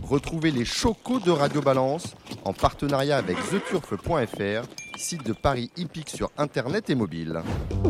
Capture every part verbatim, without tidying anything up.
Retrouvez les chocos de Radio Balance en partenariat avec the turf point f r, site de paris hippique sur internet et mobile.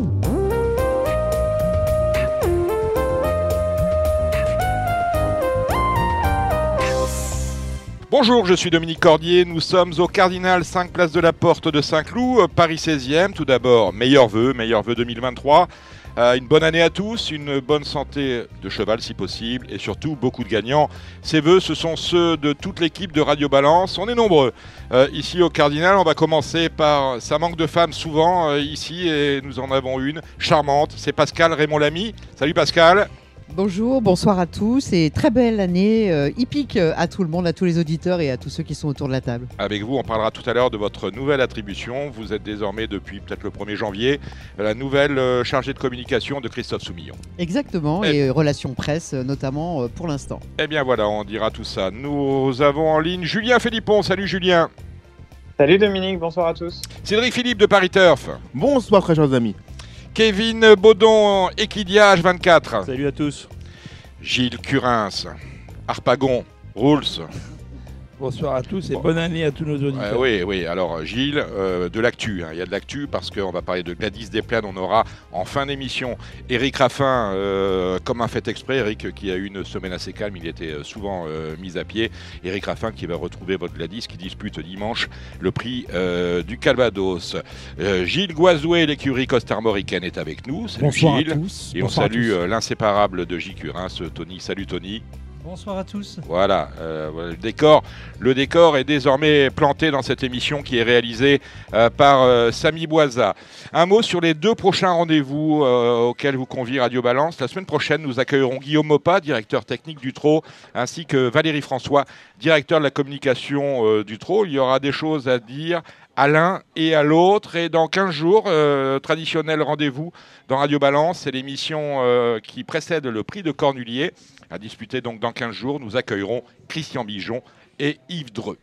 Bonjour, je suis Dominique Cordier, nous sommes au Cardinal, cinq place de la Porte de Saint-Cloud, Paris seizième. Tout d'abord, meilleurs vœux, meilleurs vœux deux mille vingt-trois. Euh, une bonne année à tous, une bonne santé de cheval si possible et surtout beaucoup de gagnants. Ces vœux, ce sont ceux de toute l'équipe de Radio Balance. On est nombreux euh, ici au Cardinal. On va commencer par, ça manque de femmes souvent euh, ici et nous en avons une charmante. C'est Pascal Raymond-Lamy. Salut Pascal. Bonjour, bonsoir à tous et très belle année euh, hippique à tout le monde, à tous les auditeurs et à tous ceux qui sont autour de la table. Avec vous, on parlera tout à l'heure de votre nouvelle attribution. Vous êtes désormais, depuis peut-être le premier janvier, la nouvelle euh, chargée de communication de Christophe Soumillon. Exactement, et, et relations presse notamment euh, pour l'instant. Eh bien voilà, on dira tout ça. Nous avons en ligne Julien Philippon. Salut Julien. Salut Dominique, bonsoir à tous. Cédric Philippe de Paris Turf. Bonsoir très chers amis. Kevin Baudon, Equidia H vingt-quatre. Salut à tous. Gilles Curins, Harpagon, Rules. Bonsoir à tous et bon. Bonne année à tous nos auditeurs. Euh, oui, oui. Alors Gilles, euh, de l'actu. Hein. Il y a de l'actu parce qu'on va parler de Gladys Desplaines. On aura en fin d'émission Éric Raffin, euh, comme un fait exprès. Éric qui a eu une semaine assez calme, il était souvent euh, mis à pied. Éric Raffin qui va retrouver votre Gladys qui dispute dimanche le prix euh, du Calvados. Euh, Gilles Goizouet, l'écurie Costarmoricaine est avec nous. Salut Bonsoir Gilles. à tous. Et Bonsoir on salue euh, l'inséparable de Gilles Curins, Tony. Salut Tony. Bonsoir à tous. Voilà, euh, le décor, le décor est désormais planté dans cette émission qui est réalisée euh, par euh, Samy Boisa. Un mot sur les deux prochains rendez-vous euh, auxquels vous convie Radio Balance. La semaine prochaine, nous accueillerons Guillaume Mopa, directeur technique du Trot, ainsi que Valérie François, directeur de la communication euh, du Trot. Il y aura des choses à dire à l'un et à l'autre. Et dans quinze jours, euh, traditionnel rendez-vous dans Radio Balance, c'est l'émission euh, qui précède le prix de Cornulier. À disputer donc dans quinze jours, nous accueillerons Christian Bijon et Yves Dreux.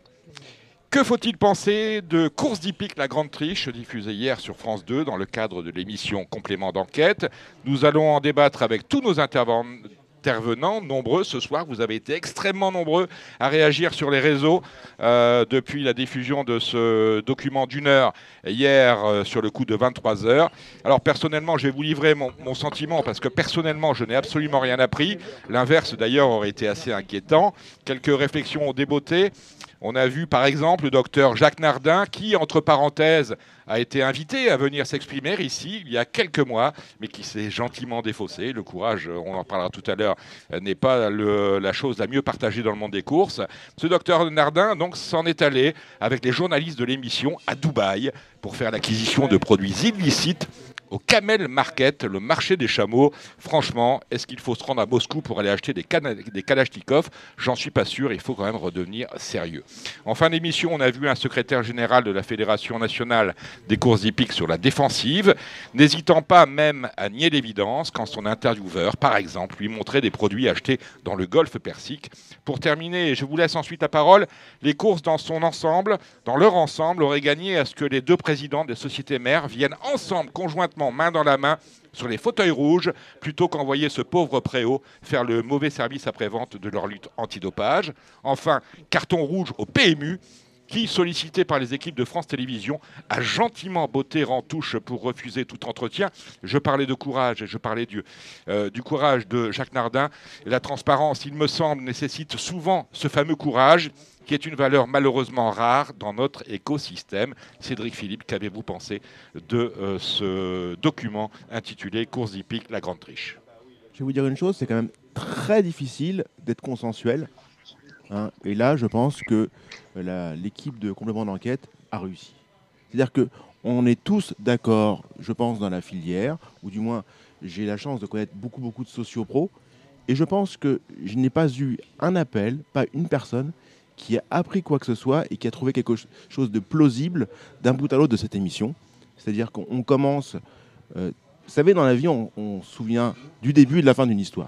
Que faut-il penser de Course d'hippique La Grande Triche, diffusée hier sur France deux dans le cadre de l'émission Complément d'enquête? Nous allons en débattre avec tous nos intervenants. Intervenants, nombreux ce soir, vous avez été extrêmement nombreux à réagir sur les réseaux euh, depuis la diffusion de ce document d'une heure hier euh, sur le coup de vingt-trois heures. Alors personnellement, je vais vous livrer mon, mon sentiment parce que personnellement, je n'ai absolument rien appris. L'inverse d'ailleurs aurait été assez inquiétant. Quelques réflexions ont débeauté. On a vu par exemple le docteur Jacques Nardin qui, entre parenthèses, a été invité à venir s'exprimer ici il y a quelques mois, mais qui s'est gentiment défaussé. Le courage, on en parlera tout à l'heure, n'est pas le, la chose la mieux partagée dans le monde des courses. Ce docteur Nardin donc s'en est allé avec les journalistes de l'émission à Dubaï pour faire l'acquisition de produits illicites au Camel Market, le marché des chameaux. Franchement, est-ce qu'il faut se rendre à Moscou pour aller acheter des, cana- des Kalachnikov? J'en suis pas sûr, il faut quand même redevenir sérieux. En fin d'émission, on a vu un secrétaire général de la Fédération nationale des courses hippiques sur la défensive, n'hésitant pas même à nier l'évidence quand son intervieweur, par exemple, lui montrait des produits achetés dans le golfe Persique. Pour terminer, je vous laisse ensuite la parole, les courses dans son ensemble, dans leur ensemble, auraient gagné à ce que les deux présidents des sociétés mères viennent ensemble, conjointement, main dans la main, sur les fauteuils rouges, plutôt qu'envoyer ce pauvre Préau faire le mauvais service après-vente de leur lutte antidopage. Enfin, carton rouge au P M U, qui, sollicité par les équipes de France Télévisions, a gentiment botté en touche pour refuser tout entretien. Je parlais de courage et je parlais du, euh, du courage de Jacques Nardin. La transparence, il me semble, nécessite souvent ce fameux courage qui est une valeur malheureusement rare dans notre écosystème. Cédric Philippe, qu'avez-vous pensé de euh, ce document intitulé « Course hippique, la grande triche » ? Je vais vous dire une chose, c'est quand même très difficile d'être consensuel. Hein, et là, je pense que la, l'équipe de complément d'enquête a réussi. C'est-à-dire qu'on est tous d'accord, je pense, dans la filière, ou du moins, j'ai la chance de connaître beaucoup, beaucoup de sociopros, et je pense que je n'ai pas eu un appel, pas une personne, qui a appris quoi que ce soit et qui a trouvé quelque chose de plausible d'un bout à l'autre de cette émission. C'est-à-dire qu'on commence... Euh, vous savez, dans la vie, on, on se souvient du début et de la fin d'une histoire.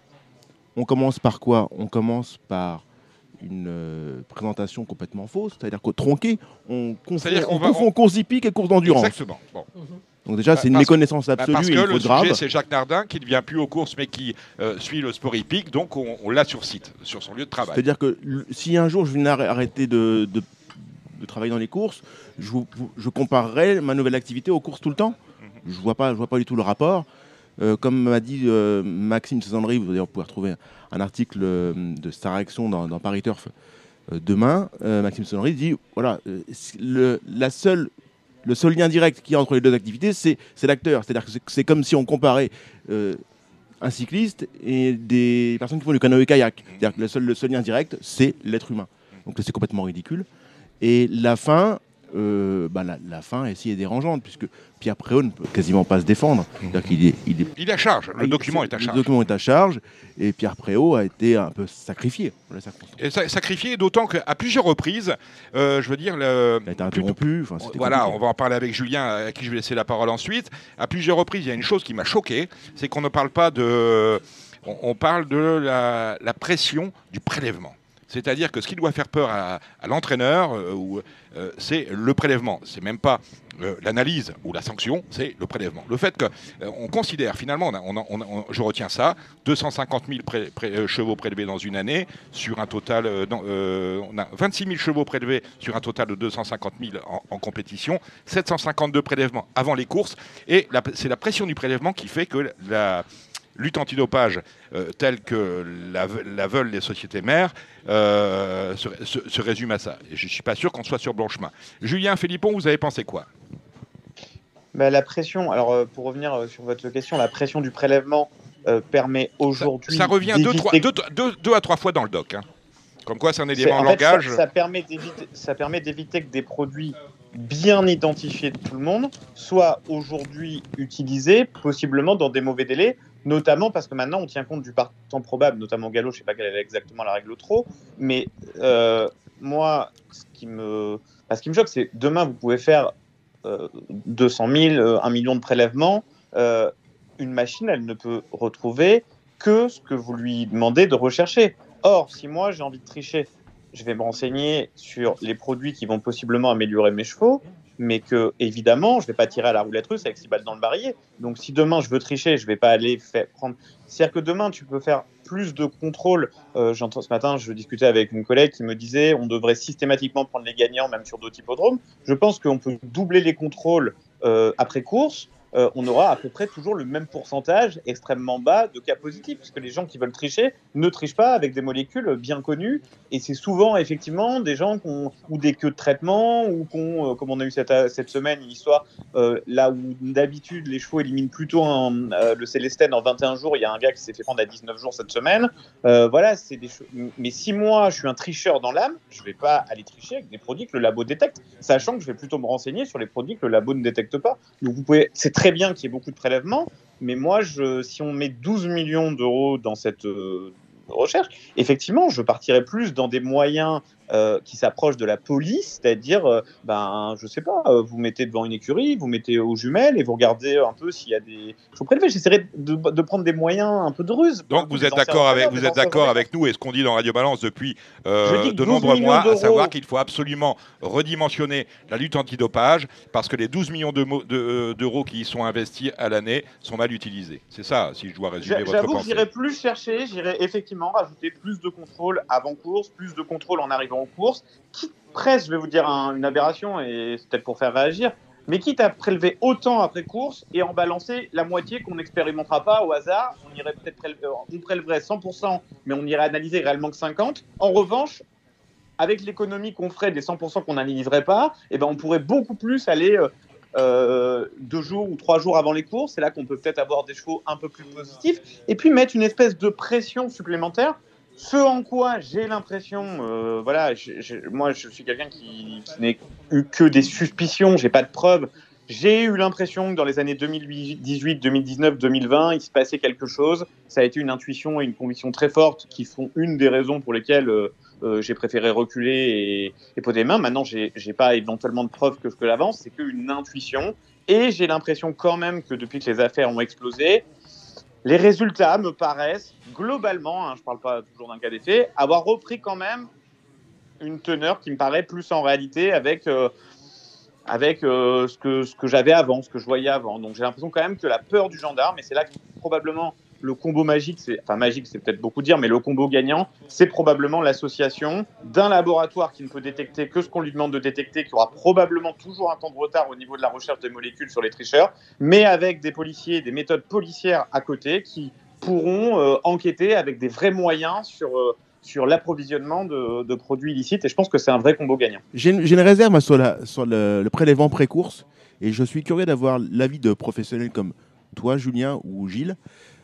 On commence par quoi? On commence par une euh, présentation complètement fausse, c'est-à-dire qu'au tronqué, on confond, on va, confond on... course hippique et course d'endurance. Exactement. Bon. Donc déjà, c'est une parce méconnaissance bah, absolue parce et que une le faute sujet, grave. c'est Jacques Nardin qui ne vient plus aux courses, mais qui euh, suit le sport hippique, donc on, on l'a sur site, sur son lieu de travail. C'est-à-dire que l- si un jour je venais arr- arrêter de, de, de travailler dans les courses, je, vous- je comparerais ma nouvelle activité aux courses tout le temps. Je ne vois, pas- je vois pas du tout le rapport. Euh, comme m'a dit euh, Maxime Césandry, vous allez pouvoir trouver un article euh, de Star Action dans, dans Paris Turf euh, demain. Euh, Maxime Césandry dit voilà, euh, le, la seule, le seul lien direct qu'il y a entre les deux activités, c'est c'est l'acteur. C'est-à-dire que c'est- c'est comme si on comparait euh, un cycliste et des personnes qui font du canoë-kayak. C'est-à-dire que le seul, le seul lien direct, c'est l'être humain. Donc c'est complètement ridicule. Et la fin, euh, bah, la, la fin est si dérangeante, puisque Pierre Préau ne peut quasiment pas se défendre. C'est-à-dire qu'il est, il est, Il est à charge, le il- document est à le charge. document est à charge, et Pierre Préau a été un peu sacrifié. dans les circonstances. Et sa- sacrifié, d'autant qu'à plusieurs reprises, euh, je veux dire, le, Il a été interrompu. Enfin, c'était voilà, compliqué. on va en parler avec Julien, à qui je vais laisser la parole ensuite. À plusieurs reprises, il y a une chose qui m'a choqué, c'est qu'on ne parle pas de, on, on parle de la, la pression du prélèvement. C'est-à-dire que ce qui doit faire peur à, à l'entraîneur, euh, ou, euh, c'est le prélèvement. C'est même pas euh, l'analyse ou la sanction, c'est le prélèvement. Le fait qu'on euh, considère, finalement, on a, on a, on a, on, je retiens ça, deux cent cinquante mille pré, pré, euh, chevaux prélevés dans une année, sur un total, euh, dans, euh, on a vingt-six mille chevaux prélevés sur un total de deux cent cinquante mille en, en compétition, sept cent cinquante-deux prélèvements avant les courses, et la, c'est la pression du prélèvement qui fait que la lutte antidopage euh, telle que la, la veulent les sociétés mères euh, se, se, se résume à ça. Et je ne suis pas sûr qu'on soit sur bon chemin. Julien Philippon, vous avez pensé quoi? Bah, la pression, alors euh, pour revenir euh, sur votre question, la pression du prélèvement euh, permet aujourd'hui. Ça, ça revient deux, trois, deux, deux, deux à trois fois dans le doc. Hein. Comme quoi, c'est un élément en en fait, langage. Ça, ça permet d'éviter, ça permet d'éviter que des produits bien identifiés de tout le monde soient aujourd'hui utilisés, possiblement dans des mauvais délais, notamment parce que maintenant on tient compte du partant probable, notamment au galop, je ne sais pas quelle est exactement la règle au trot, mais euh, moi, ce qui me, bah, ce qui me choque, c'est demain vous pouvez faire euh, deux cent mille, euh, un million de prélèvements, euh, une machine, elle ne peut retrouver que ce que vous lui demandez de rechercher. Or, si moi j'ai envie de tricher, je vais me renseigner sur les produits qui vont possiblement améliorer mes chevaux, mais que, évidemment, je ne vais pas tirer à la roulette russe avec six balles dans le barillet. Donc, si demain je veux tricher, je ne vais pas aller faire prendre. C'est-à-dire que demain, tu peux faire plus de contrôles. Euh, j'entends ce matin, je discutais avec une collègue qui me disait on devrait systématiquement prendre les gagnants, même sur d'autres hippodromes. Je pense qu'on peut doubler les contrôles euh, après course. Euh, on aura à peu près toujours le même pourcentage extrêmement bas de cas positifs, puisque les gens qui veulent tricher ne trichent pas avec des molécules bien connues, et c'est souvent effectivement des gens qui ont ou des queues de traitement, ou qui ont, euh, comme on a eu cette, cette semaine, une histoire euh, là où d'habitude les chevaux éliminent plutôt un, euh, le Célestène en vingt et un jours, il y a un gars qui s'est fait prendre à dix-neuf jours cette semaine. Euh, voilà, c'est des choses. Mais si moi je suis un tricheur dans l'âme, je ne vais pas aller tricher avec des produits que le labo détecte, sachant que je vais plutôt me renseigner sur les produits que le labo ne détecte pas. Donc vous pouvez, c'est très bien qu'il y ait beaucoup de prélèvements, mais moi, je, si on met douze millions d'euros dans cette euh, recherche, effectivement, je partirais plus dans des moyens euh, qui s'approchent de la police, c'est-à-dire, euh, ben, je sais pas, euh, vous mettez devant une écurie, vous mettez aux jumelles et vous regardez un peu s'il y a des choses prélevées. J'essaierai de, de prendre des moyens un peu de ruse. Donc vous êtes d'accord avec, vous êtes d'accord avec nous et ce qu'on dit dans Radio Balance depuis euh, de nombreux mois, à savoir qu'il faut absolument redimensionner la lutte antidopage parce que les douze millions d'euros de, de, qui y sont investis à l'année sont mal utilisés. C'est ça, si je dois résumer votre pensée. J'avoue que j'irai plus chercher, j'irai effectivement rajouter plus de contrôle avant course, plus de contrôle en arrivant en course, quitte presque, je vais vous dire un, une aberration, et c'est peut-être pour faire réagir, mais quitte à prélever autant après course et en balancer la moitié qu'on n'expérimentera pas au hasard, on irait peut-être prélever, on prélèverait cent pour cent, mais on irait analyser réellement que cinquante. En revanche, avec l'économie qu'on ferait des cent pour cent qu'on n'analyserait pas, eh ben on pourrait beaucoup plus aller euh, euh, deux jours ou trois jours avant les courses. C'est là qu'on peut peut-être avoir des chevaux un peu plus positifs et puis mettre une espèce de pression supplémentaire. Ce en quoi j'ai l'impression, euh, voilà, je, je, moi je suis quelqu'un qui, qui n'a eu que des suspicions, j'ai pas de preuves. J'ai eu l'impression que dans les années deux mille dix-huit, deux mille dix-neuf, deux mille vingt, il se passait quelque chose. Ça a été une intuition et une conviction très forte qui font une des raisons pour lesquelles euh, euh, j'ai préféré reculer et, et poser les mains. Maintenant, j'ai, j'ai pas éventuellement de preuves que ce que l'avance, c'est qu'une intuition. Et j'ai l'impression quand même que depuis que les affaires ont explosé, les résultats me paraissent globalement, hein, je ne parle pas toujours d'un cas d'effet, avoir repris quand même une teneur qui me paraît plus en réalité avec... Euh, avec euh, ce que, ce que j'avais avant, ce que je voyais avant. Donc j'ai l'impression quand même que la peur du gendarme, et c'est là que probablement le combo magique, c'est, enfin magique c'est peut-être beaucoup dire, mais le combo gagnant, c'est probablement l'association d'un laboratoire qui ne peut détecter que ce qu'on lui demande de détecter, qui aura probablement toujours un temps de retard au niveau de la recherche des molécules sur les tricheurs, mais avec des policiers, des méthodes policières à côté qui pourront euh, enquêter avec des vrais moyens sur... Euh, sur l'approvisionnement de, de produits illicites, et je pense que c'est un vrai combo gagnant. J'ai une, j'ai une réserve moi, sur, la, sur le, le prélèvement pré-course, et je suis curieux d'avoir l'avis de professionnels comme toi, Julien, ou Gilles.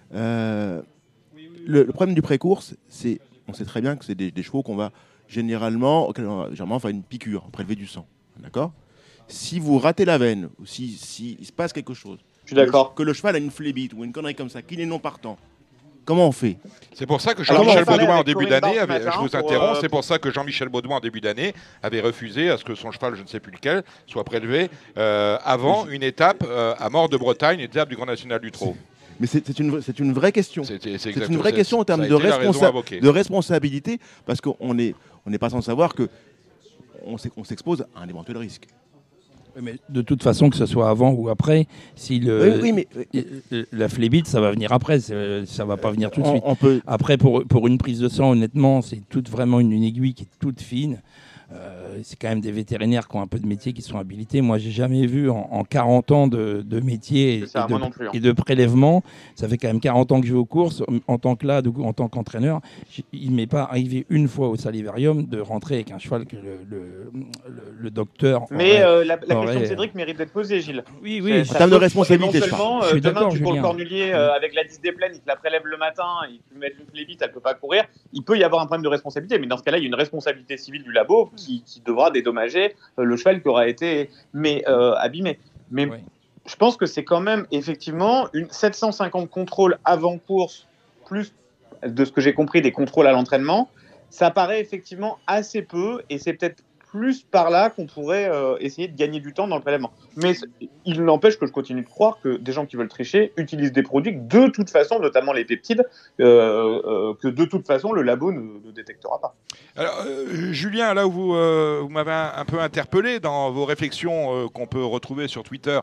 Euh, le, le problème du pré-course, c'est, on sait très bien que c'est des, des chevaux qu'on va généralement, généralement faire une piqûre, prélever du sang. D'accord ? Si vous ratez la veine, ou si, si il se passe quelque chose, je suis d'accord. Que le, que le cheval a une phlébite ou une connerie comme ça, qu'il est non partant, comment on fait ? C'est pour ça que Jean-Michel Baudouin, en début d'année, avait, je vous interromps, euh... c'est pour ça que Jean-Michel Baudouin, en début d'année, avait refusé à ce que son cheval, je ne sais plus lequel, soit prélevé euh, avant une étape euh, à Mort de Bretagne, étape du Grand National du Trot. Mais c'est, c'est, une, c'est une vraie question. C'est, c'est, c'est, c'est une vraie question en termes de, responsa- de responsabilité, parce qu'on n'est on n'est pas sans savoir qu'on on s'expose à un éventuel risque. Mais de toute façon, que ce soit avant ou après, si le, oui, oui, mais... la phlébite, ça va venir après, ça ne va pas venir tout de on, suite. On peut... Après, pour, pour une prise de sang, honnêtement, c'est toute, vraiment une, une aiguille qui est toute fine. Euh, c'est quand même des vétérinaires qui ont un peu de métier, qui sont habilités. Moi, j'ai jamais vu en, en quarante ans de, de métier et, ça, et, de, non plus, hein. et de prélèvement. Ça fait quand même quarante ans que je vais aux courses. En tant que là, en tant qu'entraîneur, il ne m'est pas arrivé une fois au salivarium de rentrer avec un cheval que le, le, le, le docteur. Mais aurait, euh, la, la aurait... question de Cédric mérite d'être posée, Gilles. Oui, oui. En termes de responsabilité, je parle. Je suis demain, d'accord, tu cours le Julien. cornulier euh, avec la dix des plaines, il te la prélève le matin, il te met une phlébite, elle ne peut pas courir. Il peut y avoir un problème de responsabilité, mais dans ce cas-là, il y a une responsabilité civile du labo qui, qui devra dédommager euh, le cheval qui aura été mais, euh, abîmé. Mais oui. Je pense que c'est quand même effectivement une sept cent cinquante contrôles avant course, plus de ce que j'ai compris des contrôles à l'entraînement. Ça paraît effectivement assez peu, et c'est peut-être plus par là qu'on pourrait euh, essayer de gagner du temps dans le prélèvement. Mais il n'empêche que je continue de croire que des gens qui veulent tricher utilisent des produits que de toute façon, notamment les peptides, euh, euh, que de toute façon le labo ne, ne détectera pas. Alors, euh, Julien, là où vous, euh, vous m'avez un, un peu interpellé dans vos réflexions euh, qu'on peut retrouver sur Twitter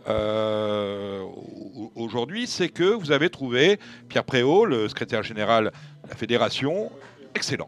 euh, aujourd'hui, c'est que vous avez trouvé Pierre Préau, le secrétaire général de la fédération, excellent.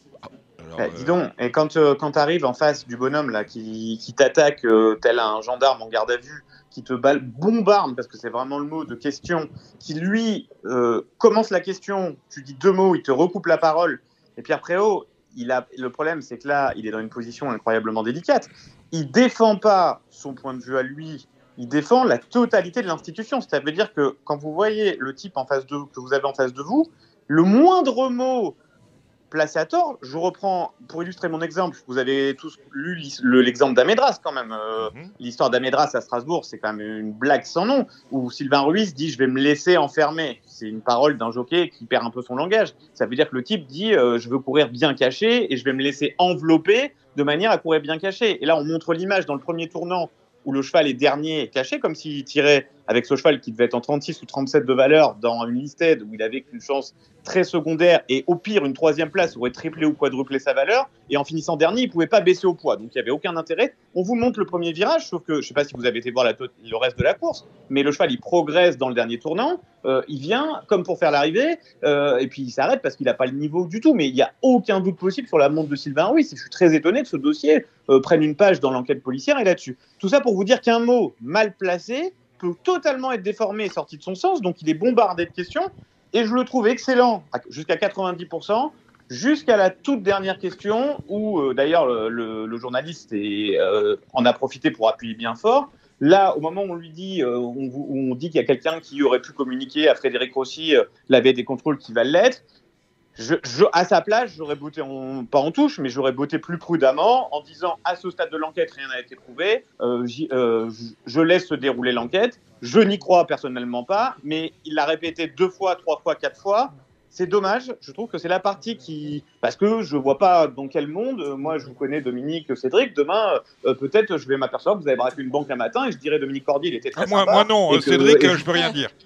Alors, bah, dis donc, et quand, euh, quand tu arrives en face du bonhomme là, qui, qui t'attaque euh, tel un gendarme en garde à vue, qui te balle, bombarde, parce que c'est vraiment le mot de question, qui lui euh, commence la question, tu dis deux mots, il te recoupe la parole, et Pierre Préau, il a, le problème c'est que là, il est dans une position incroyablement délicate. Il défend pas son point de vue à lui, il défend la totalité de l'institution. Ça veut dire que quand vous voyez le type en face de, que vous avez en face de vous, le moindre mot placé à tort, je reprends, pour illustrer mon exemple, vous avez tous lu l'exemple d'Amédras quand même. Euh, mm-hmm. L'histoire d'Amédras à Strasbourg, c'est quand même une blague sans nom, où Sylvain Ruiz dit « je vais me laisser enfermer ». C'est une parole d'un jockey qui perd un peu son langage. Ça veut dire que le type dit euh, « je veux courir bien caché et je vais me laisser envelopper de manière à courir bien caché ». Et là, on montre l'image dans le premier tournant où le cheval est dernier caché, comme s'il tirait avec ce cheval qui devait être en trente-six ou trente-sept de valeur dans une listed où il avait qu'une chance très secondaire et au pire une troisième place aurait triplé ou quadruplé sa valeur, et en finissant dernier il ne pouvait pas baisser au poids, donc il n'y avait aucun intérêt. On vous montre le premier virage, sauf que je ne sais pas si vous avez été voir la to- le reste de la course, mais le cheval il progresse dans le dernier tournant, euh, il vient comme pour faire l'arrivée euh, et puis il s'arrête parce qu'il n'a pas le niveau du tout, mais il n'y a aucun doute possible sur la montre de Sylvain Ruiz. Je suis très étonné que ce dossier euh, prenne une page dans l'enquête policière et là-dessus. Tout ça pour vous dire qu'un mot mal placé peut totalement être déformé et sorti de son sens, donc il est bombardé de questions, et je le trouve excellent jusqu'à quatre-vingt-dix pour cent, jusqu'à la toute dernière question, où euh, d'ailleurs le, le, le journaliste est, euh, en a profité pour appuyer bien fort. Là, au moment où on lui dit, euh, on, où on dit qu'il y a quelqu'un qui aurait pu communiquer à Frédéric Rossi, euh, l'avait des contrôles qui valent l'être, Je, je, à sa place, j'aurais botté, en, pas en touche, mais j'aurais botté plus prudemment en disant à ce stade de l'enquête, rien n'a été prouvé, euh, euh, je, je laisse se dérouler l'enquête, je n'y crois personnellement pas, mais il l'a répété deux fois, trois fois, quatre fois. C'est dommage, je trouve que c'est la partie qui... Parce que je ne vois pas dans quel monde, moi je vous connais Dominique, Cédric, demain euh, peut-être je vais m'apercevoir que vous avez braqué une banque un matin et je dirais Dominique Cordier, il était très ah, moi, sympa. Moi non, que, Cédric, et... je peux rien dire.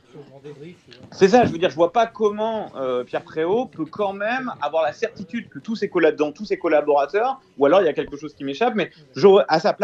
C'est ça, je veux dire, je vois pas comment euh, Pierre Préau peut quand même avoir la certitude que tous ses, collab- dans tous ses collaborateurs, ou alors il y a quelque chose qui m'échappe, mais à sa place,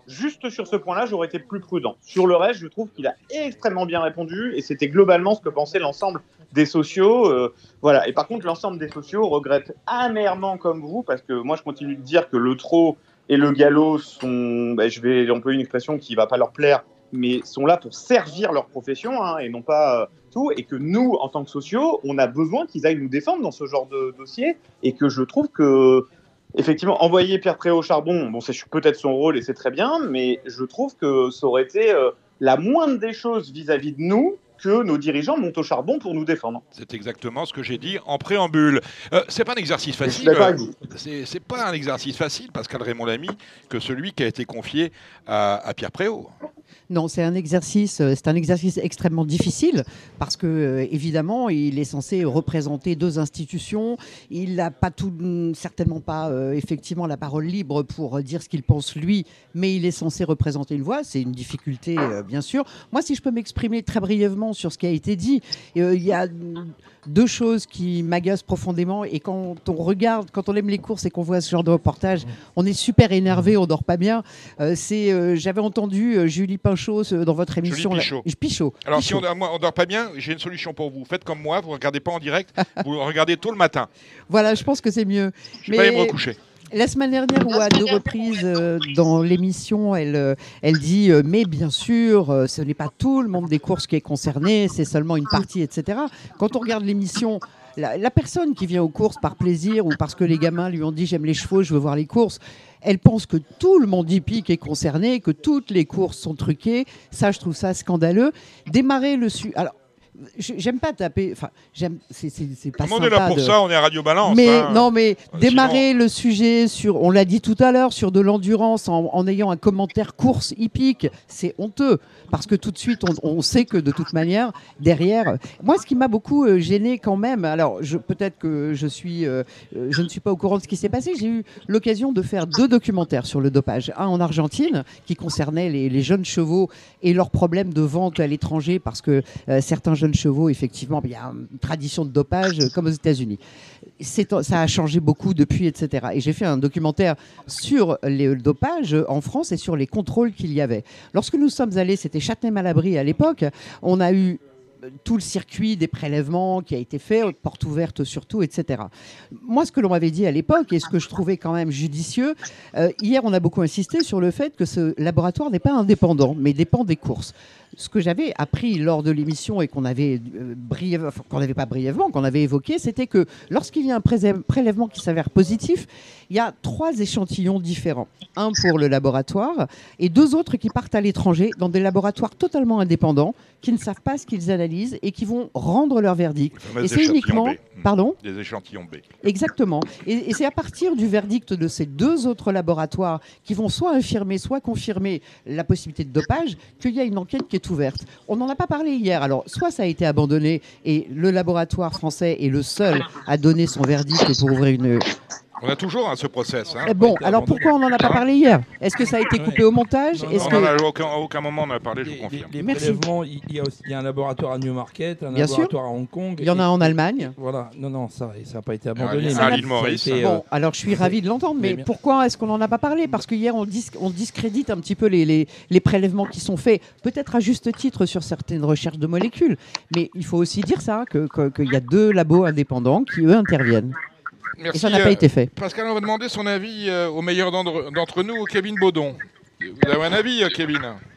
juste sur ce point-là, j'aurais été plus prudent. Sur le reste, je trouve qu'il a extrêmement bien répondu et c'était globalement ce que pensait l'ensemble des sociaux. Euh, voilà. Et par contre, l'ensemble des sociaux regrette amèrement comme vous, parce que moi, je continue de dire que le trot et le galop sont, ben, je vais employer une expression qui ne va pas leur plaire, mais sont là pour servir leur profession hein, et non pas euh, tout. Et que nous, en tant que sociaux, on a besoin qu'ils aillent nous défendre dans ce genre de dossier. Et que je trouve que, effectivement, envoyer Pierre Préau au charbon, bon, c'est peut-être son rôle et c'est très bien, mais je trouve que ça aurait été euh, la moindre des choses vis-à-vis de nous que nos dirigeants montent au charbon pour nous défendre. C'est exactement ce que j'ai dit en préambule. Euh, c'est pas un exercice facile. C'est, c'est pas un exercice facile, Pascal Raymond Lamy, que celui qui a été confié à, à Pierre Préau. Non, c'est un exercice, c'est un exercice extrêmement difficile parce que euh, évidemment, il est censé représenter deux institutions. Il n'a pas tout, certainement pas euh, effectivement la parole libre pour dire ce qu'il pense lui, mais il est censé représenter une voix. C'est une difficulté, euh, bien sûr. Moi, si je peux m'exprimer très brièvement sur ce qui a été dit, euh, il y a deux choses qui m'agacent profondément. Et quand on regarde, quand on aime les courses et qu'on voit ce genre de reportage, on est super énervé, on dort pas bien. Euh, c'est, euh, j'avais entendu euh, Julie Pinchot dans votre émission. Julie Pichot. Là, Pichot. Alors Pichot. si on ne dort pas bien, j'ai une solution pour vous. Faites comme moi, vous ne regardez pas en direct, vous regardez tôt le matin. Voilà, je pense que c'est mieux. Je vais Mais... pas aller me recoucher. La semaine dernière, ou à deux reprises euh, dans l'émission, elle, euh, elle dit euh, mais bien sûr, euh, ce n'est pas tout le monde des courses qui est concerné, c'est seulement une partie, et cetera. Quand on regarde l'émission, la, la personne qui vient aux courses par plaisir ou parce que les gamins lui ont dit j'aime les chevaux, je veux voir les courses, elle pense que tout le monde hippique est concerné, que toutes les courses sont truquées. Ça, je trouve ça scandaleux. Démarrer le su. Alors, j'aime pas taper. Enfin, j'aime. C'est, c'est, c'est pas Comment sympa. On est là pour de... ça, on est à Radio Balance. Mais hein. non, mais euh, démarrer sinon... le sujet sur, on l'a dit tout à l'heure, sur de l'endurance en, en ayant un commentaire course hippique, c'est honteux parce que tout de suite, on, on sait que de toute manière, derrière, moi, ce qui m'a beaucoup euh, gêné quand même. Alors, je, peut-être que je suis, euh, je ne suis pas au courant de ce qui s'est passé. J'ai eu l'occasion de faire deux documentaires sur le dopage. Un en Argentine qui concernait les, les jeunes chevaux et leurs problèmes de vente à l'étranger parce que euh, certains jeunes chevaux, effectivement, il y a une tradition de dopage euh, comme aux États-Unis. C'est, ça a changé beaucoup depuis, et cetera. Et j'ai fait un documentaire sur les, le dopage en France et sur les contrôles qu'il y avait. Lorsque nous sommes allés, c'était Châtenay-Malabry à l'époque, on a eu tout le circuit des prélèvements qui a été fait, porte ouverte surtout, et cetera. Moi, ce que l'on m'avait dit à l'époque, et ce que je trouvais quand même judicieux, euh, hier, on a beaucoup insisté sur le fait que ce laboratoire n'est pas indépendant, mais dépend des courses. Ce que j'avais appris lors de l'émission et qu'on avait euh, brièvement, enfin, qu'on n'avait pas brièvement, qu'on avait évoqué, c'était que lorsqu'il y a un pré- prélèvement qui s'avère positif, il y a trois échantillons différents. Un pour le laboratoire et deux autres qui partent à l'étranger dans des laboratoires totalement indépendants qui ne savent pas ce qu'ils analysent et qui vont rendre leur verdict. Et c'est uniquement... B. Pardon ? Des échantillons B. Exactement. Et, et c'est à partir du verdict de ces deux autres laboratoires qui vont soit infirmer, soit confirmer la possibilité de dopage qu'il y a une enquête qui est ouverte. On n'en a pas parlé hier. Alors, soit ça a été abandonné et le laboratoire français est le seul à donner son verdict pour ouvrir une... On a toujours hein, ce process. Hein. Bon, alors pourquoi on n'en a pas parlé hier ? Est-ce que ça a été coupé au montage ? Non, Est-ce non, que... non, à aucun, à aucun moment on en a parlé, je vous confirme. Les, les Merci. prélèvements, il y, a aussi, il y a un laboratoire à Newmarket, un Bien laboratoire sûr. à Hong Kong. Il y en a un en Allemagne. Voilà, non, non, ça n'a pas été abandonné. Ah, mais à ça l'île Maurice. a été, Bon, euh, alors je suis ravi de l'entendre, mais bien. pourquoi est-ce qu'on n'en a pas parlé ? Parce que hier, on, dis- on discrédite un petit peu les, les, les prélèvements qui sont faits, peut-être à juste titre sur certaines recherches de molécules. Mais il faut aussi dire ça, que, que, qu'il y a deux labos indépendants qui, eux, interviennent. Merci. Et ça n'a pas euh, été fait. Pascal, on va demander son avis euh, au meilleur d'entre, d'entre nous, Kevin Baudon. Vous avez un avis, euh, Kevin ?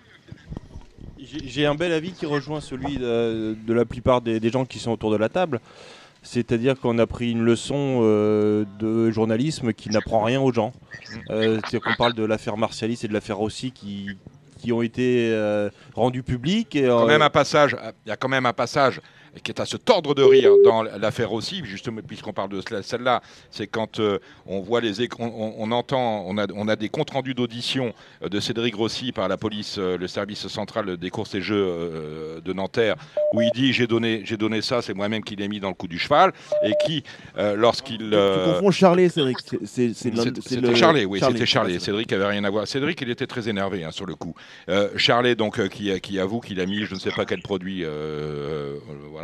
J'ai j'ai un bel avis qui rejoint celui de, de la plupart des, des gens qui sont autour de la table. C'est-à-dire qu'on a pris une leçon euh, de journalisme qui n'apprend rien aux gens. Euh, c'est-à-dire qu'on parle de l'affaire Marcialis et de l'affaire Rossi qui, qui ont été euh, rendus publics. Et, Quand euh, même un passage, il y a quand même un passage qui est à se tordre de rire dans l'affaire aussi, justement, puisqu'on parle de celle-là, c'est quand euh, on voit les éc- on, on entend, on a, on a des comptes rendus d'audition euh, de Cédric Rossi par la police, euh, le service central des courses et jeux euh, de Nanterre, où il dit j'ai donné, j'ai donné ça, c'est moi-même qui l'ai mis dans le coup du cheval, et qui, euh, lorsqu'il... Euh... Tu confonds Charlet, Cédric. C'est, c'est, c'est c'est, c'est c'était le... Charlet, oui, Charlet, c'était Charlet. c'est Cédric avait rien à voir. Cédric, il était très énervé hein, sur le coup. Euh, Charlet, donc, euh, qui, qui avoue qu'il a mis je ne sais pas quel produit, euh, euh, voilà.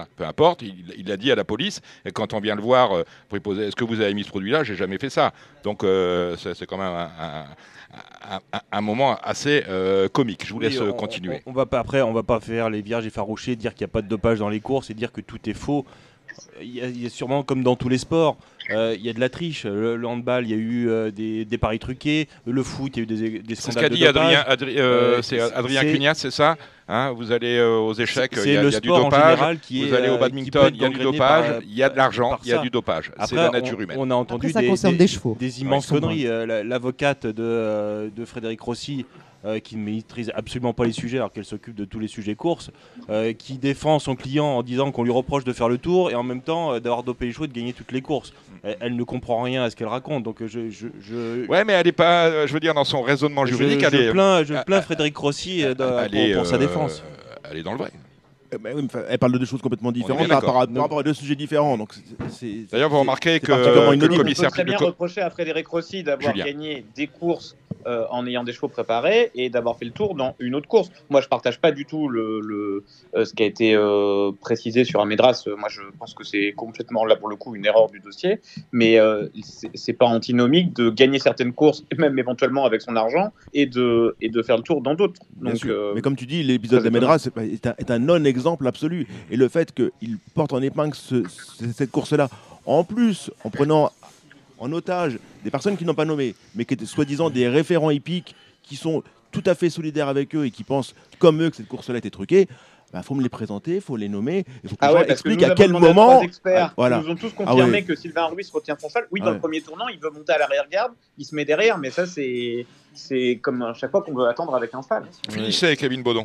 Voilà, peu importe, il, il l'a dit à la police. Et quand on vient le voir, euh, pour lui poser est-ce que vous avez mis ce produit-là, j'ai jamais fait ça. Donc euh, c'est, c'est quand même un, un, un, un moment assez euh, comique. Je vous laisse Oui, on, continuer. On, on va pas, après, on va pas faire les vierges effarouchés, dire qu'il n'y a pas de dopage dans les courses et dire que tout est faux. Il y a, il y a sûrement, comme dans tous les sports, euh, il y a de la triche. Le, le handball, il y a eu euh, des, des paris truqués. Le foot, il y a eu des, des C'est scandales ce qu'a de dit dopage. Adrien, Adri, euh, Euh, c'est c'est- Adrien c'est- Cugnas, c'est ça hein, vous allez euh, aux échecs, C'est il y a, le il y a du sport en dopage. général qui Vous est, allez au euh, qui badminton, peut être il y a du gangréné dopage, par- il y a de l'argent, par il y a ça. du dopage. C'est Après, la on- nature humaine. On a entendu Après, ça des, concerne des- des chevaux. des immenses Ouais, je comprends. conneries. Euh, la- L'avocate de, euh, de Frédéric Rossi, euh, qui ne maîtrise absolument pas les sujets alors qu'elle s'occupe de tous les sujets courses, euh, qui défend son client en disant qu'on lui reproche de faire le tour et en même temps euh, d'avoir dopé les chevaux et de gagner toutes les courses. Elle, elle ne comprend rien à ce qu'elle raconte. Donc euh, je, je, je, Ouais, mais elle n'est pas, euh, je veux dire, dans son raisonnement je, juridique, je elle est, plains, je euh, plains Frédéric Rossi euh, de- elle pour, est, pour sa euh, défense. Elle est dans le vrai. Euh, bah oui, mais enfin, elle parle de deux choses complètement différentes bien par, d'accord. rapport à- par rapport à deux sujets différents. Donc c'est- c'est- D'ailleurs, vous c'est- remarquez c'est que, particulièrement que le inaudible. On peut commissaire très bien le co- reprocher à Frédéric Rossi d'avoir Julien. gagné des courses euh, en ayant des chevaux préparés et d'avoir fait le tour dans une autre course. Moi, je partage pas du tout le, le, euh, ce qui a été euh, précisé sur Amédras. Moi, je pense que c'est complètement, là, pour le coup, une erreur du dossier. Mais euh, c'est, c'est pas antinomique de gagner certaines courses, et même éventuellement avec son argent, et de, et de faire le tour dans d'autres. Bien Donc, sûr. euh, Mais comme tu dis, l'épisode très d'Amedra c'est pas- est un, est un non-exemple absolu. Et le fait qu'il porte en épingle ce- ce- cette course-là, en plus, en prenant en otage des personnes qui n'ont pas nommé, mais qui étaient soi-disant des référents hippiques, qui sont tout à fait solidaires avec eux et qui pensent comme eux que cette course-là était truquée, il bah, faut me les présenter, il faut les nommer, il faut que Ah les ouais, gens parce que expliquent nous à avons quel demandé à moment... trois experts Ah, voilà. qui nous ont tous confirmé Ah oui. que Sylvain Ruiz retient son cheval. Oui, Ah dans ouais. le premier tournant, il veut monter à l'arrière-garde, il se met derrière, mais ça, c'est, c'est comme à chaque fois qu'on veut attendre avec un cheval. Finissez, Kevin Baudon.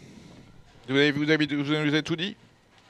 Vous avez, vous, avez, vous avez tout dit.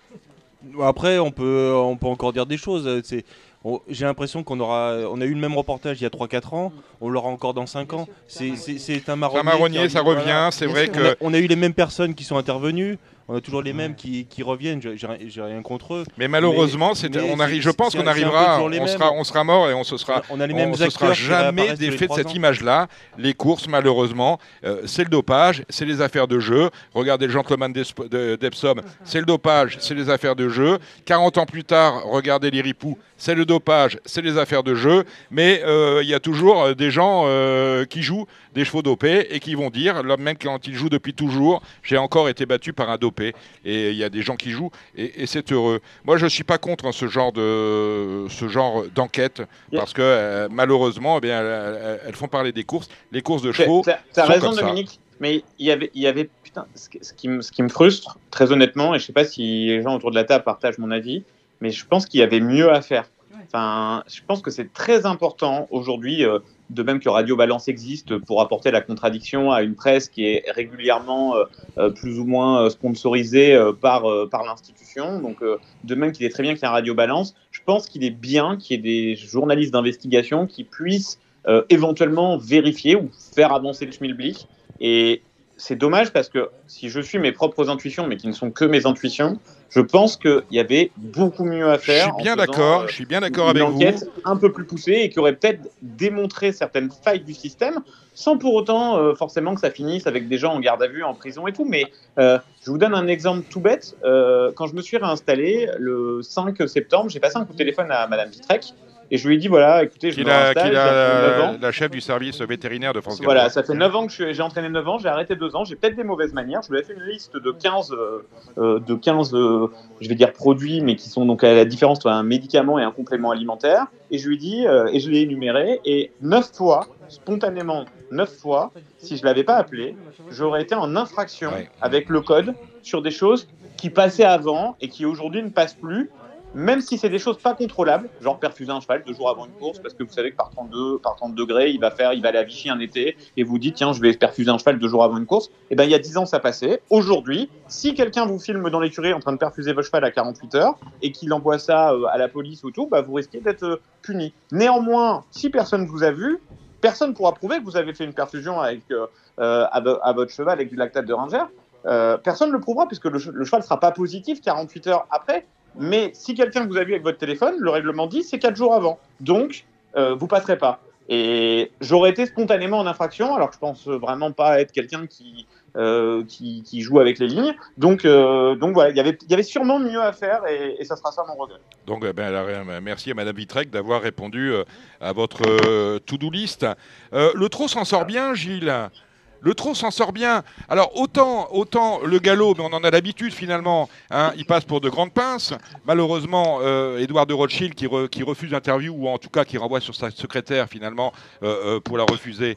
Après, on peut, on peut encore dire des choses. C'est, on- j'ai l'impression qu'on aura, on a eu le même reportage il y a trois quatre ans, on l'aura encore dans cinq ans. C'est, c'est, c'est un marronnier. Un marronnier, qui a- ça revient, voilà. c'est Bien vrai sûr, que- On a, on a eu les mêmes personnes qui sont intervenues, on a toujours les mêmes qui, qui reviennent, j'ai, j'ai rien- j'ai rien contre eux. Mais malheureusement, Mais- c'est, mais on c'est- arrive, je pense c'est- qu'on c'est un peu arrivera, toujours les on mêmes. sera, on sera mort et on se sera, On a les mêmes on se acteurs sera qui jamais réapparaissent tous les défait de trois cette ans. image-là. Les courses, malheureusement, euh, c'est le dopage, c'est les affaires de jeu. Regardez le gentleman d'Esp- de- d'Epsom, c'est le dopage, c'est les affaires de jeu. quarante ans plus tard, regardez les ripoux, c'est le dopage, c'est les affaires de jeu. Mais euh, il y a toujours euh, des gens euh, qui jouent des chevaux dopés et qui vont dire, là, même quand ils jouent depuis toujours, j'ai encore été battu par un dopé. Et il y a des gens qui jouent et, et c'est heureux. Moi, je suis pas contre hein, ce genre de ce genre d'enquête parce que euh, malheureusement, eh bien, elles, elles- elles font parler des courses. Les courses de chevaux T'as, t'as sont raison, comme ça. Dominique, mais il y avait, il y avait putain, ce, qui- ce qui me, ce qui me frustre, très honnêtement, et je sais pas si les gens autour de la table partagent mon avis, mais je pense qu'il y avait mieux à faire. Enfin, je pense que c'est très important aujourd'hui, euh, de même que Radio Balance existe pour apporter la contradiction à une presse qui est régulièrement euh, euh, plus ou moins euh, sponsorisée euh, par, euh, par l'institution. Donc, euh, de même qu'il est très bien qu'il y ait un Radio Balance, je pense qu'il est bien qu'il y ait des journalistes d'investigation qui puissent euh, éventuellement vérifier ou faire avancer le schmilblick. Et c'est dommage parce que si je suis mes propres intuitions, mais qui ne sont que mes intuitions, je pense qu'il y avait beaucoup mieux à Je faire. suis bien en faisant, d'accord. euh, Je suis bien d'accord une avec vous. enquête un peu plus poussée et qui aurait peut-être démontré certaines failles du système, sans pour autant euh, forcément que ça finisse avec des gens en garde à vue, en prison et tout. Mais euh, je vous donne un exemple tout bête. Euh, quand je me suis réinstallé le cinq septembre, j'ai passé un coup de téléphone à Madame Vitrec et je lui ai dit voilà, écoutez, je Qu'il me a, réinstalle, qu'il j'ai a neuf ans. la chef du service vétérinaire de France Gallo. Voilà, ça fait neuf ans que je suis- j'ai entraîné neuf ans, j'ai arrêté deux ans, j'ai peut-être des mauvaises manières. Je lui ai fait une liste de quinze, euh, euh, de quinze euh, je vais dire produits, mais qui sont donc à la différence entre un médicament et un complément alimentaire. Et je lui ai dit, euh, et je l'ai énuméré, et neuf fois, spontanément, neuf fois, si je l'avais pas appelé, j'aurais été en infraction Ouais. avec le code sur des choses qui passaient avant et qui aujourd'hui ne passent plus. Même si c'est des choses pas contrôlables, genre perfuser un cheval deux jours avant une course, parce que vous savez que par trente-deux, par trente degrés, il va faire, il va aller à Vichy un été, et vous dites tiens, je vais perfuser un cheval deux jours avant une course. Et ben il y a dix ans ça passait. Aujourd'hui, si quelqu'un vous filme dans l'écurie en train de perfuser votre cheval à quarante-huit heures et qu'il envoie ça euh, à la police ou tout, bah vous risquez d'être euh, puni. Néanmoins, si personne vous a vu, personne pourra prouver que vous avez fait une perfusion avec euh, euh, à, vo- à votre cheval avec du lactate de Ringer. Euh, personne ne le prouvera puisque le, che- le cheval ne sera pas positif quarante-huit heures après. Mais si quelqu'un vous a vu avec votre téléphone, le règlement dit c'est quatre jours avant. Donc, euh, vous passerez pas. Et j'aurais été spontanément en infraction, alors que je pense vraiment pas être quelqu'un qui, euh, qui, qui joue avec les lignes. Donc, euh, donc voilà, il y avait, il y avait sûrement mieux à faire et, et ça sera ça mon regret. Donc, ben, alors, merci à Madame Vitrec d'avoir répondu euh, à votre euh, to-do list. Euh, le trot s'en sort bien, Gilles. Le trot s'en sort bien. Alors, autant, autant le galop, mais on en a l'habitude finalement, hein, il passe pour de grandes pinces. Malheureusement, euh, Édouard de Rothschild qui, re, qui refuse l'interview, ou en tout cas qui renvoie sur sa secrétaire finalement euh, euh, pour la refuser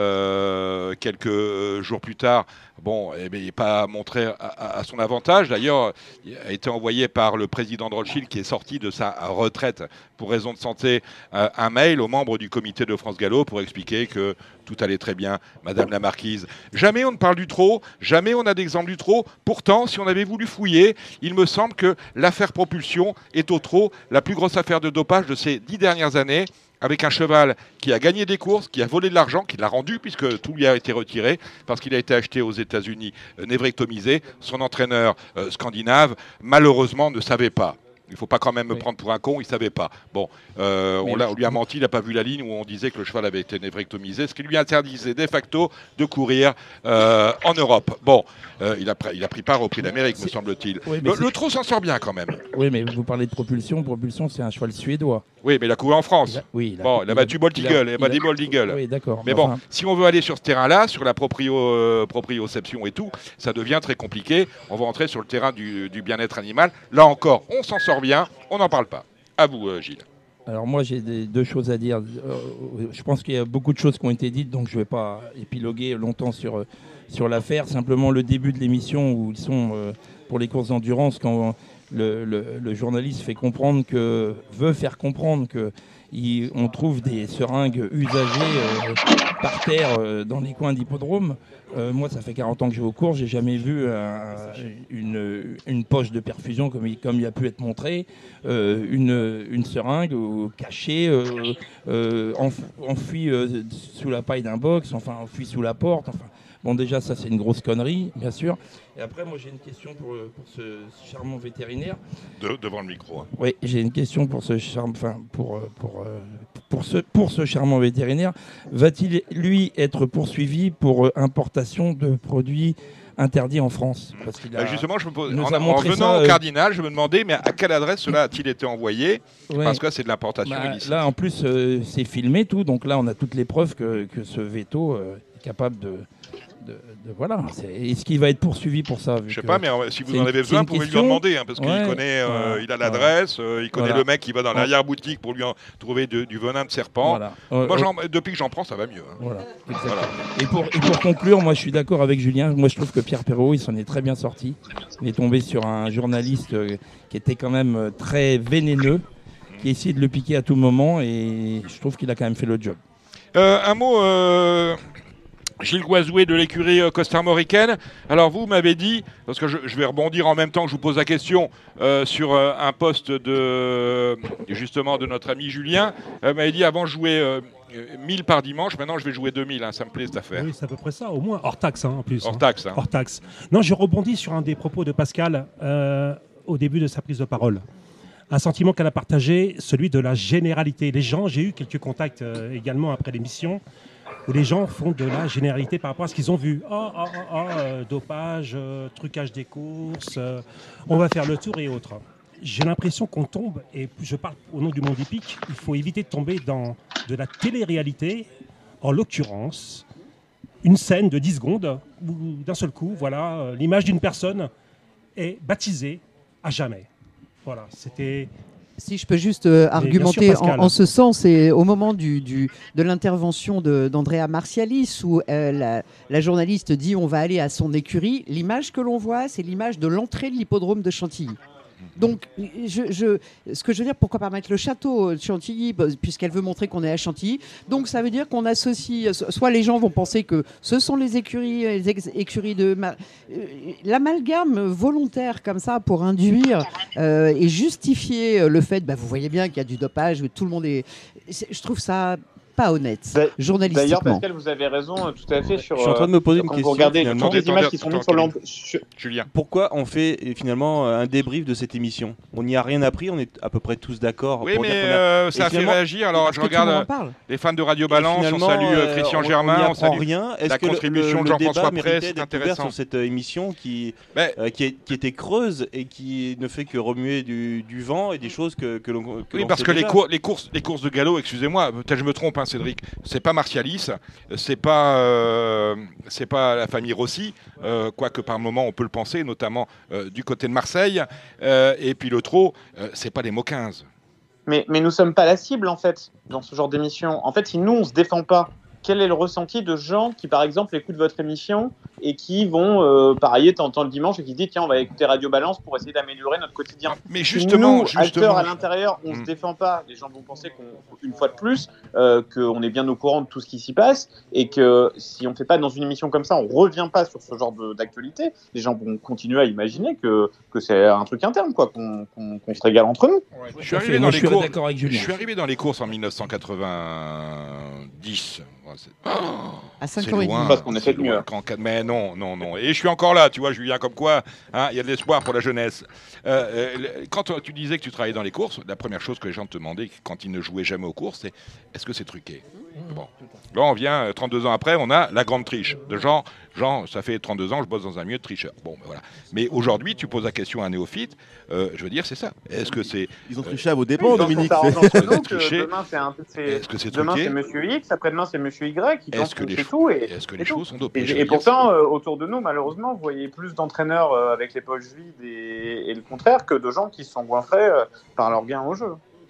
euh, quelques jours plus tard. Bon, eh bien, il n'est pas montré à, à, à son avantage. D'ailleurs, il a été envoyé par le président de Rothschild, qui est sorti de sa retraite pour raison de santé, euh, un mail aux membres du comité de France Gallo pour expliquer que tout allait très bien, Madame la Marquise. Jamais on ne parle du trot, jamais on a d'exemple du trot. Pourtant, si on avait voulu fouiller, il me semble que l'affaire Propulsion est au trot la plus grosse affaire de dopage de ces dix dernières années, avec un cheval qui a gagné des courses, qui a volé de l'argent, qui l'a rendu puisque tout lui a été retiré parce qu'il a été acheté aux États-Unis, euh, névrectomisé. Son entraîneur euh, scandinave, malheureusement, ne savait pas. Il ne faut pas quand même me oui. prendre pour un con, il ne savait pas. Bon, euh, on, on lui a menti, il n'a pas vu la ligne où on disait que le cheval avait été névrectomisé, ce qui lui interdisait de facto de courir euh, en Europe. Bon, euh, il, a il a pris part au Prix d'Amérique, me semble-t-il. Oui, le, le trot s'en sort bien quand même. Oui, mais vous parlez de Propulsion. Propulsion, c'est un cheval suédois. Oui, mais il a couru en France. Il a, oui, il a, bon, il a il battu Bolt Eagle, il a battu il a, Bolt Eagle. Oui, d'accord. Mais bon, enfin... si on veut aller sur ce terrain-là, sur la proprio, euh, proprioception et tout, ça devient très compliqué. On va entrer sur le terrain du, du bien-être animal. Là encore, on s'en sort bien, on n'en parle pas. À vous, euh, Gilles. Alors moi, j'ai des, deux choses à dire. Euh, je pense qu'il y a beaucoup de choses qui ont été dites, donc je ne vais pas épiloguer longtemps sur, euh, sur l'affaire. Simplement le début de l'émission où ils sont euh, pour les courses d'endurance, quand le, le, le journaliste fait comprendre que, veut faire comprendre que il, on trouve des seringues usagées euh, par terre euh, dans les coins d'hippodrome. Euh, moi, ça fait quarante ans que je vais aux courses, j'ai jamais vu un, une, une poche de perfusion comme il, comme il a pu être montré, euh, une, une seringue euh, cachée, euh, euh, enf, enfouie euh, sous la paille d'un box, enfin enfouie sous la porte. Enfin, bon, déjà, ça, c'est une grosse connerie, bien sûr. Et après, moi, j'ai une question pour, pour ce charmant vétérinaire. De, devant le micro. Hein. Oui, j'ai une question pour ce charme, enfin, pour, pour, pour, ce, pour ce charmant vétérinaire. Va-t-il, lui, être poursuivi pour importation de produits interdits en France? Parce qu'il a, bah justement, je me pose, en, en venant ça, au euh... cardinal, je me demandais, mais à quelle adresse cela a-t-il été envoyé? Ouais. Parce que c'est de l'importation bah, illicite. Là, en plus, euh, c'est filmé tout, donc là, on a toutes les preuves que, que ce veto euh, est capable de... De, de, voilà. Est-ce qu'il va être poursuivi pour ça? Je sais pas, mais si vous en avez besoin, vous pouvez lui en demander, hein, parce ouais, qu'il connaît, euh, ouais, il a l'adresse, euh, il connaît voilà. le mec qui va dans l'arrière-boutique pour lui en trouver de, du venin de serpent. Voilà. Euh, moi, euh, depuis que j'en prends, ça va mieux. Hein. Voilà. Voilà. Et, pour, et pour conclure, moi, je suis d'accord avec Julien. Moi, je trouve que Pierre Perrault, il s'en est très bien sorti. Il est tombé sur un journaliste euh, qui était quand même euh, très vénéneux, qui essayait de le piquer à tout moment, et je trouve qu'il a quand même fait le job. Euh, un mot. Euh... Gilles Goisouet de l'écurie costarmoricaine. Alors vous m'avez dit, parce que je, je vais rebondir en même temps que je vous pose la question euh, sur euh, un poste de justement de notre ami Julien, euh, m'avait dit avant je jouais euh, mille par dimanche, maintenant je vais jouer deux mille, hein, ça me plaît cette affaire. Oui, c'est à peu près ça, au moins hors taxe hein, en plus. Hors taxe. Hein. Hors taxe. Non, je rebondis sur un des propos de Pascal euh, au début de sa prise de parole. Un sentiment qu'elle a partagé, celui de la généralité. Les gens, j'ai eu quelques contacts euh, également après l'émission, où les gens font de la généralité par rapport à ce qu'ils ont vu. Oh, oh, oh, oh euh, dopage, euh, trucage des courses, euh, on va faire le tour et autres. J'ai l'impression qu'on tombe, et je parle au nom du monde hippique, il faut éviter de tomber dans de la télé-réalité, en l'occurrence, une scène de dix secondes, où d'un seul coup, voilà, euh, l'image d'une personne est baptisée à jamais. Voilà, c'était... Si je peux juste euh, argumenter sûr, en, en ce sens, et au moment du, du, de l'intervention de, d'Andrea Martialis, où euh, la, la journaliste dit on va aller à son écurie, l'image que l'on voit, c'est l'image de l'entrée de l'hippodrome de Chantilly. Donc, je, je, ce que je veux dire, pourquoi pas mettre le château de Chantilly, puisqu'elle veut montrer qu'on est à Chantilly. Donc, ça veut dire qu'on associe, soit les gens vont penser que ce sont les écuries, les ex- écuries de... L'amalgame volontaire comme ça pour induire euh, et justifier le fait, bah, vous voyez bien qu'il y a du dopage, que tout le monde est... Je trouve ça... pas honnête, D'a- journalistiquement. D'ailleurs, Pascal, vous avez raison euh, tout à fait sur. Je suis en train de me poser une quand question, Vous regardez finalement. toutes les Attendez, images qui sont attendez, mises sur attendez. l'emp- sur- Julien. Pourquoi on fait euh, finalement euh, un débrief de cette émission? On n'y a rien appris, on est à peu près tous d'accord. Oui, pour mais dire qu'on a- euh, ça Et a fait finalement- réagir. Alors, Parce je que tout le monde regarde en parle. les fans de Radio Et Balance. On finalement, salue euh, euh, Christian on- Germain. on n'y On apprend salue rien. Est-ce la que le- contribution le, de le Jean-François débat Press, méritait c'est d'être ouvert intéressant. sur cette euh, émission qui, Mais- euh, qui, est- qui était creuse et qui ne fait que remuer du, du vent et des choses que, que l'on que Oui, l'on parce sait que les, déjà. cour- les courses, les courses de galop, excusez-moi, peut-être je me trompe, hein, Cédric, c'est pas Martialis, c'est pas, euh, c'est pas la famille Rossi, euh, quoique par moment on peut le penser, notamment euh, du côté de Marseille, euh, et puis le trot, euh, c'est pas les mots quinze. Mais, mais nous sommes pas la cible en fait dans ce genre d'émission. En fait, si nous on se défend pas, quel est le ressenti de gens qui par exemple écoutent votre émission et qui vont euh, parier tant le dimanche et qui se disent tiens on va écouter Radio Balance pour essayer d'améliorer notre quotidien. Mais Si justement, nous, justement, acteurs à l'intérieur, on Mm. se défend pas, les gens vont penser qu'on, une fois de plus, euh, qu'on est bien au courant de tout ce qui s'y passe et que si on fait pas dans une émission comme ça, on revient pas sur ce genre de- d'actualité, les gens vont continuer à imaginer que, que c'est un truc interne, quoi, qu'on, qu'on, qu'on se régale entre nous. je suis Tout à fait. arrivé Moi, dans je les suis courses. d'accord avec Je Julien. suis arrivé dans les courses en mille neuf cent quatre-vingt-dix. Ouais, c'est- Oh, À cinq c'est ans et loin, demi. Parce qu'on a c'est fait mieux. loin, quand- quand- Mais non, non, non. Et je suis encore là, tu vois, Julien, comme quoi, hein, il y a de l'espoir pour la jeunesse. Euh, euh, le- quand tu disais que tu travaillais dans les courses, la première chose que les gens te demandaient quand ils ne jouaient jamais aux courses, c'est est-ce que c'est truqué? Bon. Là, on vient, euh, trente-deux ans après, on a la grande triche. De genre, genre, ça fait trente-deux ans, je bosse dans un milieu de tricheurs. Bon, ben voilà. Mais aujourd'hui, tu poses la question à un néophyte, euh, je veux dire, c'est ça. Est-ce que c'est Ils ont triché à vos dépens, Oui, Dominique. on c'est- s'arrange entre nous que Tricher. demain c'est, un, c'est, est-ce que c'est demain truqué? c'est Monsieur X, après-demain c'est Monsieur Y, qui pense Est-ce que que les c'est cho- tout. Et, Est-ce que et les tout. choses sont dopées? Et, Je veux et dire, pourtant, euh, autour de nous, malheureusement, vous voyez plus d'entraîneurs euh, avec les poches vides et, et le contraire que de gens qui se sont goinfrés euh, par leur gain au jeu.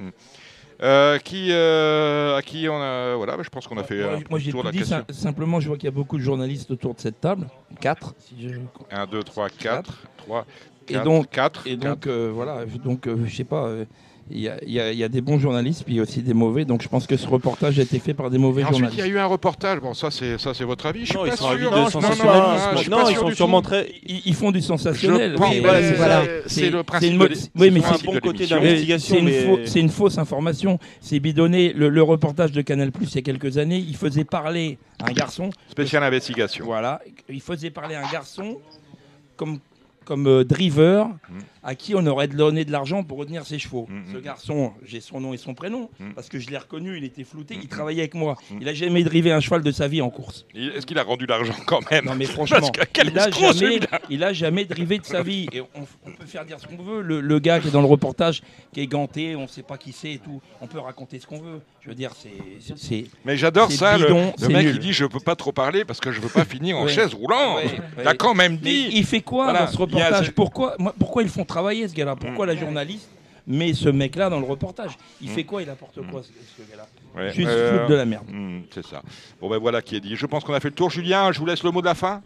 Euh, qui, euh, à qui on a, voilà, bah, je pense qu'on a fait Moi, un moi, j'ai tour tout de la dit, question. sim- simplement je vois qu'il y a beaucoup de journalistes autour de cette table, quatre. Si je... un, deux, trois, quatre, trois, Et donc, quatre, et donc euh, voilà, donc euh, je sais pas, euh, il y, a- il y a- il y a des bons journalistes puis aussi des mauvais. Donc je pense que ce reportage a été fait par des mauvais Et ensuite, journalistes. il y a eu un reportage. Bon, ça, c'est ça, c'est votre avis. Je suis Non, pas ils sont sûr. avis de Non, non, sensationnalisme. non, je suis Non, pas ils sûr sont du sûrement tout. très. Ils, ils font du sensationnel. Je pense- mais- voilà, c'est- c'est voilà. c'est le principe. une de mo- l'é- oui, mais le c'est- principe un bon de côté l'émission. d'un- Investigation, C'est une, mais- faux- c'est une fausse information. C'est bidonné. Le, le reportage de Canal Plus il y a quelques années, il faisait parler un garçon. Spéciale investigation. Voilà, il faisait parler un garçon comme comme euh, driver Mm. à qui on aurait donné de l'argent pour retenir ses chevaux. Mm, Ce mm. garçon, j'ai son nom et son prénom Mm. parce que je l'ai reconnu. Il était flouté. Mm, Il mm. travaillait avec moi. Mm. Il a jamais drivé un cheval de sa vie en course. Il- Est-ce qu'il a rendu l'argent quand même? Non mais franchement, Parce que quel il a escroc, jamais, celui-là. il a jamais drivé de sa vie. Et on, on peut faire dire ce qu'on veut. Le, le gars qui est dans le reportage, qui est ganté, on ne sait pas qui c'est et tout. On peut raconter ce qu'on veut. Je veux dire, c'est, c'est- c'est. Mais j'adore C'est ça. Le, bidon, le c'est mec, nul. il dit je peux pas trop parler parce que je veux pas finir en Ouais. chaise roulante. Ouais, T'as ouais. quand même Mais dit. il fait quoi Voilà, dans ce il y a reportage ce- Pourquoi, moi, pourquoi ils font travailler ce gars-là Pourquoi Mm. la journaliste met ce mec-là dans le reportage Il Mm. fait quoi Il apporte quoi ce, ce gars-là Ouais, Juste euh, foutre de la merde. hmm, c'est ça. Bon ben voilà qui est dit. Je pense qu'on a fait le tour. Julien, je vous laisse le mot de la fin.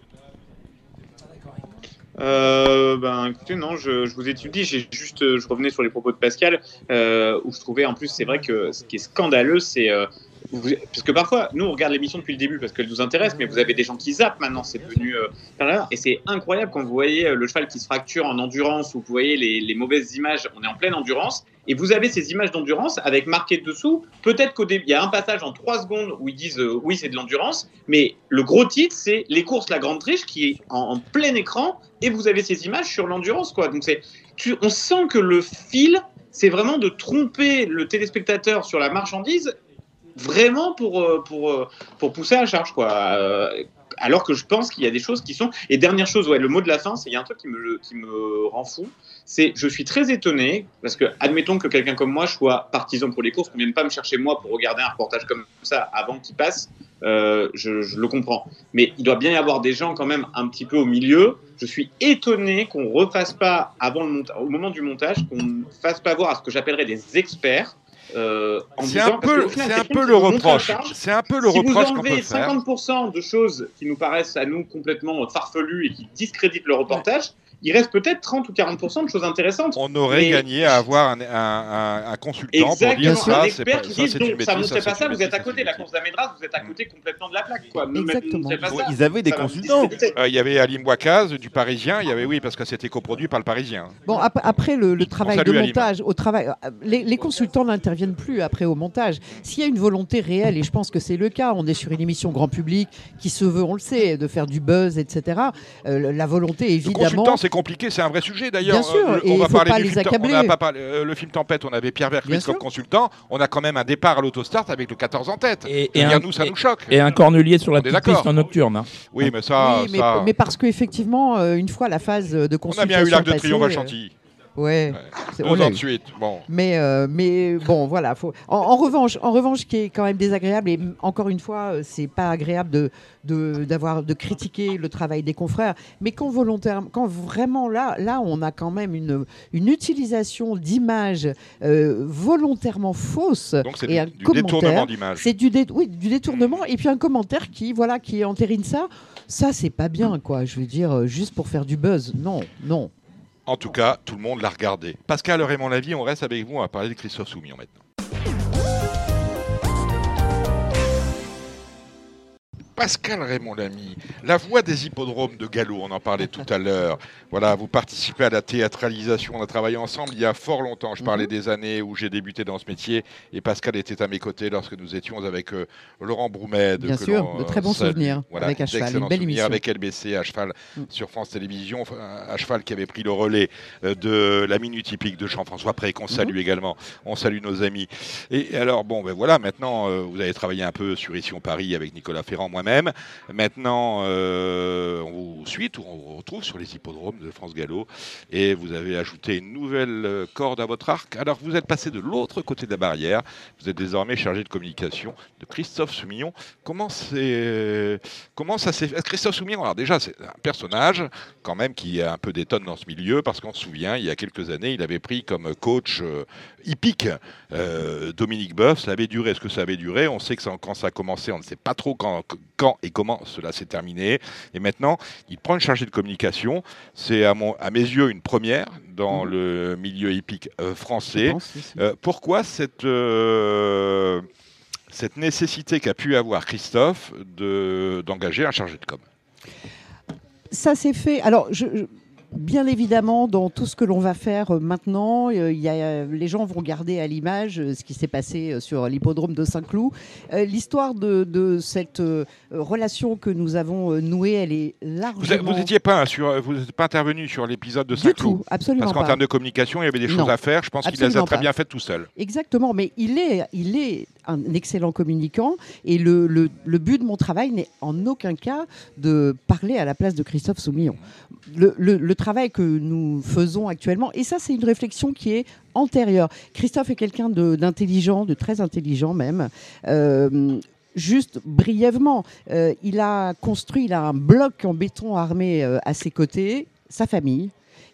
Euh, ben écoutez, non, je, je vous ai tout dit, j'ai juste, euh, je revenais sur les propos de Pascal, euh, où je trouvais, en plus, c'est vrai que ce qui est scandaleux, c'est, euh, vous- parce que parfois, nous, on regarde l'émission depuis le début parce qu'elle nous intéresse, mais vous avez des gens qui zappent maintenant, c'est devenu, euh, et c'est incroyable quand vous voyez euh, le cheval qui se fracture en endurance, ou vous voyez les, les mauvaises images, on est en pleine endurance, et vous avez ces images d'endurance avec marqué dessous, peut-être qu'au début, il y a un passage en trois secondes où ils disent, euh, oui, c'est de l'endurance, mais le gros titre, c'est les courses, la grande triche, qui est en, en plein écran, et vous avez ces images sur l'endurance, quoi. Donc c'est, tu, on sent que le fil, c'est vraiment de tromper le téléspectateur sur la marchandise, vraiment pour euh, pour euh, pour pousser à la charge, quoi. Euh, alors que je pense qu'il y a des choses qui sont. Et dernière chose, ouais, le mot de la fin, c'est il y a un truc qui me qui me rend fou. C'est, je suis très étonné parce que admettons que quelqu'un comme moi soit partisan pour les courses, qu'on vienne pas me chercher moi pour regarder un reportage comme ça avant qu'il passe. Euh, je, je le comprends. Mais il doit bien y avoir des gens quand même un petit peu au milieu. Je suis étonné qu'on refasse pas avant le monta- au moment du montage, qu'on ne fasse pas voir à ce que j'appellerais des experts. Euh, en C'est disant, un parce peu, qu'au final, c'est un film peu qui le nous montre la reproche. charge. C'est un peu le Si vous reproche qu'on peut enlevez faire. cinquante pour cent de choses qui nous paraissent à nous complètement farfelues et qui discréditent le reportage, il reste peut-être trente ou quarante pour cent de choses intéressantes. On aurait mais... gagné à avoir un, un, un, un consultant Exactement, pour dire ça, un c'est expert pas, qui ça, dit c'est non, une ça ne bêtise, montre ça, pas c'est ça, une vous êtes à bêtise, côté, ça, la c'est une course d'Amédras, vous êtes à côté complètement de la plaque. Quoi. Ne- Exactement. ne faites pas ça. Ils avaient des Ça va consultants. discréditer. Euh, Il y avait Alim Bouakaz du Parisien, il y avait oui parce que c'était coproduit par le Parisien. Bon, ap- après le, le travail salue de Alim. montage, au travail, les, les consultants n'interviennent plus après au montage. S'il y a une volonté réelle, et je pense que c'est le cas, on est sur une émission grand public qui se veut, on le sait, de faire du buzz, et cetera. Euh, la volonté, Le évidemment. consultant, c'est compliqué, c'est un vrai sujet d'ailleurs. Bien sûr, Euh, et on il va faut parler pas du les film, accabler. on a pas parlé- euh, le film Tempête, on avait Pierre Bien Vercruysse comme sûr. consultant. On a quand même un départ à l'autostart avec le quatorze en tête. Et, Je veux et dire, un, nous, ça et- nous choque. et un cornelier sur la On est petite d'accord. piste nocturne. hein. Oui, mais ça, oui, mais, ça... mais parce qu'effectivement, euh, une fois la phase de on a consultation bien eu l'Arc de passée, Triomphe à euh, Chantilly. ouais, c'est- Deux on l'a ans eu. de suite. Bon. Mais, euh, mais bon, voilà. Faut... En, en revanche, en revanche, ce qui est quand même désagréable, et m- encore une fois, euh, c'est pas agréable de, de, d'avoir, de critiquer le travail des confrères, mais quand volontairement, quand vraiment là, là, on a quand même une, une utilisation d'images euh, volontairement fausses Donc c'est et du, un du détournement commentaire. d'image. C'est du, dé- oui, du détournement et puis un commentaire qui, voilà, qui entérine ça. Ça, c'est pas bien, quoi. Je veux dire, euh, juste pour faire du buzz. Non, non. En tout cas, tout le monde l'a regardé. Pascal, Raymond Lavie, on reste avec vous, on va parler de Christophe Soumillon maintenant. Pascal Raymond Lamy, la voix des hippodromes de Gallo, on en parlait tout à l'heure. Voilà, vous participez à la théâtralisation, on a travaillé ensemble il y a fort longtemps. Je parlais des années où j'ai débuté dans ce métier et Pascal était à mes côtés lorsque nous étions avec euh, Laurent Broumed. Bien que sûr, l'on, de très euh, bons salue. souvenirs Voilà, avec À Cheval, d'excellents une belle souvenirs émission. avec L B C, À Cheval Mm. sur France Télévisions, enfin, À Cheval qui avait pris le relais euh, de la minute hippique de Jean-François Pré, qu'on salue également. On salue nos amis. Et alors, bon, ben voilà, maintenant, euh, vous avez travaillé un peu sur Ici on Paris avec Nicolas Ferrand, moi-même. Maintenant, euh, on vous suit, on vous retrouve sur les hippodromes de France Gallo et vous avez ajouté une nouvelle euh, corde à votre arc. Alors, vous êtes passé de l'autre côté de la barrière. Vous êtes désormais chargé de communication de Christophe Soumillon. Comment, c'est, comment ça s'est fait? Christophe Soumillon, alors déjà, c'est un personnage quand même qui a un peu d'étonne dans ce milieu parce qu'on se souvient, il y a quelques années, il avait pris comme coach euh, hippique euh, Dominique Boeuf. Ça avait duré ce que ça avait duré. On sait que ça, quand ça a commencé, on ne sait pas trop quand, quand et comment cela s'est terminé. Et maintenant, il prend une chargée de communication. C'est à, mon, à mes yeux une première dans mmh. le milieu hippique euh, français. pense, oui, Euh, pourquoi cette, euh, cette nécessité qu'a pu avoir Christophe de, d'engager un chargé de com? Ça s'est fait. Alors, je, je- bien évidemment, dans tout ce que l'on va faire euh, maintenant, euh, il y a, euh, les gens vont garder à l'image euh, ce qui s'est passé euh, sur l'hippodrome de Saint-Cloud. Euh, l'histoire de, de cette euh, relation que nous avons euh, nouée, elle est largement... Vous n'étiez pas, sur, vous n'êtes pas intervenu sur l'épisode de Du Saint-Cloud? tout, absolument Parce qu'en pas. termes de communication, il y avait des choses Non, à faire. Je pense qu'il les a absolument très pas. bien faites tout seul. Exactement, mais il est, il est un excellent communicant et le, le, le but de mon travail n'est en aucun cas de parler à la place de Christophe Soumillon. Le, le, le travail que nous faisons actuellement, et ça c'est une réflexion qui est antérieure. Christophe est quelqu'un de- d'intelligent, de très intelligent même. Euh, Juste brièvement, euh, il a construit, il a un bloc en béton armé euh, à ses côtés, sa famille,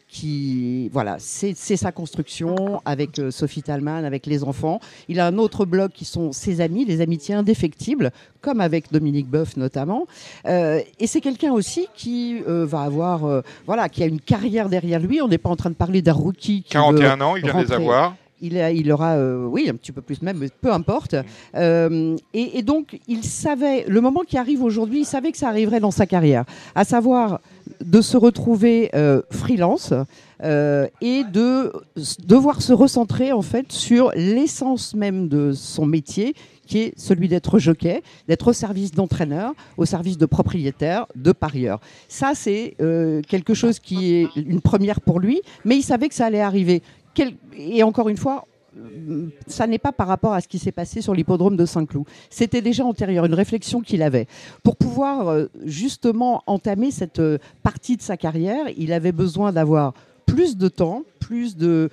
qui, voilà, c'est c'est sa construction avec euh, Sophie Talman, avec les enfants. Il a un autre bloc qui sont ses amis, les amitiés indéfectibles, comme avec Dominique Boeuf notamment. Euh, et c'est quelqu'un aussi qui euh, va avoir, euh, voilà, qui a une carrière derrière lui. On n'est pas en train de parler d'un rookie qui quarante et un veut ans, il vient de les rentrer. avoir. Il, a- il aura, euh, oui, un petit peu plus même, mais peu importe. Euh, et, et donc, il savait, le moment qui arrive aujourd'hui, il savait que ça arriverait dans sa carrière, à savoir de se retrouver euh, freelance euh, et de s- devoir se recentrer en fait sur l'essence même de son métier, qui est celui d'être jockey, d'être au service d'entraîneurs, au service de propriétaires, de parieurs. Ça, c'est euh, quelque chose qui est une première pour lui, mais il savait que ça allait arriver. Quel- Et encore une fois, euh, ça n'est pas par rapport à ce qui s'est passé sur l'hippodrome de Saint-Cloud. C'était déjà antérieur, une réflexion qu'il avait. Pour pouvoir euh, justement entamer cette euh, partie de sa carrière, il avait besoin d'avoir plus de temps, plus de,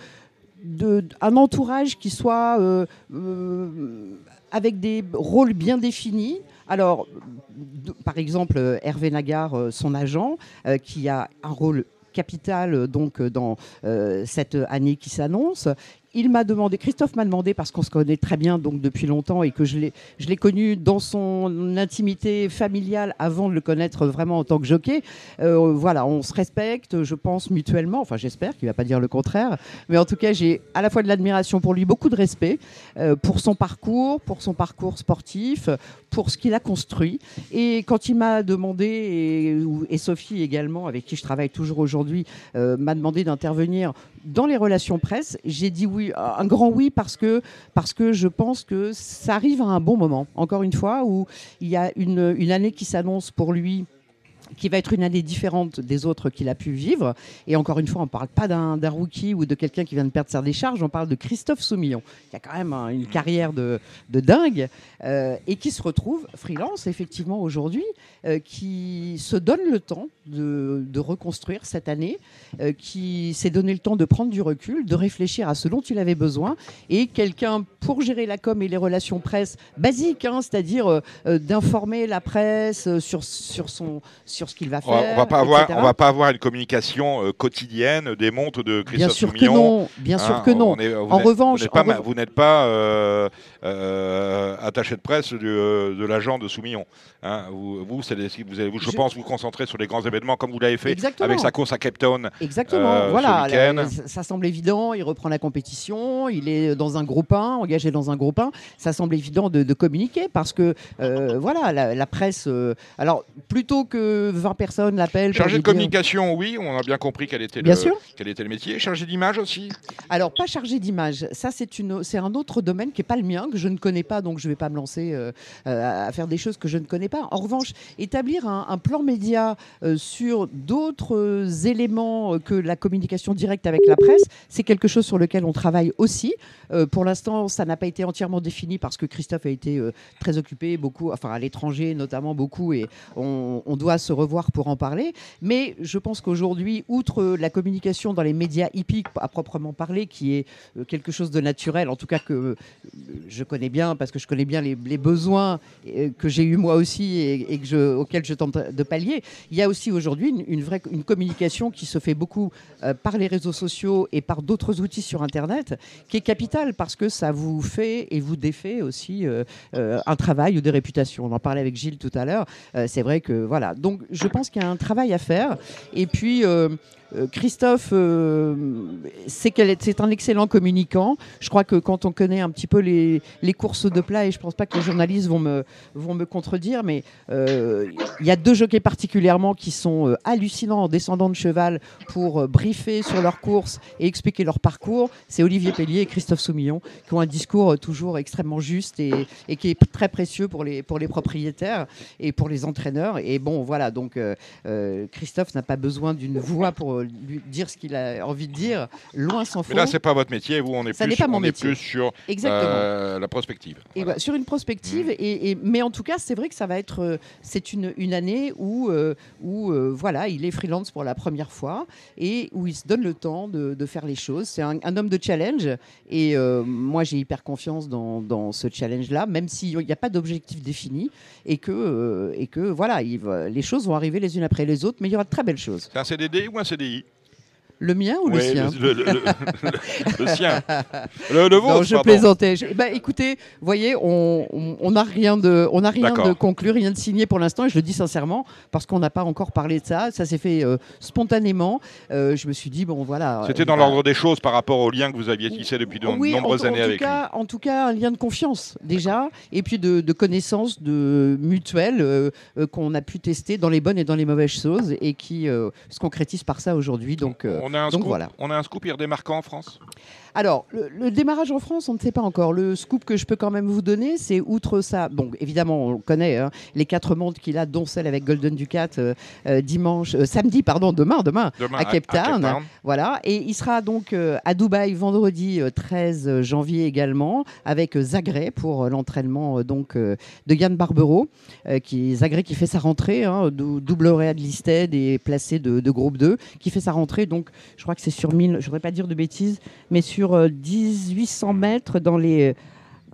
de- un entourage qui soit euh, euh, avec des rôles bien définis. Alors, de- par exemple, euh, Hervé Nagard, euh, son agent, euh, qui a un rôle capital euh, donc euh, dans euh, cette année qui s'annonce. il m'a demandé, Christophe m'a demandé, parce qu'on se connaît très bien donc depuis longtemps et que je l'ai, je l'ai connu dans son intimité familiale avant de le connaître vraiment en tant que jockey. Euh, voilà, on se respecte, je pense mutuellement. Enfin, j'espère qu'il ne va pas dire le contraire. Mais en tout cas, j'ai à la fois de l'admiration pour lui, beaucoup de respect euh, pour son parcours, pour son parcours sportif, pour ce qu'il a construit. Et quand il m'a demandé, et, et Sophie également, avec qui je travaille toujours aujourd'hui, euh, m'a demandé d'intervenir dans les relations presse, j'ai dit oui, un grand oui, parce que, parce que je pense que ça arrive à un bon moment, encore une fois, où il y a une, une année qui s'annonce pour lui, qui va être une année différente des autres qu'il a pu vivre. Et encore une fois, on ne parle pas d'un, d'un rookie ou de quelqu'un qui vient de perdre sa décharge, on parle de Christophe Soumillon, qui a quand même hein, une carrière de, de dingue, euh, et qui se retrouve freelance, effectivement, aujourd'hui, euh, qui se donne le temps de, de reconstruire cette année, euh, qui s'est donné le temps de prendre du recul, de réfléchir à ce dont il avait besoin, et quelqu'un pour gérer la com et les relations presse basiques, hein, c'est-à-dire euh, d'informer la presse sur, sur son... Sur ce qu'il va faire. On va pas avoir, on va pas avoir une communication euh, quotidienne des montres de Christophe Bien sûr Soumillon. que non. Bien sûr Hein, que non. est, en êtes, revanche, vous n'êtes pas, en vous n'êtes pas euh, euh, attaché de presse du, euh, de l'agent de Soumillon. Hein, vous, vous, c'est des, vous allez, vous, je, je pense, vous concentrer sur les grands événements comme vous l'avez fait Exactement. Avec sa course à Cape Town. Exactement. Euh, voilà. Ce la, ça semble évident. Il reprend la compétition. Il est dans un groupe un, engagé dans un groupe un. Ça semble évident de, de communiquer parce que euh, voilà, la, la presse. Euh, alors plutôt que vingt personnes l'appellent. Chargé de communication, dire... oui, on a bien compris quel était, bien le, sûr. quel était le métier. Chargé d'image aussi. Alors pas chargé d'image. Ça c'est une, c'est un autre domaine qui est pas le mien, que je ne connais pas, donc je vais pas me lancer euh, à faire des choses que je ne connais pas. En revanche, établir un, un plan média euh, sur d'autres éléments que la communication directe avec la presse, c'est quelque chose sur lequel on travaille aussi. Euh, pour l'instant, ça n'a pas été entièrement défini parce que Christophe a été euh, très occupé, beaucoup, enfin à l'étranger notamment beaucoup, et on, on doit se revoir pour en parler. Mais je pense qu'aujourd'hui, outre la communication dans les médias hippiques à proprement parler, qui est euh, quelque chose de naturel, en tout cas que euh, je connais bien parce que je connais bien les, les besoins euh, que j'ai eu moi aussi et, et que je, auxquels je tente de pallier. Il y a aussi aujourd'hui une, une vraie une communication qui se fait beaucoup euh, par les réseaux sociaux et par d'autres outils sur Internet, qui est capitale parce que ça vous fait et vous défait aussi euh, euh, un travail ou des réputations. On en parlait avec Gilles tout à l'heure. Euh, c'est vrai que voilà. Donc je pense qu'il y a un travail à faire. Et puis euh, Christophe, euh, c'est, qu'elle est, c'est un excellent communicant. Je crois que quand on connaît un petit peu les, les courses de plat, et je ne pense pas que les journalistes vont me, vont me contredire, mais euh, il y a deux jockeys particulièrement qui sont euh, hallucinants en descendant de cheval pour euh, briefer sur leur course et expliquer leur parcours. C'est Olivier Pellier et Christophe Soumillon qui ont un discours euh, toujours extrêmement juste et, et qui est très précieux pour les, pour les propriétaires et pour les entraîneurs. Et bon, voilà, donc euh, euh, Christophe n'a pas besoin d'une voix pour lui dire ce qu'il a envie de dire, loin s'en faut. Mais là, c'est pas votre métier, vous, on est Ça plus, n'est pas mon on métier. est plus sur euh, la prospective. Et voilà. bah, sur une prospective, mmh. et, et, mais en tout cas, c'est vrai que ça va être, euh, c'est une, une année où, euh, où euh, voilà, il est freelance pour la première fois et où il se donne le temps de, de faire les choses. C'est un, un homme de challenge et euh, moi, j'ai hyper confiance dans, dans ce challenge-là, même s'il n'y a pas d'objectif défini et que, euh, et que voilà, il va, les choses vont arriver les unes après les autres, mais il y aura de très belles choses. C'est un C D D ou un C D I ? Le mien ou oui, le sien le, le, le, le, le sien. Le, le vôtre. Non, je plaisantais. Je, bah, écoutez, vous voyez, on n'a rien, de, on a rien de conclu, rien de signé pour l'instant. Et je le dis sincèrement, parce qu'on n'a pas encore parlé de ça. Ça s'est fait euh, spontanément. Euh, je me suis dit, bon, voilà. C'était dans bah, l'ordre des choses par rapport au lien que vous aviez tissé depuis de oui, nombreuses en, années en avec cas, lui. En tout cas, un lien de confiance, déjà. Et puis de, de connaissances de mutuelles euh, euh, qu'on a pu tester dans les bonnes et dans les mauvaises choses et qui euh, se concrétisent par ça aujourd'hui. Donc, euh, on a un donc scoop, voilà. On a un scoop démarquant en France ? Alors, le, le démarrage en France, on ne sait pas encore. Le scoop que je peux quand même vous donner, c'est outre ça. Bon, évidemment, on connaît hein, les quatre montres qu'il a, dont celle avec Golden Ducat euh, euh, dimanche, euh, samedi, pardon, demain, demain, demain à Cape Town. À Cape Town. Voilà. Et il sera donc euh, à Dubaï vendredi euh, treize janvier également, avec euh, Zagreb pour euh, l'entraînement euh, donc euh, de Yann Barbero, euh, qui Zagreb qui fait sa rentrée, hein, dou- double lauréat de listed et placé de, de groupe deux, qui fait sa rentrée. Donc, je crois que c'est sur mille, je ne voudrais pas dire de bêtises, mais sur dix-huit cents mètres dans les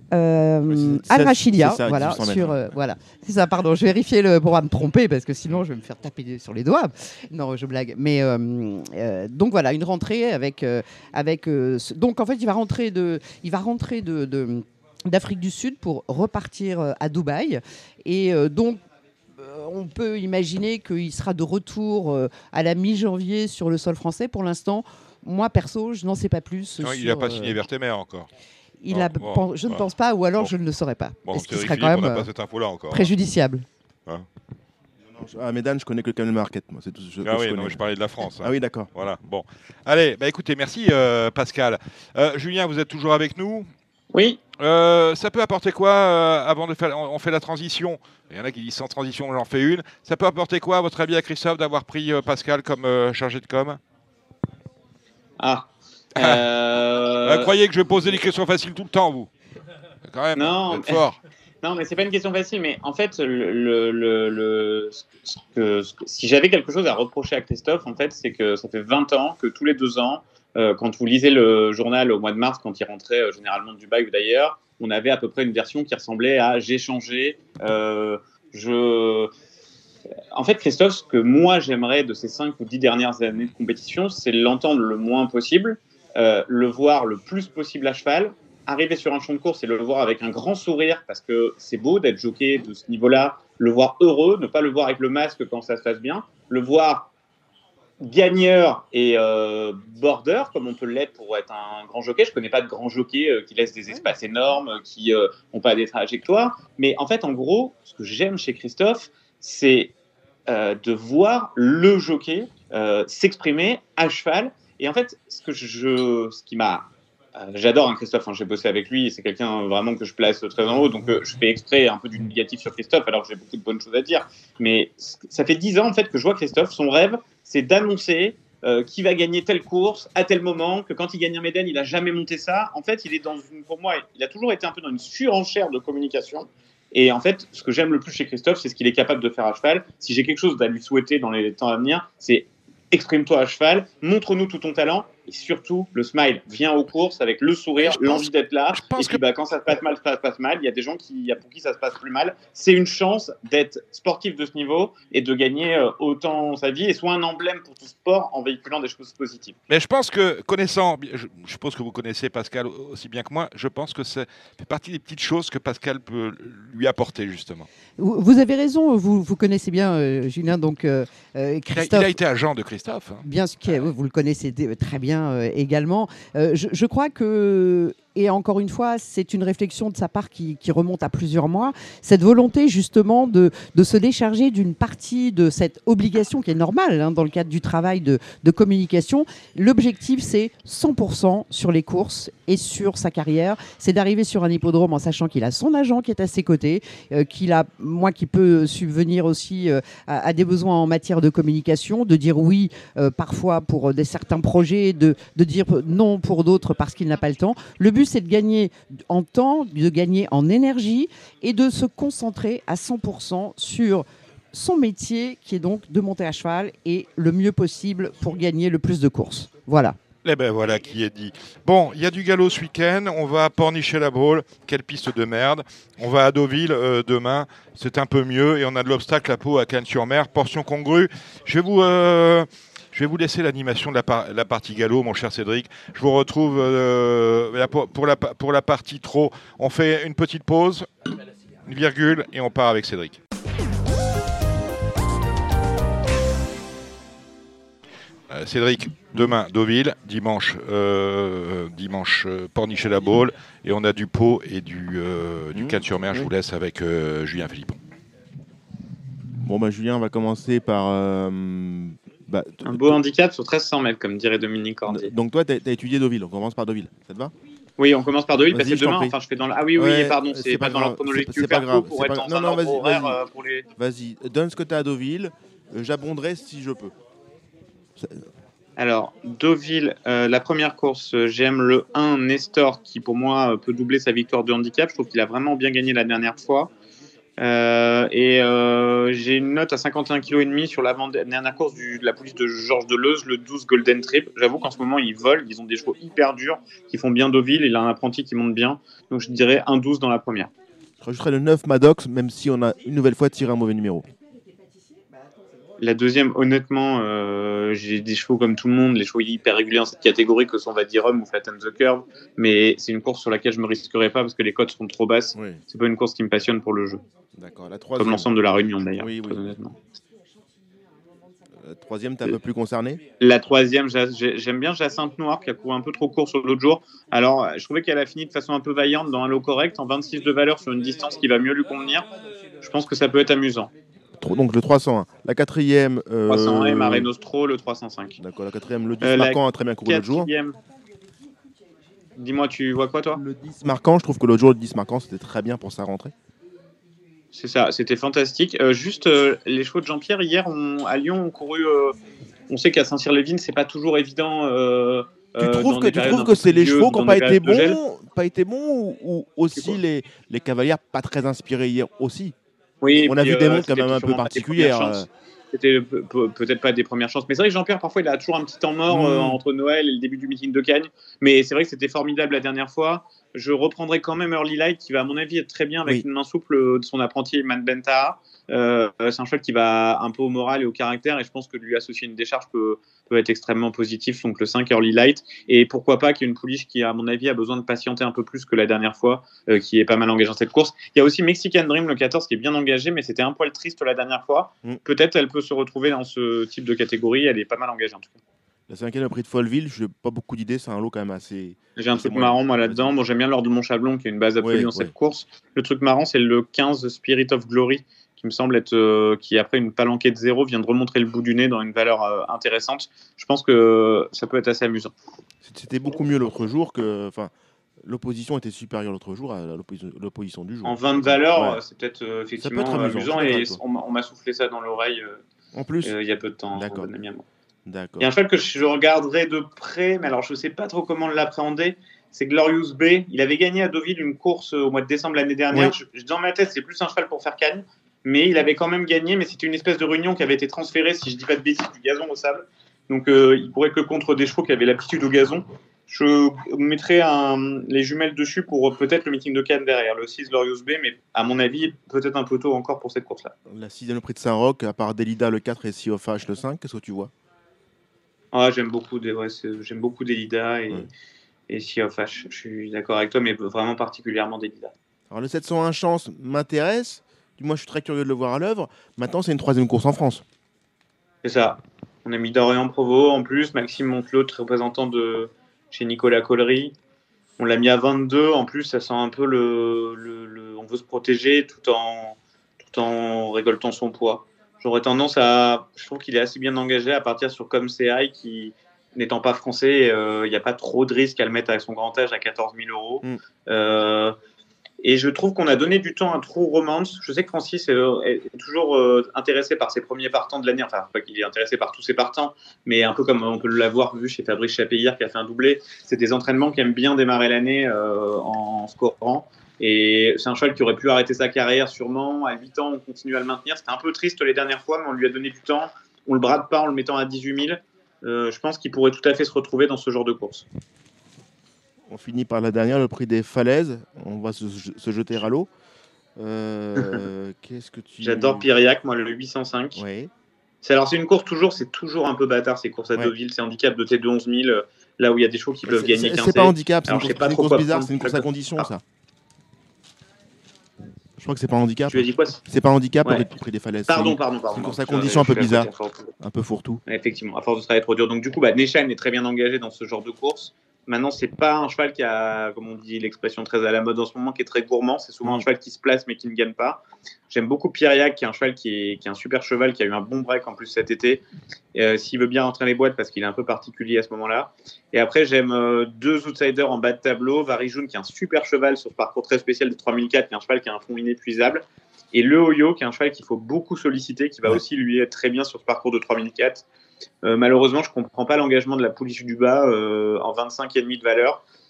Euh, c'est- Al c'est- Rachilia, c'est ça, voilà, dix-huit cents sur, mètres. euh, voilà, c'est ça. Pardon, je vérifiais le pour pas me tromper parce que sinon je vais me faire taper sur les doigts. Non, je blague. Mais euh, euh, donc voilà, une rentrée avec euh, avec. euh, ce- donc en fait, il va rentrer de, il va rentrer de, de- d'Afrique du Sud pour repartir euh, à Dubaï et euh, donc. euh, On peut imaginer qu'il sera de retour euh, à la mi-janvier sur le sol français. Pour l'instant, moi perso, je n'en sais pas plus. Non, il sur, n'a pas euh, signé Vertemer encore. Il Bon, a, bon, pen- je ne bon. pense pas, ou alors Bon. je ne le saurais pas. Bon, Et ce qui Thierry serait Philippe, quand on même n'a pas euh, cette info-là encore. préjudiciable. Hein. À Médan, je connais que le Camel Market. Moi, c'est tout ce que Ah je oui, connais. non, mais je parlais de la France. hein. Ah oui, d'accord. Voilà, bon. Allez, bah écoutez, merci euh, Pascal. Euh, Julien, vous êtes toujours avec nous? Oui. Euh, ça peut apporter quoi euh, avant de faire, on, on fait la transition. Il y en a qui disent sans transition, j'en fais une. Ça peut apporter quoi, à votre avis, à Christophe, d'avoir pris euh, Pascal comme euh, chargé de com? Ah. Euh... Vous croyez que je vais poser des questions faciles tout le temps, vous? Quand même, Non, vous êtes fort. Non, mais c'est pas une question facile. Mais en fait, le, le, le, le- ce que- ce que- si j'avais quelque chose à reprocher à Christophe, en fait, c'est que ça fait vingt ans que tous les deux ans, euh, quand vous lisez le journal au mois de mars, quand il rentrait euh, généralement de Dubaï ou d'ailleurs, on avait à peu près une version qui ressemblait à j'ai changé. Euh, je... En fait, Christophe, ce que moi j'aimerais de ces cinq ou dix dernières années de compétition, c'est l'entendre le moins possible, euh, le voir le plus possible à cheval, arriver sur un champ de course et le voir avec un grand sourire, parce que c'est beau d'être jockey de ce niveau-là, le voir heureux, ne pas le voir avec le masque quand ça se passe bien, le voir gagneur et euh, border, comme on peut l'être pour être un grand jockey. Je connais pas de grands jockeys euh, qui laissent des espaces énormes, euh, qui euh, ont pas des trajectoires. Mais en fait, en gros, ce que j'aime chez Christophe, c'est euh, de voir le jockey euh, s'exprimer à cheval. Et en fait, ce que je, ce qui m'a Euh, j'adore hein, Christophe, hein, j'ai bossé avec lui, c'est quelqu'un vraiment que je place très en haut, donc euh, je fais exprès un peu du négatif sur Christophe alors que j'ai beaucoup de bonnes choses à dire. Mais ça fait dix ans en fait que je vois Christophe, son rêve c'est d'annoncer euh, qui va gagner telle course à tel moment, que quand il gagne un médaille il a jamais monté ça. En fait il est dans une, pour moi il a toujours été un peu dans une surenchère de communication. Et en fait ce que j'aime le plus chez Christophe c'est ce qu'il est capable de faire à cheval. Si j'ai quelque chose à lui souhaiter dans les temps à venir, c'est exprime-toi à cheval, montre-nous tout ton talent et surtout le smile. Viens aux courses avec le sourire, l'envie d'être là. Et puis que... bah, quand ça se passe mal, ça se passe mal. Il y a des gens qui, pour qui ça se passe plus mal. C'est une chance d'être sportif de ce niveau et de gagner euh, autant sa vie et soit un emblème pour tout sport en véhiculant des choses positives. Mais je pense que, connaissant, je, je suppose que vous connaissez Pascal aussi bien que moi, je pense que ça fait partie des petites choses que Pascal peut lui apporter justement. Vous, vous avez raison, vous, vous connaissez bien euh, Julien, donc euh, Christophe. Il a, il a été agent de Christophe. Hein. Bien sûr, ouais. Vous le connaissez très bien euh, également. Euh, je, je crois que, et encore une fois, c'est une réflexion de sa part qui, qui remonte à plusieurs mois, cette volonté justement de, de se décharger d'une partie de cette obligation qui est normale hein, dans le cadre du travail de, de communication. L'objectif, c'est cent pour cent sur les courses et sur sa carrière. C'est d'arriver sur un hippodrome en sachant qu'il a son agent qui est à ses côtés, euh, qu'il a, moi, qui peut subvenir aussi euh, à, à des besoins en matière de communication, de dire oui euh, parfois pour des certains projets, de, de dire non pour d'autres parce qu'il n'a pas le temps. Le but, c'est de gagner en temps, de gagner en énergie et de se concentrer à cent pour cent sur son métier qui est donc de monter à cheval et le mieux possible pour gagner le plus de courses. Voilà. Eh ben voilà qui est dit. Bon, il y a du galop ce week-end. On va à Pornichet-la-Baule. Quelle piste de merde. On va à Deauville euh, demain. C'est un peu mieux. Et on a de l'obstacle à Pau à Cannes-sur-Mer. Portion congrue. Je vais vous, euh, je vais vous laisser l'animation de la, par- la partie galop, mon cher Cédric. Je vous retrouve euh, pour, pour, la, pour la partie trop. On fait une petite pause, une virgule, et on part avec Cédric. Euh, Cédric, demain Deauville, dimanche, euh, dimanche euh, Pornichet-la-Baule, et on a du Pau et du, euh, du mmh, Cannes-sur-Mer. oui. Je vous laisse avec euh, Julien Philippon. Bon, bah, Julien, on va commencer par. euh, bah, t- Un beau handicap sur treize cents mètres, comme dirait Dominique Cordier. Donc, toi, tu as étudié Deauville. On commence par Deauville. Ça te va? Oui, on commence par Deauville parce Vas-y, que je t'en demain, prie. enfin, je fais dans le. Ah oui, oui, Ouais, pardon, c'est c'est pas pas dans grave, la chronologie. c'est- Tu c'est fais pas grave, pour c'est être pas- dans non, un non, vas-y, ordre horaire vas-y. euh, pour les. Vas-y, donne ce que tu as à Deauville. Euh, J'abonderai si je peux. Ça- Alors, Deauville, euh, la première course, euh, j'aime le un, Nestor, qui pour moi euh, peut doubler sa victoire de handicap. Je trouve qu'il a vraiment bien gagné la dernière fois. Euh, et euh, j'ai une note à cinquante et un virgule cinq kilos sur l'avant-dernière course du, de la police de Georges Deleuze, le douze Golden Trip. J'avoue qu'en ce moment, ils volent, ils ont des chevaux hyper durs, qui font bien Deauville, il a un apprenti qui monte bien. Donc je dirais un douze dans la première. Je rajouterais le neuf Maddox, même si on a une nouvelle fois tiré un mauvais numéro. La deuxième, honnêtement, euh, j'ai des chevaux comme tout le monde, les chevaux hyper réguliers dans cette catégorie que sont Vadirum ou Flatten the Curve, mais c'est une course sur laquelle je me risquerai pas parce que les cotes seront trop basses. Oui. C'est pas une course qui me passionne pour le jeu. D'accord. La troisième. Comme l'ensemble de la Réunion d'ailleurs. Oui, oui. Très honnêtement. La troisième, t'es un peu plus concerné. La troisième, j'aime bien Jacinthe Noir qui a couru un peu trop court sur l'autre jour. Alors, je trouvais qu'elle a fini de façon un peu vaillante dans un lot correct, en vingt-six de valeur sur une distance qui va mieux lui convenir. Je pense que ça peut être amusant. Donc le trois cent un. La quatrième. Euh... trois cent un, Mare Nostro, le trois cent cinq. D'accord, la quatrième, le dix euh, marquant a très bien couru l'autre jour. Dis-moi, tu vois quoi toi? Le dix marquant, je trouve que l'autre jour, le dix marquant, c'était très bien pour sa rentrée. C'est ça, c'était fantastique. Euh, juste, euh, les chevaux de Jean-Pierre, hier, on, à Lyon, ont couru. Euh, on sait qu'à Saint-Cyr-les-Vignes, c'est pas toujours évident. Euh, tu trouves que, tu trouves que c'est les chevaux qui n'ont pas été bons, pas été bons ou, ou aussi les, les cavalières pas très inspirés hier aussi? Oui, on a vu euh, des montres quand même un peu particulières. Euh... C'était pe pe peut-être pas des premières chances. Mais c'est vrai que Jean-Pierre, parfois, il a toujours un petit temps mort mmh. euh, entre Noël et le début du meeting de Cagnes. Mais c'est vrai que c'était formidable la dernière fois. Je reprendrai quand même Early Light, qui va, à mon avis, être très bien avec oui. une main souple de son apprenti, Man Benta. Euh, c'est un cheval qui va un peu au moral et au caractère. Et je pense que de lui associer une décharge peut, peut être extrêmement positif. Donc le cinq Early Light. Et pourquoi pas qu'il y ait une pouliche qui, à mon avis, a besoin de patienter un peu plus que la dernière fois, euh, qui est pas mal engagée dans cette course. Il y a aussi Mexican Dream, le quatorze, qui est bien engagé, mais c'était un poil triste la dernière fois. Mmh. Peut-être elle peut se retrouver dans ce type de catégorie. Elle est pas mal engagée en tout cas. La cinquième, le prix de Folleville, je n'ai pas beaucoup d'idées, c'est un lot quand même assez. J'ai un truc marrant moi là-dedans. Bon, j'aime bien l'ordre de Montchablon qui est une base absolue ouais, dans ouais. cette course. Le truc marrant, c'est le quinze Spirit of Glory qui me semble être euh, qui après une palanquée de zéro vient de remontrer le bout du nez dans une valeur euh, intéressante. Je pense que ça peut être assez amusant. C'était beaucoup mieux l'autre jour que, enfin, l'opposition était supérieure l'autre jour à l'opposition du jour. En vingt de valeur, ouais. c'est peut-être euh, effectivement peut être amusant, amusant et on m'a soufflé ça dans l'oreille. Euh, en plus, il euh, y a peu de temps. D'accord. Bon, ami à moi. D'accord. Il y a un cheval que je regarderai de près, mais alors je ne sais pas trop comment l'appréhender. C'est Glorious Bay. Il avait gagné à Deauville une course au mois de décembre l'année dernière. Oui. Je, dans ma tête, c'est plus un cheval pour faire Cagnes, mais il avait quand même gagné. Mais c'était une espèce de réunion qui avait été transférée, si je ne dis pas de bêtises, du gazon au sable. Donc euh, il pourrait que contre des chevaux qui avaient l'aptitude au gazon. Je mettrai un, les jumelles dessus pour peut-être le meeting de Cannes derrière, le six Glorious Bay, mais à mon avis, peut-être un peu tôt encore pour cette course-là. La sixième au prix de Saint-Roch, à part Delida le quatre et Sea of H le cinq, qu'est-ce que tu vois? Ah, j'aime beaucoup, des, ouais, j'aime beaucoup Delida et, ouais. et Sea of H. Je suis d'accord avec toi, mais vraiment particulièrement Delida. Alors le sept cent un Chance m'intéresse. Moi, je suis très curieux de le voir à l'œuvre. Maintenant, c'est une troisième course en France. C'est ça. On a mis Dorian Provo en plus, Maxime Montelot, représentant de chez Nicolas Collery. On l'a mis à vingt-deux. En plus, ça sent un peu le, le, le on veut se protéger tout en, tout en récoltant son poids. J'aurais tendance à... Je trouve qu'il est assez bien engagé à partir sur Comme C I qui, n'étant pas français, il euh, n'y a pas trop de risque à le mettre à son grand âge à quatorze mille euros. Mm. Euh, et je trouve qu'on a donné du temps à True Romance. Je sais que Francis est, est toujours euh, intéressé par ses premiers partants de l'année. Enfin, pas qu'il est intéressé par tous ses partants, mais un peu comme on peut l'avoir vu chez Fabrice Chapéir qui a fait un doublé. C'est des entraînements qui aiment bien démarrer l'année euh, en scorant. Et c'est un cheval qui aurait pu arrêter sa carrière sûrement. À huit ans, on continue à le maintenir. C'était un peu triste les dernières fois, mais on lui a donné du temps. On le brade pas en le mettant à dix-huit mille. Euh, je pense qu'il pourrait tout à fait se retrouver dans ce genre de course. On finit par la dernière, le prix des Falaises. On va se, se jeter à l'eau. Euh, qu'est-ce que tu... J'adore Piriac, moi, le huit cent cinq. Oui. C'est, alors, c'est une course toujours, c'est toujours un peu bâtard, ces courses à ouais. Deauville. C'est handicap de T deux onze mille, là où il y a des chevaux qui peuvent c'est, gagner c'est, quinze. C'est pas handicap, c'est alors, une, course, une course bizarre, c'est une course à condition, ah. ça. Je crois que c'est pas handicap. Tu as dit quoi? C'est pas handicap, ouais. le prix des Falaises. Pardon, pardon, pardon. C'est une course à condition un peu bizarre, un peu fourre-tout. Effectivement, à force de travailler trop dur. Donc du coup, bah, Neshan est très bien engagé dans ce genre de course. Maintenant, c'est pas un cheval qui a, comme on dit, l'expression très à la mode en ce moment, qui est très gourmand. C'est souvent un cheval qui se place mais qui ne gagne pas. J'aime beaucoup Piriac, qui est un cheval qui est, qui est un super cheval, qui a eu un bon break en plus cet été. Euh, s'il veut bien rentrer les boîtes, parce qu'il est un peu particulier à ce moment-là. Et après, j'aime euh, deux outsiders en bas de tableau. Varijoun, qui est un super cheval sur ce parcours très spécial de trois mille quatre, qui est un cheval qui a un fond inépuisable. Et le Oyo, qui est un cheval qu'il faut beaucoup solliciter, qui va ouais. aussi lui être très bien sur ce parcours de trois mille quatre. Euh, malheureusement, je ne comprends pas l'engagement de la pouliche du bas euh, en vingt-cinq virgule cinq de valeur.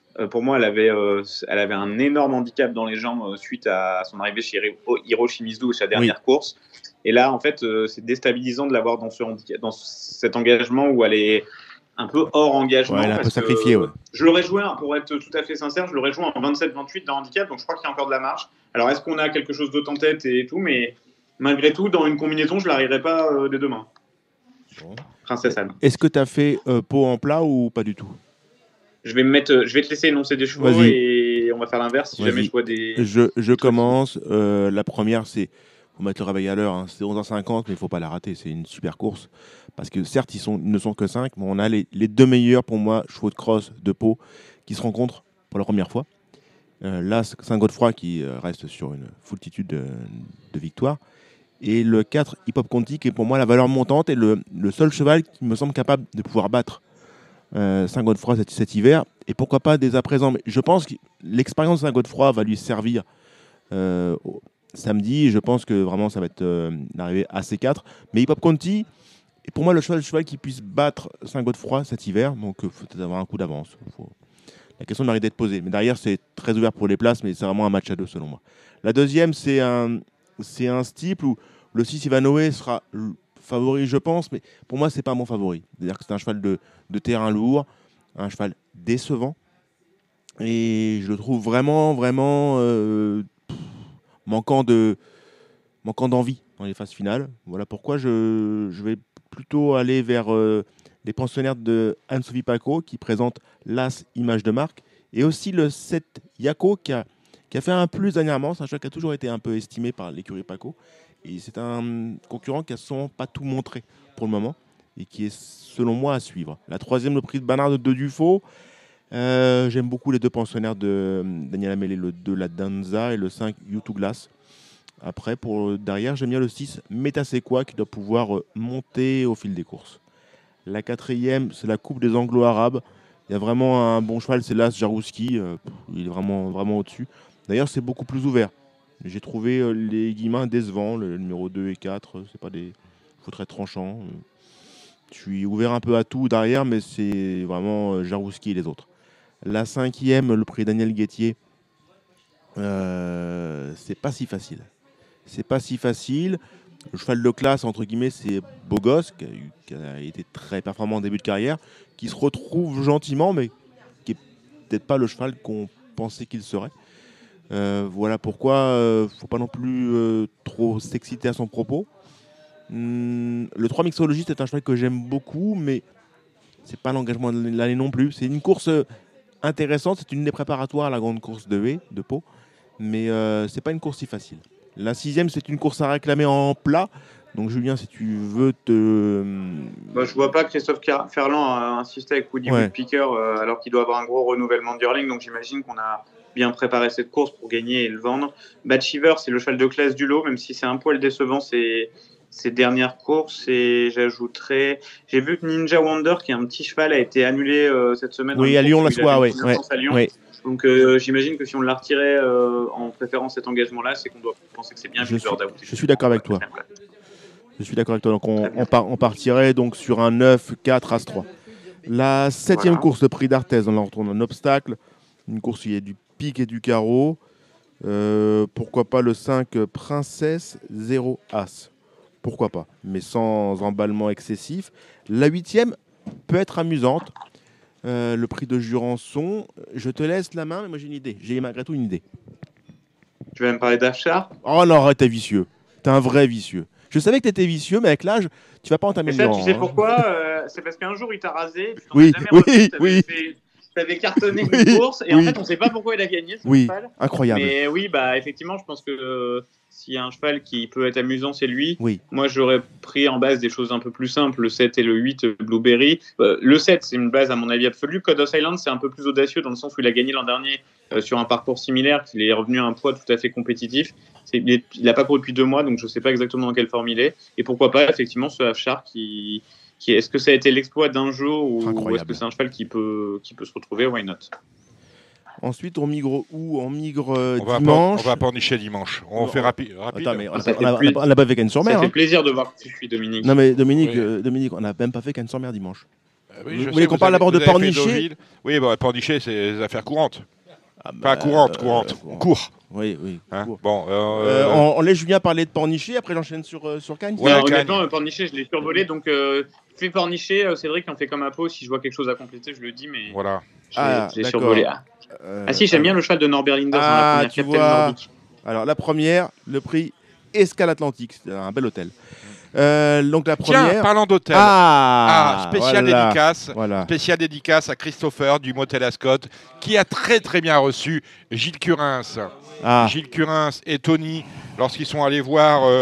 Euh, pour moi, elle avait, euh, elle avait un énorme handicap dans les jambes euh, suite à son arrivée chez Hiro, Hiro Shimizu, sa dernière oui. course. Et là, en fait, euh, c'est déstabilisant de l'avoir dans, ce handicap, dans cet engagement où elle est un peu hors engagement. Ouais, elle est un peu sacrifiée. Ouais. Je l'aurais joué, hein, pour être tout à fait sincère, je l'aurais joué en vingt-sept vingt-huit dans handicap, donc je crois qu'il y a encore de la marge. Alors, est-ce qu'on a quelque chose d'autre en tête et tout, mais malgré tout, dans une combinaison, je ne l'arriverai pas euh, des deux mains. Bon. Princesse Anne. Est-ce que tu as fait euh, pot en plat ou pas du tout? Je vais, me mettre, je vais te laisser énoncer des chevaux Vas-y. et on va faire l'inverse si Vas-y. jamais je vois des. Je, je commence. Euh, la première, c'est. Faut mettre le réveil à l'heure. Hein. C'est onze heures cinquante, mais il ne faut pas la rater. C'est une super course. Parce que certes, ils, sont, ils ne sont que cinq, mais on a les, les deux meilleurs, pour moi, chevaux de cross de Pau qui se rencontrent pour la première fois. Euh, là, Saint-Godefroy qui reste sur une foultitude de, de victoires. Et le quatre, Hip Hop Conti, qui est pour moi la valeur montante et le, le seul cheval qui me semble capable de pouvoir battre Euh, Saint-Godefroy cet, cet hiver, et pourquoi pas dès à présent. Mais je pense que l'expérience de Saint-Godefroy va lui servir euh, samedi. Je pense que vraiment ça va être euh, l'arrivée à C quatre. Mais Hip Hop Conti est pour moi le cheval, le cheval qui puisse battre Saint-Godefroy cet hiver. Donc il euh, faut peut-être avoir un coup d'avance. Faut... La question mérite d'être posée. Mais derrière, c'est très ouvert pour les places, mais c'est vraiment un match à deux selon moi. La deuxième, c'est un, c'est un steeple où le six Ivanoé sera favori, je pense, mais pour moi, c'est pas mon favori. C'est-à-dire que c'est un cheval de, de terrain lourd, un cheval décevant, et je le trouve vraiment, vraiment euh, pff, manquant de, manquant d'envie dans les phases finales. Voilà pourquoi je, je vais plutôt aller vers euh, les pensionnaires de Anne-Sophie Paco, qui présente l'As Image de marque, et aussi le sept Yako, qui a, qui a fait un plus dernièrement. C'est un cheval qui a toujours été un peu estimé par l'écurie Paco. Et c'est un concurrent qui n'a sûrement pas tout montré pour le moment et qui est, selon moi, à suivre. La troisième, le prix de Bernard de Dufaux. Euh, j'aime beaucoup les deux pensionnaires de Daniel Amélé, le deux, la Danza, et le cinq, YouTube Glass. Après, pour derrière, j'aime bien le six, Metasequa, qui doit pouvoir monter au fil des courses. La quatrième, c'est la Coupe des Anglo-Arabes. Il y a vraiment un bon cheval, c'est l'As Jarouski. Euh, il est vraiment, vraiment au-dessus. D'ailleurs, c'est beaucoup plus ouvert. J'ai trouvé euh, les Guillemins décevants, le numéro deux et quatre, c'est pas des chevaux très tranchants. Je suis ouvert un peu à tout derrière, mais c'est vraiment euh, Jarouski et les autres. La cinquième, le prix Daniel Guettier, euh, c'est pas si facile. C'est pas si facile. Le cheval de classe, entre guillemets, c'est Bogos, qui a, eu, qui a été très performant en début de carrière, qui se retrouve gentiment, mais qui est peut-être pas le cheval qu'on pensait qu'il serait. Euh, voilà pourquoi il euh, ne faut pas non plus euh, trop s'exciter à son propos. Hum, le trois mixologiste est un cheval que j'aime beaucoup, mais c'est pas l'engagement de l'année non plus. C'est une course intéressante, c'est une des préparatoires à la grande course de haie, de Pau, mais euh, c'est pas une course si facile. La sixième, c'est une course à réclamer en plat. Donc Julien, si tu veux te... Bah, je vois pas Christophe Ferland a insisté avec Woody ouais. Woodpecker euh, alors qu'il doit avoir un gros renouvellement d'Hurling, donc j'imagine qu'on a bien préparé cette course pour gagner et le vendre. Bad Shiver, c'est le cheval de classe du lot, même si c'est un poil décevant ces, ces dernières courses. Et j'ajouterais, j'ai vu que Ninja Wonder, qui est un petit cheval, a été annulé euh, cette semaine. Oui, à Lyon, la soirée, oui. Ouais. À Lyon. Ouais. Donc euh, j'imagine que si on l'a retiré euh, en préférant cet engagement-là, c'est qu'on doit penser que c'est bien. Je suis, je suis d'accord avec toi. Je suis d'accord avec toi. Donc on, on, part, on partirait donc sur un neuf, quatre, As trois. La septième voilà. course, le prix d'Arthez, on en retourne un obstacle. Une course où il y a du pic et du carreau. Euh, pourquoi pas le cinq, Princesse, zéro, As. Pourquoi pas, mais sans emballement excessif. La huitième peut être amusante. Euh, le prix de Jurançon. Je te laisse la main, mais moi j'ai une idée. J'ai malgré tout une idée. Tu vas me parler d'Afchar ? Oh non, arrête, t'es vicieux. T'es un vrai vicieux. Je savais que t'étais vicieux, mais avec l'âge, tu vas pas entamer le rang. Tu sais pourquoi euh, C'est parce qu'un jour, il t'a rasé. Tu oui, oui, revu, oui. Fait... Tu avais cartonné une oui, course et oui. en fait on ne sait pas pourquoi il a gagné ce oui, cheval. Incroyable. Mais oui, bah effectivement, je pense que euh, s'il y a un cheval qui peut être amusant, c'est lui. Oui. Moi, j'aurais pris en base des choses un peu plus simples, le sept et le huit, Blueberry. Euh, le sept, c'est une base à mon avis absolue. Code of Silence, c'est un peu plus audacieux dans le sens où il a gagné l'an dernier euh, sur un parcours similaire, qu'il est revenu à un poids tout à fait compétitif. C'est, il n'a pas couru depuis deux mois, donc je ne sais pas exactement dans quelle forme il est. Et pourquoi pas, effectivement, ce Afchar qui... Qui est, est-ce que ça a été l'exploit d'un jour ou Incroyable. Est-ce que c'est un cheval qui peut, qui peut se retrouver? Why not? Ensuite, on migre où? On migre euh, on dimanche. Va on va pas nicher dimanche. On, on fait rapi- rapide. Attends, mais on n'a pas fait Cannes-sur Mer. Ça hein. fait plaisir de voir que tu suis, Dominique. Non, mais Dominique, oui. euh, Dominique on n'a même pas fait Cannes-sur-Mer dimanche. Oui, Vous je voulez sais, qu'on vous parle avez- d'abord de vous avez fait Pornichet Deauville. Oui, bah, Pornichet, c'est des affaires courantes. Ah, Pas bah, courantes, euh, courantes. courant. Court. Oui, oui. Hein. court. Bon, euh, Euh, on, on laisse Julien parler de Pornichet, après j'enchaîne sur, euh, sur Cannes. Ouais, Non, Cagne. honnêtement, euh, Pornichet, je l'ai survolé. Donc, euh, fais Pornichet, euh, Cédric, on fait comme un pot. Si je vois quelque chose à compléter, je le dis, mais Voilà. je l'ai Ah, je l'ai d'accord. survolé. Ah, Euh, ah si, j'aime bien le cheval de Norbert Linders dans la Ah, première tu Captain vois. Nordique. Alors la première, le prix Escale Atlantique, c'est un bel hôtel. Euh, donc la Tiens, première. parlant d'hôtel. Ah, Ah, spécial voilà. dédicace. Voilà. Spécial dédicace à Christopher du Motel Ascot, qui a très très bien reçu Gilles Curins. Ah, Gilles Curins et Tony, lorsqu'ils sont allés voir euh,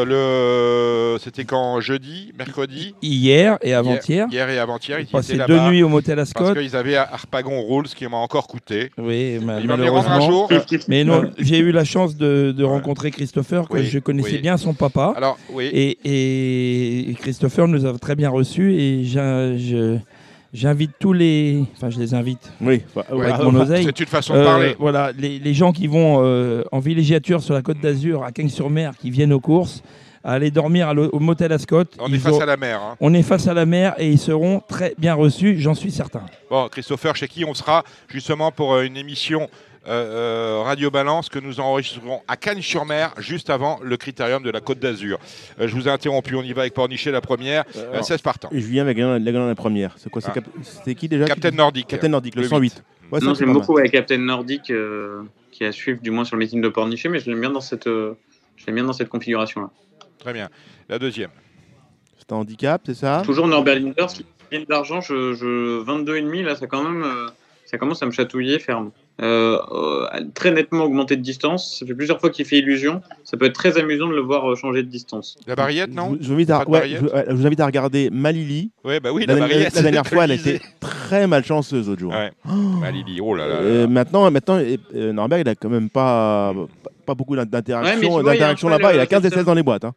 le. C'était quand jeudi, mercredi Hier et avant-hier. Hier, hier et avant-hier, ils étaient Passé là-bas. deux nuits au motel Parce Ascot. qu'ils avaient Harpagon Rules qui m'a encore coûté. Oui, ma- Il va me les rendre un malheureusement. jour. Mais non, j'ai eu la chance de, de rencontrer Christopher, que Oui, je connaissais oui. bien son papa. Alors, oui. Et, et Christopher nous a très bien reçus et j'in- je- j'invite tous les... Enfin, je les invite oui. Bah, avec ouais. mon oseille. C'est une façon de Euh, parler. Voilà, les, les gens qui vont euh, en villégiature sur la Côte d'Azur, à Cagnes-sur-Mer, qui viennent aux courses, à aller dormir à l'hô- au motel Ascot. On ils est face auront- à la mer. hein. On est face à la mer et ils seront très bien reçus, j'en suis certain. Bon, Christopher, chez qui on sera justement pour euh, une émission euh, euh, Radio Balance que nous enregistrerons à Cagnes-sur-Mer, juste avant le Critérium de la Côte d'Azur. Euh, je vous ai interrompu, on y va avec Pornichet la première, euh, alors, seize partants. Julien va gagner la, la première. C'est quoi c'est Ah. cap- C'était qui déjà Captain qui- Nordique. Captain Nordique, le, Le cent huit. huit. Ouais, ça, Non, c'est j'aime pas mal. beaucoup avec Captain Nordique euh, qui a suivi du moins sur le meeting de Pornichet, mais je l'aime bien dans cette, euh, je l'aime bien dans cette configuration-là. Très bien. La deuxième. C'est un handicap, c'est ça Toujours Norbert Linders, ligne d'argent, je, je vingt-deux virgule cinq là, ça quand même, euh, ça commence à me chatouiller ferme. Euh, euh, très nettement augmenté de distance. Ça fait plusieurs fois qu'il fait illusion. Ça peut être très amusant de le voir euh, changer de distance. La barriette, je, non vous- je vous invite à, Pas de ouais, barriette je, ouais, je vous invite à regarder Malili. Oui, bah oui, la, la, la- barriette. la dernière c'est fois, elle ce a que je été disais. très malchanceuse l'autre jour. Ouais. Malili, oh là là. là Euh, là. maintenant, maintenant euh, Norbert, il a quand même pas, pas, pas beaucoup d'in- Ouais, mais tu d'interaction vois, il y a un d'interaction cheval, là-bas. Il euh, a quinze comme essais ça. dans les boîtes. Hein.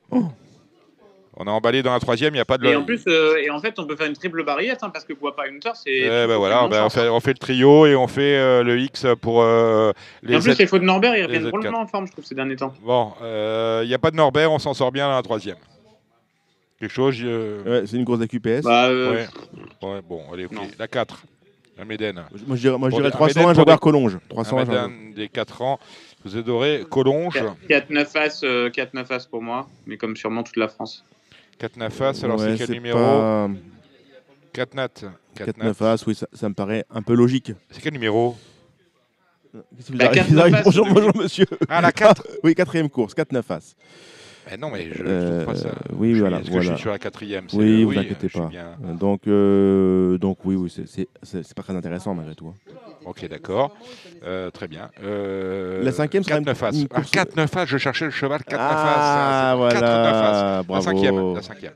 On a emballé dans la troisième, il n'y a pas de. Et en plus, euh, et en fait, on peut faire une triple barriette hein, parce que Guapa Hunter, c'est. Eh ben c'est voilà, une ben on, chance. fait, on fait le trio et on fait euh, le X pour euh, Et en les plus, Z- les faux de Norbert, ils les reviennent Z quatre. drôlement en forme, je trouve, ces derniers temps. Bon, il n'y a pas de Norbert, on s'en sort bien dans la troisième. Quelque chose euh, Ouais, c'est une course d'A Q P S. Bah, euh, ouais. Ouais, bon, allez, ok. Non. La quatre, la Médène. Moi, je dirais, moi, je Pour dirais des- trois cents, un un Médène Jaguar pour des- Collonge. trois cents, Un un Jaguar. Médène des quatre ans, vous adorez. Collonge, quatre neuf As, euh, quatre neuf As pour moi, mais comme sûrement toute la France. quatre neuf As, alors Ouais, c'est quel c'est numéro pas- quatre Nat. quatre neuf As, oui, ça, ça me paraît un peu logique. C'est quel numéro Qu'est-ce qui vous La arrive- quatre vous arrive neuf As, Bonjour, oui. bonjour monsieur. Ah, la quatre. Oui, quatrième course, quatre neuf As. Eh non, mais je ne Euh, trouve pas ça. oui, Je voilà, suis- Est-ce que je voilà. suis sur la quatrième c'est Oui, le- vous inquiétez je suis pas. bien. Donc, euh, donc oui, oui, c'est- c'est c'est- c'est pas très intéressant malgré tout. hein. Ok, d'accord. Euh, très bien. Euh, La cinquième sera quatre neuf As. une Ah, course- quatre neuf As, je cherchais le cheval quatre neuf As. Ah, C'est quatre neuf As. voilà, La bravo. cinquième. La cinquième.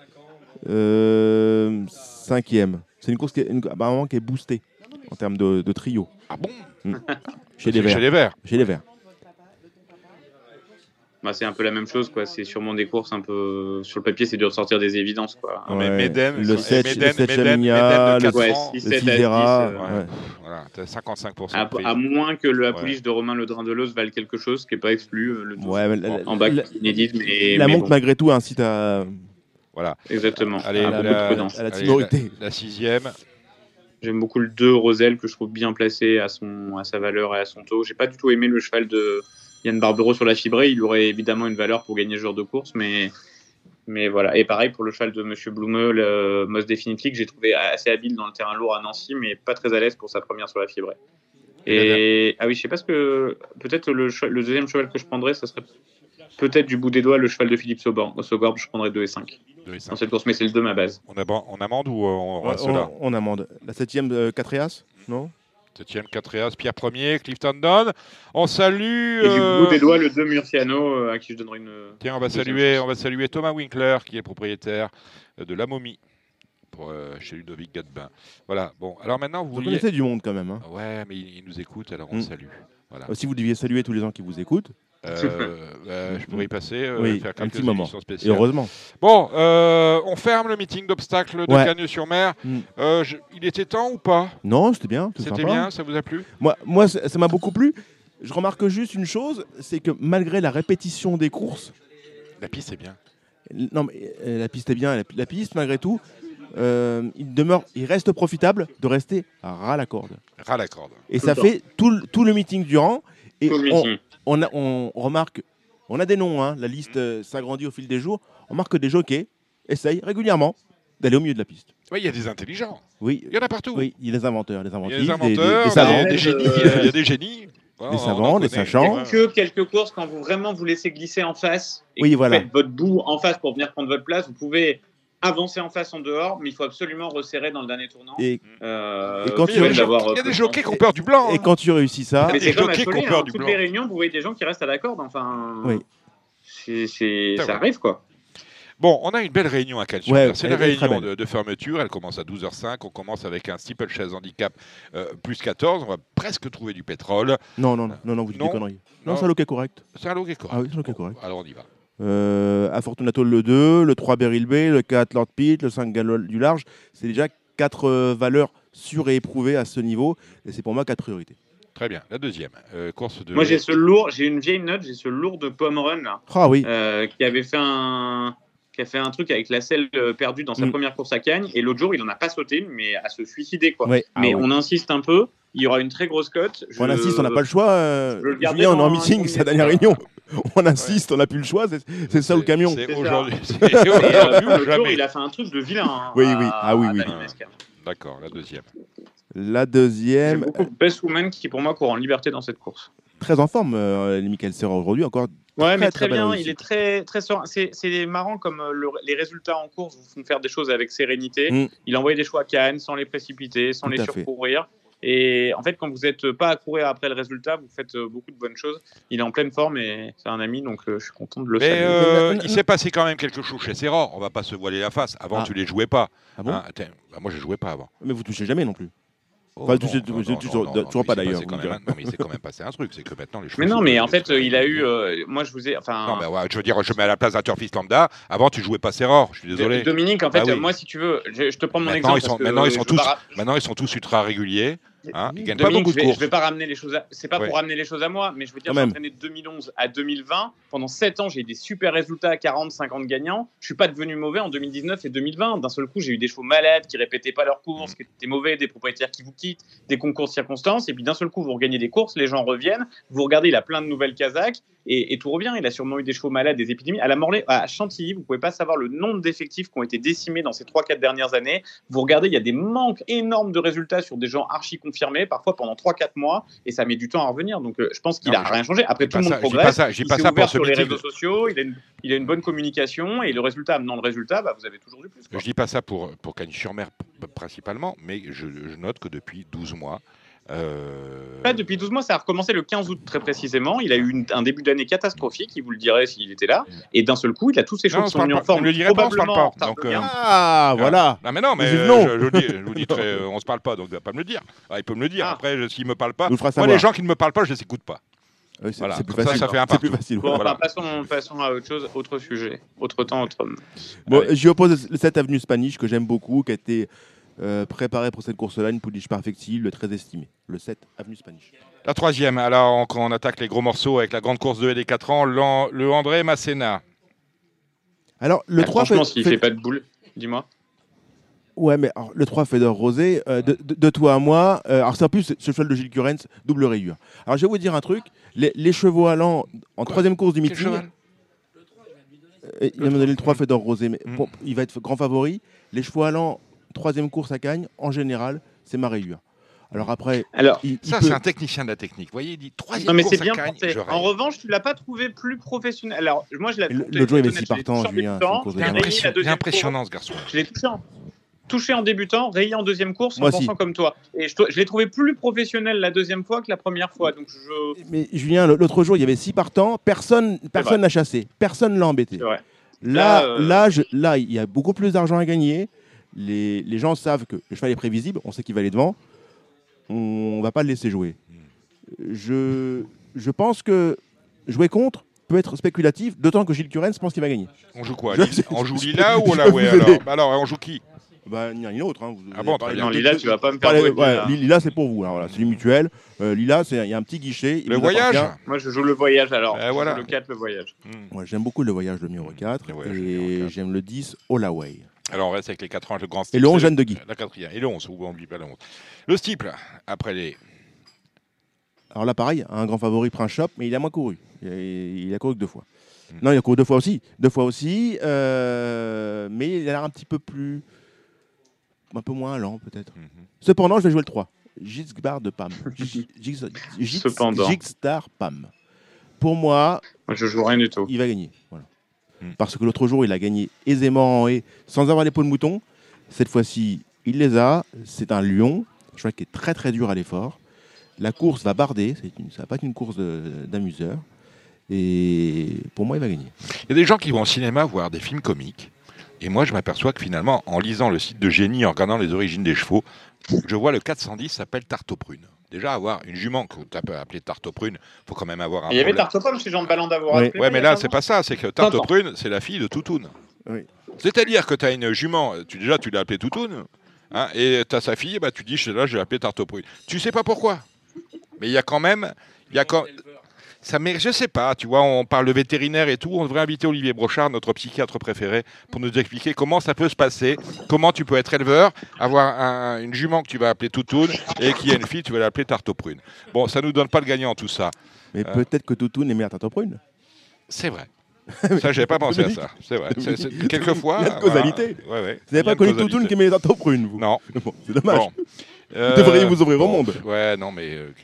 Euh, cinquième. C'est une course qui est, une- apparemment qui est boostée en termes de, de trio. Ah bon Chez les C'est Verts. Chez les Verts. Chez les Verts. Bah, c'est un peu la même chose, quoi. C'est sûrement des courses un peu. Sur le papier, c'est dur de sortir des évidences, quoi. Non, mais Ouais. Médène, le et sept, Médène, le sept Médène, Chamignat, Médène de le, quatre Ouais, ans. six, le sept six à Zera, dix, euh, ouais. Voilà, t'as cinquante-cinq pour cent À, de prise. à moins que la Ouais. pouliche de Romain Le Drain de Los valent quelque chose, ce qui n'est pas exclu. euh, Le douze. Ouais, mais la, En bas, la- qui est inédite, mais. la mais montre bon, malgré tout incite à, Voilà. Exactement. Allez, Un la- peu de la, prudence. à la allez, timorité. la- la sixième. J'aime beaucoup le deux Roselle que je trouve bien placé à, son, à sa valeur et à son taux. J'ai pas du tout aimé le cheval de Yann Barbero sur la fibrée. Il aurait évidemment une valeur pour gagner ce genre de course, mais, mais voilà. Et pareil pour le cheval de Monsieur Blumeux, le Moss Definitely, que j'ai trouvé assez habile dans le terrain lourd à Nancy, mais pas très à l'aise pour sa première sur la fibrée. Et ah oui, je sais pas ce que. Peut-être le, cheval- le deuxième cheval que je prendrais, ça serait peut-être du bout des doigts le cheval de Philippe Saugorbe. Saugorbe, je prendrais deux et cinq deux et cinq. dans cette course, mais c'est le deux ma base. On, aban- on amende ou euh, on Ouais, reste là on, on amende. La septième, euh, quatre et As, non Septième, quatre et As, Pierre Premier, Clifton Don. On salue. Et du euh, bout des doigts, le deux Murciano, euh, à qui je donnerai une. Tiens, on va deuxième saluer, chance. on va saluer Thomas Winkler, qui est propriétaire de La Momie, pour, euh, chez Ludovic Gadebin. Voilà. Bon, alors maintenant vous Vous vouliez. connaissez du monde quand même. Hein. Ouais, mais il, il nous écoute, alors on Mm. le salue. Voilà. Si vous deviez saluer tous les gens qui vous écoutent, Euh, euh, je pourrais y passer, euh, oui, faire un quelques petit moment. émissions Et spéciales. heureusement. Bon, euh, on ferme le meeting d'obstacles de Ouais. Cagnes-sur-Mer. Mm. Euh, je- il était temps ou pas Non, c'était bien. C'était sympa. bien, ça vous a plu Moi, moi ça ça m'a beaucoup plu. Je remarque juste une chose, c'est que malgré la répétition des courses, La piste est bien. non mais euh, la piste est bien, la, la piste malgré tout, euh, il demeure, il reste profitable de rester ras la corde. Ras la corde. Et Tout ça le fait tout le, tout le meeting durant. Et Tout le on, meeting. on, a- on remarque, on a des noms, hein, la liste euh, s'agrandit au fil des jours. On remarque que des jockeys essayent régulièrement d'aller au milieu de la piste. Oui, il y a des intelligents. Oui, Il y en a partout. oui, il y a des inventeurs, des Il y a inventifs, des des, inventeurs, des des, savants. des génies. Euh, Il y a des génies. Voilà, Des on savants, en des connaît. sachants. Il n'y a que quelques courses quand vous vraiment vous laissez glisser en face et Oui, que vous voilà. faites votre bout en face pour venir prendre votre place. Vous pouvez avancer en face en dehors, mais il faut absolument resserrer dans le dernier tournant. Et, Euh, Et quand Il tu y a même des d'avoir, jockey- il y a euh, des peu de jockeys temps. qui ont peur du blanc. et hein. quand tu réussis ça, Mais des c'est comme à jockeys qui ont Cholet, peur hein, du toutes blanc. les réunions, vous voyez des gens qui restent à la corde. Enfin, Oui. c'est, c'est- C'est ça vrai. arrive quoi. Bon, on a une belle réunion à Cannes. Ouais, c'est elle la est très réunion belle. de, de fermeture. Elle commence à douze heures cinq. On commence avec un steeplechase handicap euh, plus quatorze. On va presque trouver du pétrole. non, non, non, non, non, vous dites Non. des conneries. Non, Non. c'est un loquet correct. C'est un lot qui est correct. Ah oui, c'est un loquet correct. Alors on y va. Euh, à Fortunato le deux, le trois Beryl Bay, le quatre Lord Pitt, le cinq Galol du large. C'est déjà quatre euh, valeurs sûres et éprouvées à ce niveau. Et c'est pour moi quatre priorités. Très bien. La deuxième euh, course de. Moi j'ai ce lourd, j'ai une vieille note, j'ai ce lourd de Pomme Run là, Ah oui, euh, qui avait fait un qui a fait un truc avec la selle euh, perdue dans sa Mm. première course à Cagnes, et l'autre jour il en a pas sauté une, mais à se suicider quoi. ouais. Ah mais oui. on insiste un peu, il y aura une très grosse cote. On Je- insiste, on n'a pas le choix. euh, je le gardais Julien, on est en dans- meeting, dans c'est la mes- dernière réunion. On insiste, on n'a plus le choix, c'est c'est ça ou le camion. C'est C'est ça. aujourd'hui. C'est Et, euh, aujourd'hui ou l'autre jour, jamais. il a fait un truc de vilain. hein, Oui, à- oui. Ah oui, à oui. Dalimesque. D'accord, la deuxième. La J'aime deuxième, beaucoup Best Woman qui pour moi court en liberté dans cette course. très en forme, euh, Michael Serra aujourd'hui, encore. Ouais, mais Très, très, très belle bien. réussite. Il est très, très serein. C'est, c'est marrant comme euh, le- les résultats en course vous font faire des choses avec sérénité. Mm. Il a envoyé des choix à Cannes sans les précipiter, sans Tout les à fait. surcourir. Et en fait, quand vous n'êtes pas à courir après le résultat, vous faites euh, beaucoup de bonnes choses. Il est en pleine forme et c'est un ami, donc euh, je suis content de le Mais saluer. euh, Euh, il s'est passé quand même quelque chose chez Serra. On va pas se voiler la face. Avant, Ah. tu les jouais pas. Ah bon Hein, attends, bah, moi, je jouais pas avant. Mais vous touchez jamais non plus. Oh, Enfin, non, tu sais- non, tu- non, tu- non, tu- non, tu- non, toujours mais pas il s'est d'ailleurs, passé quand vous même me un- Non, mais il s'est quand même passé un truc. C'est que maintenant, les Mais chevaux non, sont mais de- en fait, de- euh, il a de- eu. euh, moi, je vous ai. Enfin, Non, mais ouais, je veux dire, je mets à la place d'un turfiste lambda. Avant, tu jouais pas Serra. Je suis désolé. Dominique, en fait, Ah oui. euh, moi, si tu veux, je, je te prends mon Maintenant, exemple. ils sont, parce que, maintenant, ils euh, sont je tous, vais pas- maintenant, ils sont tous ultra réguliers. Hein, ils gagnent pas Dominique, beaucoup je de vais, courses. je vais pas ramener les choses. À... C'est pas Ouais. pour ramener les choses à moi, mais je veux dire, Quand j'ai même. entraîné de deux mille onze à deux mille vingt. Pendant sept ans, j'ai eu des super résultats à quarante, cinquante gagnants. Je suis pas devenu mauvais en deux mille dix-neuf et deux mille vingt. D'un seul coup, j'ai eu des chevaux malades qui répétaient pas leurs courses, qui étaient mauvais, des propriétaires qui vous quittent, des concours de circonstances. Et puis d'un seul coup, vous regagnez des courses, les gens reviennent. Vous regardez, il a plein de nouvelles Kazakhs et, et tout revient. Il a sûrement eu des chevaux malades, des épidémies. À la Morlaix, à Chantilly, vous pouvez pas savoir le nombre d'effectifs qui ont été décimés dans ces trois quatre dernières années. Vous regardez, il y a des manques énormes de résultats sur des gens archi confirmés, parfois pendant trois quatre mois, et ça met du temps à revenir. Donc euh, je pense qu'il Non, a mais rien changé. Après, dis tout le pas monde ça, je dis pas progresse. ça, je dis Il pas s'est ça pour ouvert ce sur les meeting. réseaux sociaux, il a, une, il a une bonne communication, et le résultat amenant le résultat, bah, vous avez toujours du plus. quoi. Je dis pas ça pour, pour Cagnes-sur-Mer p- principalement, mais je, je note que depuis douze mois. euh, Là, depuis douze mois, ça a recommencé le quinze août très précisément. Il a eu une- un début d'année catastrophique, il vous le dirait s'il était là. Et d'un seul coup, il a tous ses Non, chevaux on qui se sont parle mis en pas. forme. On le dirait pas, on se parle probablement pas. en retard Donc, de euh, gain. Ah, voilà. Non mais non, mais Nous y euh, venons. je, je vous le dis, je vous le dis très, euh, on se parle pas, donc il va pas me le dire. Ah, il peut me le dire. Ah. Après, je- s'il me parle pas, Nous le fera moi savoir. les gens qui ne me parlent pas, je les écoute pas. Oui, c'est Voilà, c'est plus comme ça, facile. ça fait un C'est plus partout. facile. Bon, Voilà. enfin, passons, passons à autre chose, autre sujet, autre temps, autre homme. Bon, Allez. j'y oppose le sept avenue Spanish que j'aime beaucoup, qui a été euh, préparé pour cette course-là, une pouliche perfectile, le très estimé. Le sept avenue Spanish. La troisième, alors on, quand on attaque les gros morceaux avec la grande course de des quatre ans, l'an- le André Masséna. Alors, le Ah, trois franchement, fait- s'il fait- fait pas de boule, dis-moi. Ouais, mais alors, le trois Fedor Rosé, euh, de, de- de toi à moi, euh, alors c'est en plus ce cheval de Gilles Curens, double rayure. Alors je vais vous dire un truc, les, les chevaux allant en Quoi troisième course du Quel meeting, cheval euh, il va me donner le trois Fedor Rosé, mais Mm. bon, il va être grand favori. Les chevaux allant troisième course à Cagnes, en général, c'est ma rayure. Alors après, Alors, il, il Ça, peut- c'est un technicien de la technique. Vous voyez, il dit troisième non, mais course c'est bien à Cagnes, pensé. je En rêve. revanche, tu l'as pas trouvé plus professionnel. Alors, moi, je l'ai Le- touché- l'autre jour, il y avait honnête, six je l'ai partants, touché en Julien, débutant, c'est une course de j'ai Il est dingue. rayé impression- la il est deuxième impressionnant ce garçon. course. Je l'ai touché en, touché en débutant, rayé en deuxième course, en Moi pensant aussi. comme toi. Et je, je l'ai trouvé plus professionnel la deuxième fois que la première fois. Donc, je... Mais Julien, le- l'autre jour, il y avait six partants, personne personne vrai. n'a chassé, personne l'a embêté. c'est vrai. Là, Là, euh, là, je- là, il y a beaucoup plus d'argent à gagner. Les, les gens savent que le cheval est prévisible, on sait qu'il va aller devant. On ne va pas le laisser jouer. Je, je pense que jouer contre peut être spéculatif, d'autant que Gilles Curens pense qu'il va gagner. On joue quoi Je- Lille- On joue je- Lila ou je la peux ouais vous alors aider. Bah alors, on joue qui Bah, ni l'un ni l'autre. Hein. Vous- Ah vous bon, avez très parlé bien. Non, de- Lila, de- tu vas pas me faire parler- jouer ouais, Lila. Lila, c'est pour vous. Alors, voilà, c'est du mutuel. Euh, Lila, c'est- il y a un petit guichet. il Le vous voyage appartient. Moi, je joue le voyage alors. Eh, Je voilà. joue le quatre, le voyage. Hmm. Moi, j'aime beaucoup le voyage de numéro quatre. Le voyage de numéro Et quatre. j'aime le dix, Holloway. Alors on reste avec les quatre ans, le grand Et steeple. le onze, c'est Jeanne de Guy. La quatrième. Et le onze, on oublie pas le onze. Le steeple, après les... Alors là, pareil, un grand favori Prince Shop, mais il a moins couru. Il a, il a couru que deux fois. Mm. Non, il a couru deux fois aussi. Deux fois aussi, euh, mais il a l'air un petit peu plus... un peu moins lent, peut-être. Mhm. Cependant, je vais jouer le trois. Gixbar de Pam. Gix- Gix- Gix- Cependant. Gixstar Pam. Pour moi, Moi, je joue rien du tout. il va gagner. Voilà. Mm. Parce que l'autre jour, il a gagné aisément en haie, sans avoir les peaux de mouton. Cette fois-ci, il les a. C'est un lion. Je crois qu'il est très très dur à l'effort. La course va barder. C'est une, ça va pas être une course de- d'amuseur. Et pour moi, il va gagner. Il y a des gens qui vont au cinéma voir des films comiques. Et moi, je m'aperçois que finalement, en lisant le site de Génie, en regardant les origines des chevaux, je vois le quatre cent dix s'appelle Tarte aux prunes. Déjà, avoir une jument que tu peux appeler Tarte aux prunes, il faut quand même avoir un Il y avait problème. Tarte aux pommes chez Jean Balland d'avoir Oui. appelé, Ouais, il y mais a là, quinze c'est ans. pas ça. C'est que Tarte aux Attends. prunes, c'est la fille de Toutoune. Oui. C'est-à-dire que tu as une jument, tu, déjà, tu l'as appelée Toutoune, hein, et tu as sa fille, bah, tu dis, je- là, je vais l'appeler Tarte aux prunes. Tu sais pas pourquoi. Mais il y a quand même... Il y a quand... Ça mérite, je sais pas, tu vois, on parle de vétérinaire et tout, on devrait inviter Olivier Brochard, notre psychiatre préféré, pour nous expliquer comment ça peut se passer, comment tu peux être éleveur, avoir un- une jument que tu vas appeler Toutoune et qui a une fille, tu vas l'appeler Tarte aux prunes. Bon, ça nous donne pas le gagnant tout ça. Mais Euh. peut-être que Toutoune aimait la tarte aux prunes. C'est vrai. Ça, j'avais pas pensé à ça. C'est vrai. C'est- c'est- quelquefois. Il y a de causalité. voilà. Ouais, ouais. Vous n'avez Il y a pas une connu causalité. Toutoune qui aimait les tartes aux prunes, vous? Non. Bon, c'est dommage. Bon. Euh, devriez vous ouvrir au bon, monde. Ouais, non, mais. euh,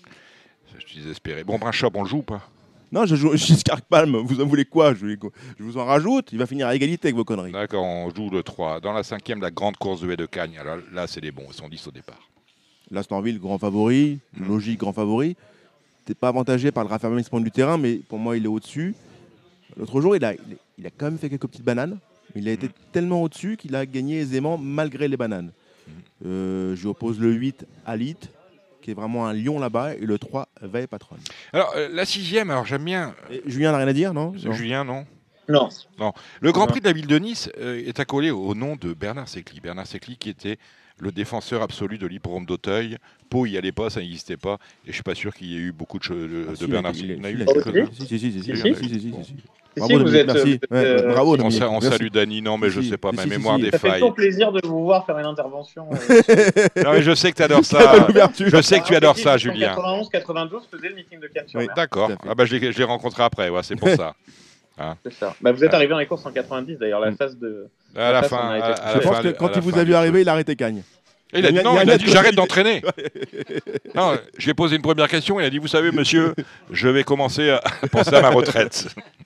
je suis désespéré. Bon, Prince Shop, on le joue ou pas? Non, je joue Giscard Palme. Vous en voulez quoi? je, je vous en rajoute. Il va finir à égalité avec vos conneries. D'accord, on joue le trois. Dans la cinquième, la grande course de haie de Cagnes. Alors là, c'est les bons. Ils sont dix au départ. L'Astonville, grand favori. Mm. Logique, grand favori. T'es pas avantagé par le raffermissement du terrain, mais pour moi, il est au-dessus. L'autre jour, il a, il a- il a quand même fait quelques petites bananes. Mais il a été Mm. tellement au-dessus qu'il a gagné aisément malgré les bananes. Mm. Euh, je lui oppose le huit, Alit, qui est vraiment un lion là-bas, et le trois, Veille Patronne. Alors, euh, la sixième, alors j'aime bien. Et Julien n'a rien à dire, non, C'est non. Julien, non? Non. Le Grand Non. Prix de la ville de Nice euh, est accolé au nom de Bernard Secli. Bernard Secli qui était le défenseur absolu de l'hippodrome d'Auteuil. Pau, il n'y allait pas, ça n'existait pas. Et je ne suis pas sûr qu'il y ait eu beaucoup de, choses de, Ah, de si, Bernard il Secli. a- On a il eu a- quelque chose là Si, si, si, si, si, Si, si, si. si, si, Bon. si. Si, Bravo, si, vous Dominique, êtes, merci. vous êtes, Ouais, euh, bravo, On, Dominique. sa- on Merci. salue Dany, non, mais je Si, sais pas, si, ma si, si, mémoire si. des Ça fait failles. toujours plaisir de vous voir faire une intervention. euh, Non, mais je sais que tu adores Quelle ça. ouverture. Je sais que tu adores ça, En Julien. quatre-vingt-onze quatre-vingt-douze, faisait le meeting de Cannes-sur-Mer. Oui. D'accord. Tout à fait. Ah bah, je l'ai je l'ai rencontré après, ouais, c'est pour ça. C'est ça. Bah, vous êtes arrivé dans les courses en quatre-vingt-dix, d'ailleurs, la Mm. phase de. À la Ça, fin. ça, on a à- été- à Je la pense fin que du- quand à la il vous fin a du vu truc. arriver, il a arrêté Cagne. Et il a Il y dit a- non, il y a il un a dit autre j'arrête qualité. d'entraîner. Non, j'ai posé une première question, il a dit vous savez monsieur, je vais commencer à penser à ma retraite.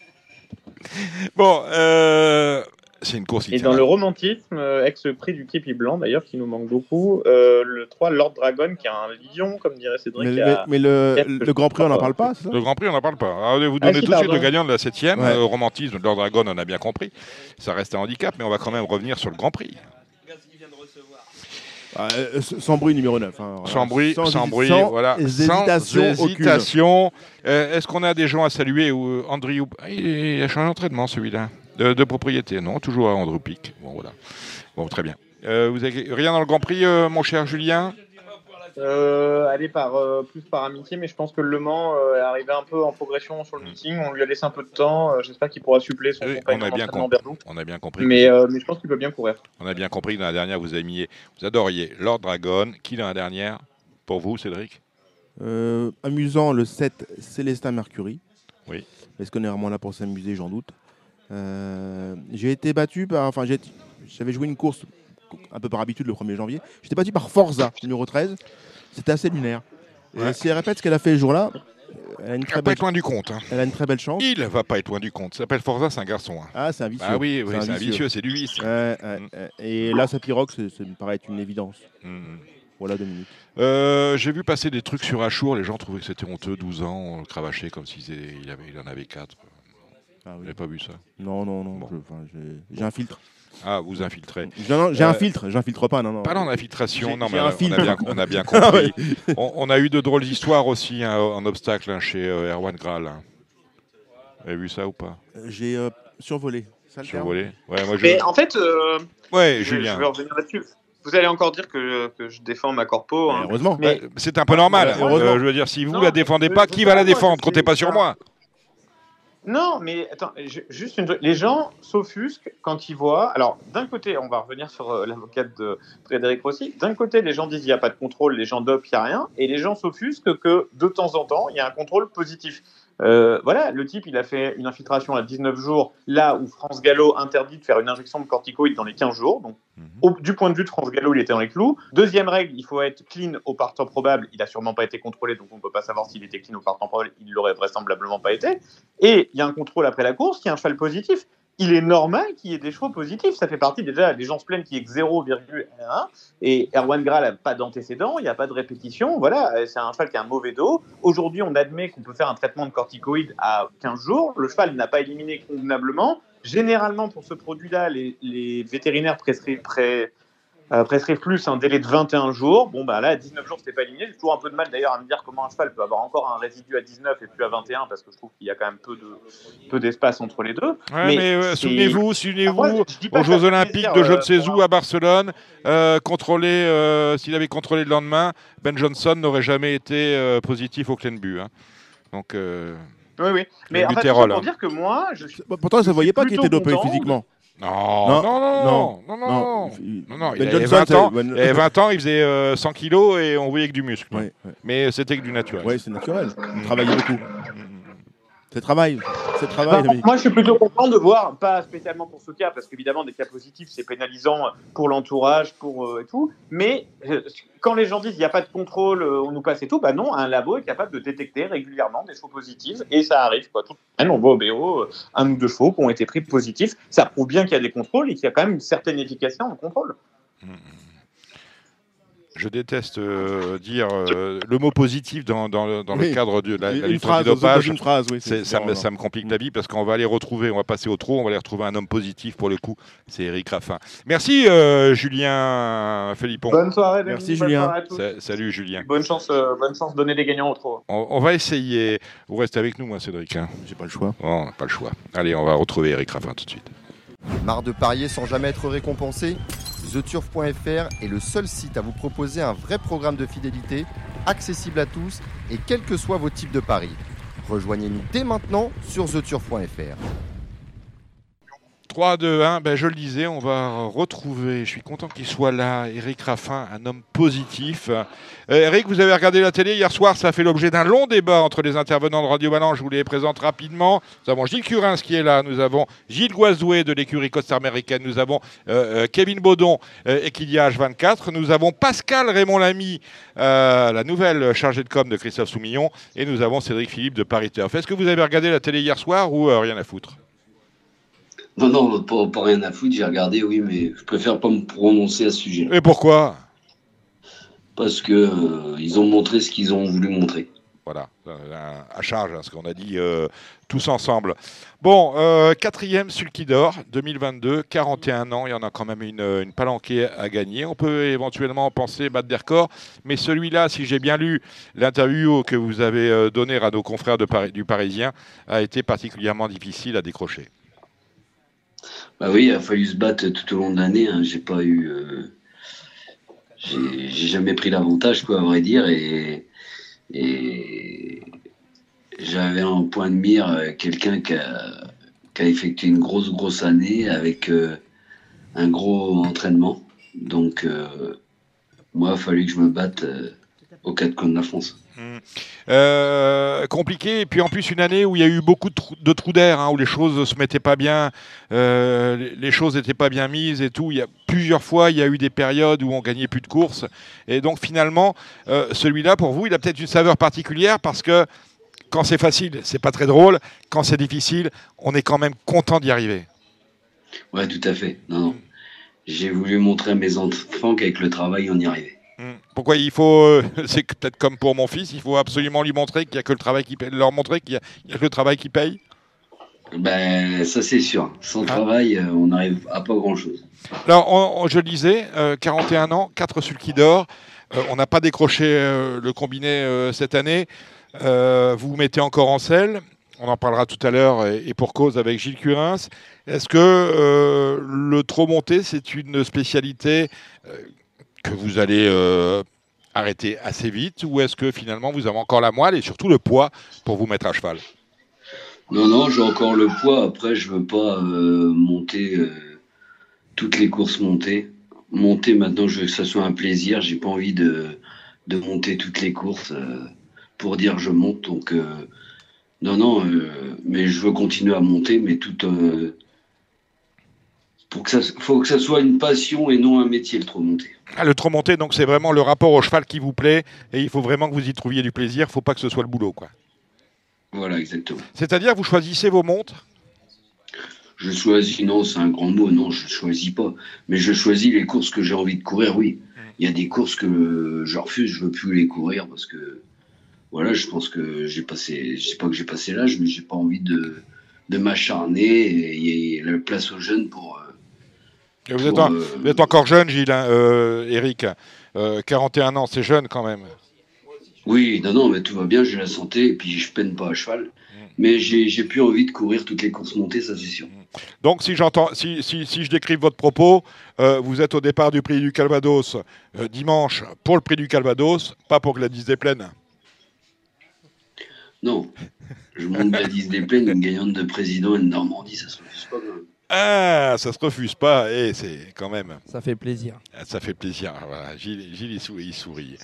Bon, euh, c'est une course Et dans le romantisme, euh, ex-prix du Képi Blanc, d'ailleurs, qui nous manque beaucoup, euh, le trois, Lord Dragon, qui a un lion, comme dirait Cédric. Mais, qui mais- a- mais le, Yep. le Grand Prix, on n'en parle pas, c'est ça? Le Grand Prix, on n'en parle pas. Alors, je vais vous Ah, donner si, tout de suite pardon. le gagnant de la septième. Ouais. Euh, romantisme, Lord Dragon, on a bien compris. Ça reste un handicap, mais on va quand même revenir sur le Grand Prix. Ah, euh, sans bruit numéro neuf. hein. Voilà. Sans bruit, sans, hési- bruit, sans voilà. hésitation sans aucune. hésitation. Euh, Est-ce qu'on a des gens à saluer ou André Houp- Ah, il il a changé d'entraînement celui-là. De, de propriété, non, toujours à Andrew Pic. Bon, voilà. Bon, très bien. Euh, vous avez rien dans le Grand Prix, euh, mon cher Julien? Euh, allez, par, euh, plus par amitié, mais je pense que Le Mans euh, est arrivé un peu en progression sur le meeting. On lui a laissé un peu de temps. Euh, J'espère qu'il pourra suppléer son Oui, compagnon on a bien d'entraînement compris. Berlou. On a bien compris. Mais, euh, mais je pense qu'il peut bien courir. On a bien compris que dans la dernière, vous aimiez, vous adoriez Lord Dragon. Qui dans la dernière? Pour vous, Cédric? Euh, amusant, le sept, Célestin Mercury. Oui. Est-ce qu'on est vraiment là pour s'amuser? J'en doute. Euh, j'ai été battu par. Enfin, j'ai- j'avais joué une course un peu par habitude le premier janvier. J'étais battu par Forza, numéro treize. C'était assez lunaire. Et Ouais. si elle répète ce qu'elle a fait ce jour-là, elle a une Il très va pas belle, être loin du compte. Hein. elle a une très belle chance. Il va pas être loin du compte. Ça s'appelle Forza, c'est un garçon. Hein. Ah, c'est un vicieux. Ah oui, oui, c'est un vicieux. vicieux, c'est du vice. Ouais, ouais, Mm. ouais. Et là, sa pirogue, ça ça me paraît être une évidence. Mhm. Voilà, Dominique. Euh, J'ai vu passer des trucs sur Achour, les gens trouvaient que c'était honteux, douze ans, on le cravaché comme s'il avait- il avait- il en avait quatre. Ah Vous oui. n'avez pas vu ça? Non, non, non. Bon. je- enfin, j'ai- J'ai un filtre. Ah, vous infiltrez. J'ai non, j'ai Euh, un filtre. J'infiltre pas, non, non. Pas dans l'infiltration, J'ai- non, j'ai mais un on a, film. bien, on a bien compris. on, on a eu de drôles d'histoires aussi hein, en obstacle hein, chez euh, Erwan Graal. Hein. Vous avez vu ça ou pas? Euh, J'ai euh, survolé. Ça le terme Survolé? Ouais, moi je. Mais en fait, euh, Ouais, je, Julien. je vais revenir là-dessus. Vous allez encore dire que, que je défends ma corpo. Mais hein. Heureusement. Mais- Ouais, c'est un peu normal. Ouais, heureusement. Euh, je veux dire, si vous Non, la défendez je- pas, je qui va la comprends, défendre? je Comptez pas suis- sur moi. Non, mais attends, je- juste une... les gens s'offusquent quand ils voient. Alors, d'un côté, on va revenir sur euh, l'avocate de Frédéric Rossi. D'un côté, les gens disent il n'y a pas de contrôle, les gens dopent, il n'y a rien. Et les gens s'offusquent que de temps en temps, il y a un contrôle positif. Euh, voilà, le type, il a fait une infiltration à dix-neuf jours, là où France Gallo interdit de faire une injection de corticoïdes dans les quinze jours. Donc, au, du point de vue de France Gallo, il était dans les clous. Deuxième règle, il faut être clean au partant probable. Il n'a sûrement pas été contrôlé, donc on ne peut pas savoir s'il était clean au partant probable. Il l'aurait vraisemblablement pas été. Et il y a un contrôle après la course, il y a un cheval positif. Il est normal qu'il y ait des chevaux positifs. Ça fait partie déjà, les gens se plaignent qu'il y ait que zéro virgule un. Et Erwan Graal n'a pas d'antécédent, il n'y a pas de répétition. Voilà, c'est un cheval qui a un mauvais dos. Aujourd'hui, on admet qu'on peut faire un traitement de corticoïdes à quinze jours. Le cheval n'a pas éliminé convenablement. Généralement, pour ce produit-là, les, les vétérinaires prescrivent, pré, euh, prescrivent plus un délai de vingt et un jours. Bon, bah là, à dix-neuf jours, c'était pas éliminé. J'ai toujours un peu de mal d'ailleurs à me dire comment un cheval peut avoir encore un résidu à dix-neuf et plus à vingt et un, parce que je trouve qu'il y a quand même peu de peu d'espace entre les deux. Ouais, mais, mais euh, souvenez-vous, souvenez-vous, moi, aux Jeux Olympiques de je ne sais où à Barcelone, euh, contrôlé, euh, s'il avait contrôlé le lendemain, Ben Johnson n'aurait jamais été euh, positif au Clenbu. Hein. Donc. Euh... Oui, oui. Mais en fait, Butérol, pour hein. dire que moi, je suis. Pourtant, ça ne voyait pas qu'il était dopé physiquement. Non, non, non, non, non, non, non, non, non. Il Ben avait Johnson, vingt ans, Ben- il avait vingt ans, il faisait euh, cent kilos et on voyait que du muscle. Ouais, ouais. Mais c'était que du naturel. Oui, c'est naturel. Il travaillait beaucoup. C'est travail. C'est travail. Bah, moi, je suis plutôt content de voir, pas spécialement pour ce cas, parce qu'évidemment, des cas positifs, c'est pénalisant pour l'entourage, pour euh, et tout. Mais euh, quand les gens disent il n'y a pas de contrôle, euh, on nous passe et tout, bah non, un labo est capable de détecter régulièrement des chevaux positifs et ça arrive. Quoi. Tout... On voit au B O euh, un ou deux chevaux qui ont été pris positifs. Ça prouve bien qu'il y a des contrôles et qu'il y a quand même une certaine efficacité en contrôle. Je déteste euh, dire euh, le mot positif dans, dans, dans Oui. le cadre de la, la Une lutte phrase, antidopage. une phrase, oui, C'est- c'est ça, me, différent, ça me complique la vie parce qu'on va aller retrouver, on va passer au trot, on va aller retrouver un homme positif pour le coup. C'est Eric Raffin. Merci euh, Julien Philippon. Bonne soirée, Denis. Merci, Bonne Julien. soirée à tous. Sa- Salut Julien. Bonne chance, euh, bonne chance de donner des gagnants au trot. On, on va essayer. Vous restez avec nous, moi, Cédric. Hein. J'ai pas le choix. Oh, on n'a pas le choix. Allez, on va retrouver Eric Raffin tout de suite. Marre de parier sans jamais être récompensé? The Turf point F R est le seul site à vous proposer un vrai programme de fidélité, accessible à tous et quels que soient vos types de paris. Rejoignez-nous dès maintenant sur The Turf point F R. trois, deux, un, ben je le disais, on va retrouver, je suis content qu'il soit là, Eric Raffin, un homme positif. Euh, Eric, vous avez regardé la télé hier soir, ça a fait l'objet d'un long débat entre les intervenants de Radio Balance, je vous les présente rapidement. Nous avons Gilles Curins qui est là, nous avons Gilles Goisouet de l'écurie Costa-Américaine, nous avons euh, euh, Kevin Baudon euh, et Kylia H vingt-quatre, nous avons Pascal Raymond Lamy, euh, la nouvelle chargée de com de Christophe Soumillon, et nous avons Cédric Philippe de Paris Turf. Est-ce que vous avez regardé la télé hier soir ou euh, rien à foutre? Non, non, pas, pas rien à foutre, j'ai regardé, oui, mais je préfère pas me prononcer à ce sujet. Et pourquoi? Parce que euh, ils ont montré ce qu'ils ont voulu montrer. Voilà, à charge, hein, ce qu'on a dit euh, tous ensemble. Bon, euh, quatrième Sulky d'Or, deux mille vingt-deux, quarante et un ans, il y en a quand même une, une palanquée à gagner. On peut éventuellement penser battre des records, mais celui-là, si j'ai bien lu l'interview que vous avez euh, donnée à nos confrères de Paris, du Parisien, a été particulièrement difficile à décrocher. Bah oui, il a fallu se battre tout au long de l'année. Hein. J'ai pas eu, euh, j'ai, j'ai jamais pris l'avantage, quoi, à vrai dire, et, et j'avais en point de mire euh, quelqu'un qui a, qui a effectué une grosse grosse année avec euh, un gros entraînement. Donc euh, moi, il a fallu que je me batte euh, aux quatre coins de la France. Mmh. Euh, compliqué, et puis en plus une année où il y a eu beaucoup de, trou- de trous d'air, hein, où les choses ne se mettaient pas bien, euh, les, les choses n'étaient pas bien mises et tout. Il y a plusieurs fois, il y a eu des périodes où on gagnait plus de courses, et donc finalement, euh, celui-là pour vous, il a peut-être une saveur particulière parce que quand c'est facile, c'est pas très drôle. Quand c'est difficile, on est quand même content d'y arriver. Ouais, tout à fait. Non, non. J'ai voulu montrer à mes enfants qu'avec le travail, on y arrivait. Pourquoi il faut, euh, c'est que peut-être comme pour mon fils, il faut absolument lui montrer qu'il n'y a que le travail qui paye, leur montrer qu'il y a, il y a que le travail qui paye. Ben, ça c'est sûr. Sans ah. travail, euh, on n'arrive à pas grand-chose. Alors, on, on, je le disais, euh, quarante et un ans, quatre Sulky d'Or. Euh, on n'a pas décroché euh, le combiné euh, cette année. Euh, vous vous mettez encore en selle. On en parlera tout à l'heure et, et pour cause avec Gilles Curins. Est-ce que euh, le trot monté, c'est une spécialité euh, que vous allez euh, arrêter assez vite, ou est-ce que finalement vous avez encore la moelle et surtout le poids pour vous mettre à cheval? Non, non, j'ai encore le poids. Après, je veux pas euh, monter euh, toutes les courses montées. Monter maintenant, je veux que ça soit un plaisir. J'ai pas envie de, de monter toutes les courses euh, pour dire je monte. Donc, euh, non, non, euh, mais je veux continuer à monter, mais tout. Euh, pour que ça, faut que ça soit une passion et non un métier, le trop monté. Ah, le trop monté, donc c'est vraiment le rapport au cheval qui vous plaît et il faut vraiment que vous y trouviez du plaisir. Il ne faut pas que ce soit le boulot, quoi. Voilà, exactement. C'est-à-dire, vous choisissez vos montres? Je choisis, non, c'est un grand mot, non, je ne choisis pas. Mais je choisis les courses que j'ai envie de courir, oui. Il y a des courses que je refuse, je ne veux plus les courir parce que, voilà, je pense que j'ai passé, je ne sais pas que j'ai passé l'âge, mais je n'ai pas envie de, de m'acharner et il y a la place aux jeunes pour. Et vous, pour êtes en, euh, vous êtes encore jeune, Gilles, hein, euh, Eric. Euh, quarante et un ans, c'est jeune quand même. Oui, non, non, mais tout va bien, j'ai la santé et puis je peine pas à cheval. Mais j'ai, j'ai plus envie de courir toutes les courses montées, ça c'est sûr. Donc si j'entends, si, si, si je décris votre propos, euh, vous êtes au départ du Prix du Calvados euh, dimanche pour le Prix du Calvados, pas pour Gladys Desplaines. Non, je monte Gladys Desplaines, une gagnante de président et de Normandie, ça se refuse pas quand même. Ah, ça se refuse pas, et eh, c'est quand même. Ça fait plaisir. Ça fait plaisir. Voilà. Gilles, Gilles il sourit. Il sourit.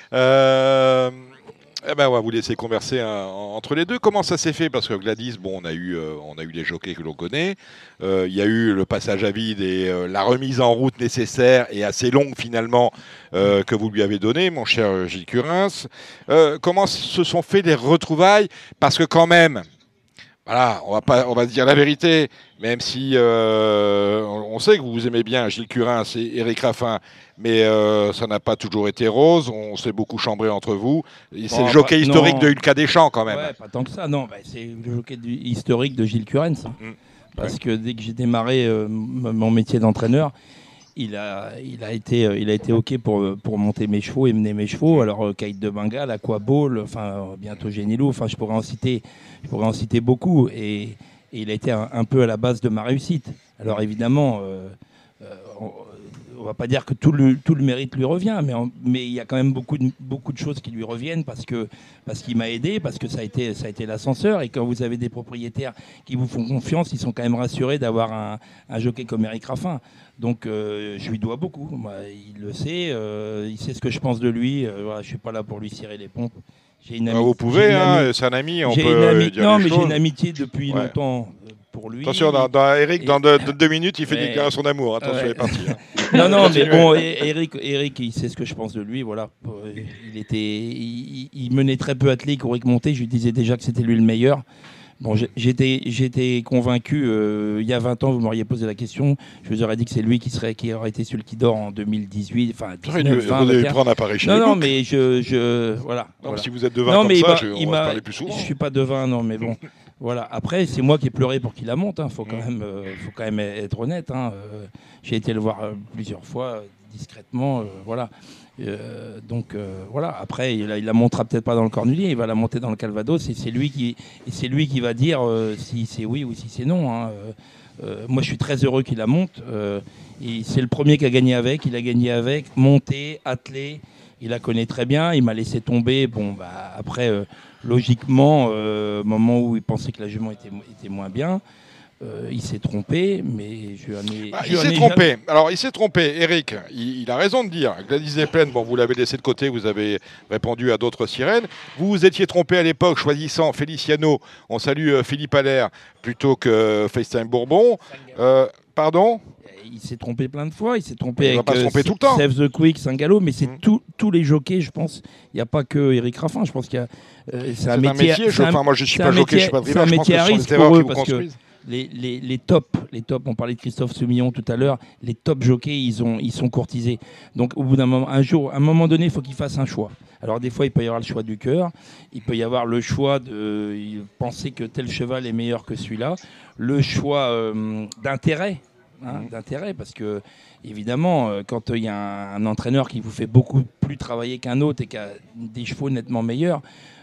Euh, eh ben, on va vous laisser converser hein, entre les deux. Comment ça s'est fait? Parce que Gladys, bon, on a eu, euh, on a eu les jockeys que l'on connaît. Il euh, y a eu le passage à vide et euh, la remise en route nécessaire et assez longue finalement euh, que vous lui avez donnée, mon cher Gilles Curins. Euh, comment se sont fait les retrouvailles? Parce que quand même. Voilà, on va pas, on va se dire la vérité, même si euh, on sait que vous aimez bien Gilles Curins et Éric Raffin, mais euh, ça n'a pas toujours été rose. On s'est beaucoup chambré entre vous. Et c'est bon, le jockey bah, historique non. de Hulka Deschamps quand même. Ouais, pas tant que ça. Non, bah, c'est le jockey du, historique de Gilles Curins. Hein. Mmh. Parce ouais. que dès que j'ai démarré euh, mon métier d'entraîneur, il a, il a été, euh, il a été ok pour pour monter mes chevaux et mener mes chevaux. Alors euh, Kite de Bengale, Aquaball, enfin euh, bientôt Génilou. Enfin, je pourrais en citer, je pourrais en citer beaucoup. Et, et il a été un, un peu à la base de ma réussite. Alors évidemment, euh, euh, on, on va pas dire que tout le tout le mérite lui revient, mais en, mais il y a quand même beaucoup de beaucoup de choses qui lui reviennent parce que parce qu'il m'a aidé, parce que ça a été ça a été l'ascenseur. Et quand vous avez des propriétaires qui vous font confiance, ils sont quand même rassurés d'avoir un, un jockey comme Éric Raffin. Donc euh, je lui dois beaucoup. Moi, il le sait, euh, il sait ce que je pense de lui. Euh, voilà, je suis pas là pour lui cirer les pompes. J'ai une amitié, vous pouvez, hein, c'est un ami, on peut ami, dire non, les mais choses. j'ai une amitié depuis ouais. longtemps pour lui. Attention, dans, dans Eric, et, dans deux, deux minutes, il fait mais, déclaration d'amour. Attention, ouais. il est parti. Hein. Non, non, mais bon, Eric, Eric, il sait ce que je pense de lui. Voilà, il était, il, il menait très peu attelé, Couric monté. Je lui disais déjà que c'était lui le meilleur. Bon, j'étais, j'étais convaincu, euh, il y a vingt ans, vous m'auriez posé la question, je vous aurais dit que c'est lui qui, serait, qui aurait été celui qui dort en deux mille dix-huit, enfin dix-neuf, vingt, vous allez prendre à Paris chez Non, les non, boucs. mais je... je voilà, non, voilà. Si vous êtes de vin non, comme mais ça, il je, on va se parler plus souvent. Je ne suis pas de vin, non, mais bon, voilà. Après, c'est moi qui ai pleuré pour qu'il la monte, il hein. faut, mmh. euh, faut quand même être honnête. Hein. Euh, j'ai été le voir euh, plusieurs fois, euh, discrètement, euh, voilà. Euh, donc euh, voilà. Après, il, il la montera peut-être pas dans le Cornulier, il va la monter dans le Calvados, et c'est lui qui, et c'est lui qui va dire euh, si c'est oui ou si c'est non. Hein. Euh, euh, moi, je suis très heureux qu'il la monte. Euh, et c'est le premier qui a gagné avec. Il a gagné avec, monté, attelé. Il la connaît très bien. Il m'a laissé tomber. Bon, bah après, euh, logiquement, euh, au moment où il pensait que la jument était, était moins bien. Euh, il s'est trompé, mais je ai, ah, je il s'est trompé. Jamais... Alors, il s'est trompé, Eric. Il, il a raison de dire. Gladys Desplaines, bon, vous l'avez laissé de côté, vous avez répondu à d'autres sirènes. Vous vous étiez trompé à l'époque, choisissant Feliciano. On salue euh, Philippe Allaire plutôt que euh, FaceTime Bourbon. Euh, pardon. Il s'est trompé plein de fois. Il s'est trompé il avec va pas se tromper tout le temps. Save the Quick, Saint-Gallo, mais c'est mmh. tout, tous les jockeys, je pense. Il n'y a pas que Éric Raffin. Je pense qu'il y a. Euh, c'est, c'est un métier. métier je, un, enfin, moi, je suis pas jockey, je suis pas driller. C'est un métier à risque pour eux parce que. Les, les, les tops, les tops, on parlait de Christophe Soumillon tout à l'heure, les top jockeys, ils, ont, ils sont courtisés. Donc au bout d'un moment, un jour, à un moment donné, il faut qu'ils fassent un choix. Alors des fois, il peut y avoir le choix du cœur, il peut y avoir le choix de penser que tel cheval est meilleur que celui-là, le choix euh, d'intérêt, hein, mmh. d'intérêt, parce que évidemment, quand il y a un, un entraîneur qui vous fait beaucoup plus travailler qu'un autre et qui a des chevaux nettement meilleurs,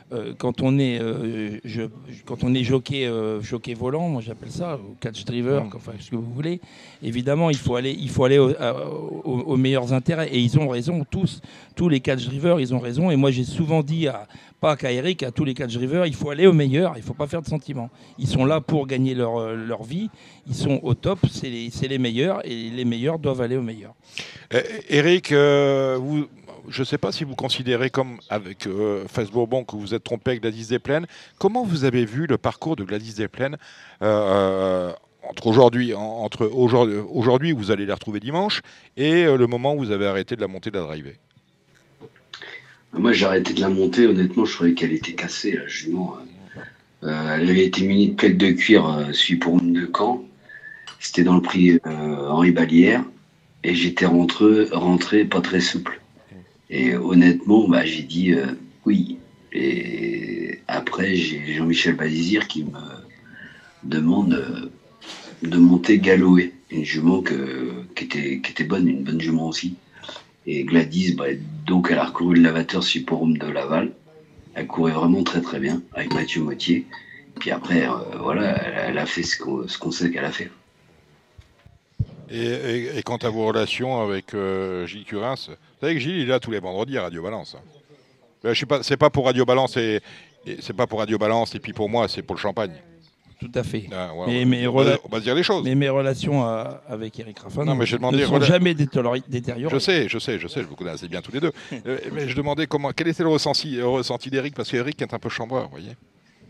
euh, quand on est, euh, je, quand on est jockey, euh, jockey volant, moi j'appelle ça, ou catch driver, Mmh. enfin ce que vous voulez, évidemment il faut aller, il faut aller au- à- au- aux meilleurs intérêts. Et ils ont raison, tous, tous les catch drivers, ils ont raison. Et moi j'ai souvent dit, à, pas qu'à Eric, à tous les catch drivers, il faut aller aux meilleurs, il ne faut pas faire de sentiments. Ils sont là pour gagner leur, euh, leur vie, ils sont au top, c'est les, c'est les meilleurs, et les meilleurs doivent aller aux meilleurs. Euh, Eric, euh, vous, je ne sais pas si vous considérez comme avec euh, Face Bourbon que vous êtes trompé avec Gladys Desplaines. Comment vous avez vu le parcours de Gladys Desplaines euh, entre aujourd'hui, en- entre aujourd'hui, aujourd'hui où vous allez la retrouver dimanche et euh, le moment où vous avez arrêté de la monter, de la driver? Moi, j'ai arrêté de la monter. Honnêtement, je trouvais qu'elle était cassée, la jument. Euh, elle avait été munie de plaques de cuir, euh, suivi pour une de Caen. C'était dans le prix euh, Henri Ballière. Et j'étais rentré, rentré pas très souple. Et honnêtement, bah, j'ai dit euh, oui. Et après, j'ai Jean-Michel Bazizir qui me demande euh, de monter Galoé, une jument que, qui, était, qui était bonne, une bonne jument aussi. Et Gladys, bah, donc elle a recouru le lavateur Supporum de Laval. Elle courait vraiment très très bien avec Mathieu Mottier. Puis après, euh, voilà, elle, elle a fait ce qu'on ce qu'on sait qu'elle a fait. Et, et- et quant à vos relations avec euh, Gilles Curins, vous savez que Gilles il est là tous les vendredis à Radio Balance. Ben, je sais pas, c'est pas pour Radio Balance et, et c'est pas pour Radio Balance et puis pour moi c'est pour le champagne. Tout à fait. Ah, ouais, Mais ouais. mes on, va, rela- on va se dire les choses. Mais mes relations euh, avec Eric Raffin Non, mais j'ai demandé ne sont rela- jamais détériorées. détériorées. Je sais, je sais, je sais, je vous connais assez bien tous les deux. Euh, mais je demandais comment, quel était le ressenti, le ressenti d'Eric, parce qu'Eric est un peu chambreur, vous voyez.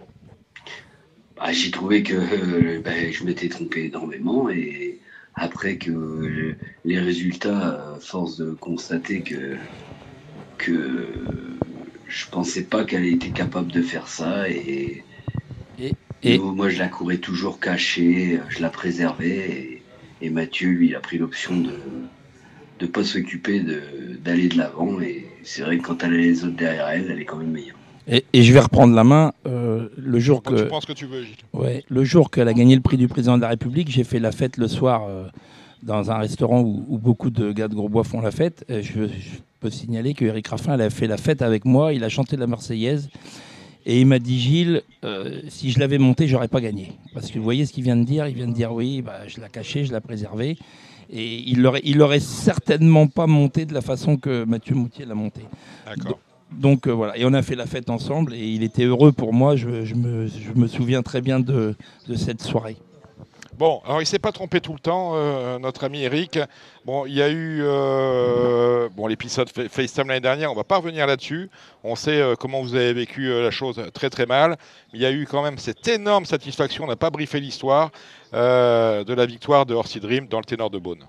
Bah, j'ai trouvé que euh, bah, je m'étais trompé énormément et après que euh, les résultats, euh, force de constater que, que je pensais pas qu'elle était capable de faire ça et, Et, et, nous, moi je la courais toujours cachée, je la préservais et, et Mathieu lui il a pris l'option de de pas s'occuper de d'aller de l'avant et c'est vrai que quand elle a les autres derrière elle, elle est quand même meilleure. et, et je vais reprendre la main euh, le jour Quand tu que, penses que tu veux, Gilles. ouais, le jour qu'elle a gagné le prix du président de la République, j'ai fait la fête le soir euh, dans un restaurant où, où beaucoup de gars de Grosbois font la fête. Euh, je, je peux signaler que Eric Raffin elle a fait la fête avec moi, il a chanté la Marseillaise. Et il m'a dit, Gilles, euh, si je l'avais monté, j'aurais pas gagné. Parce que vous voyez ce qu'il vient de dire. Il vient de dire, oui, bah, je l'ai caché, je l'ai préservé. Et il l'aurait, il l'aurait certainement pas monté de la façon que Mathieu Moutier l'a monté. D'accord. Donc euh, voilà. Et on a fait la fête ensemble. Et il était heureux pour moi. Je, je, me, je me souviens très bien de, de cette soirée. Bon, alors il s'est pas trompé tout le temps, euh, notre ami Eric. Bon, il y a eu euh, bon, l'épisode Fa- FaceTime l'année dernière, on va pas revenir là-dessus. On sait euh, comment vous avez vécu euh, la chose très très mal. Mais il y a eu quand même cette énorme satisfaction, on n'a pas briefé l'histoire, euh, de la victoire de Horsey Dream dans le Ténor de Beaune.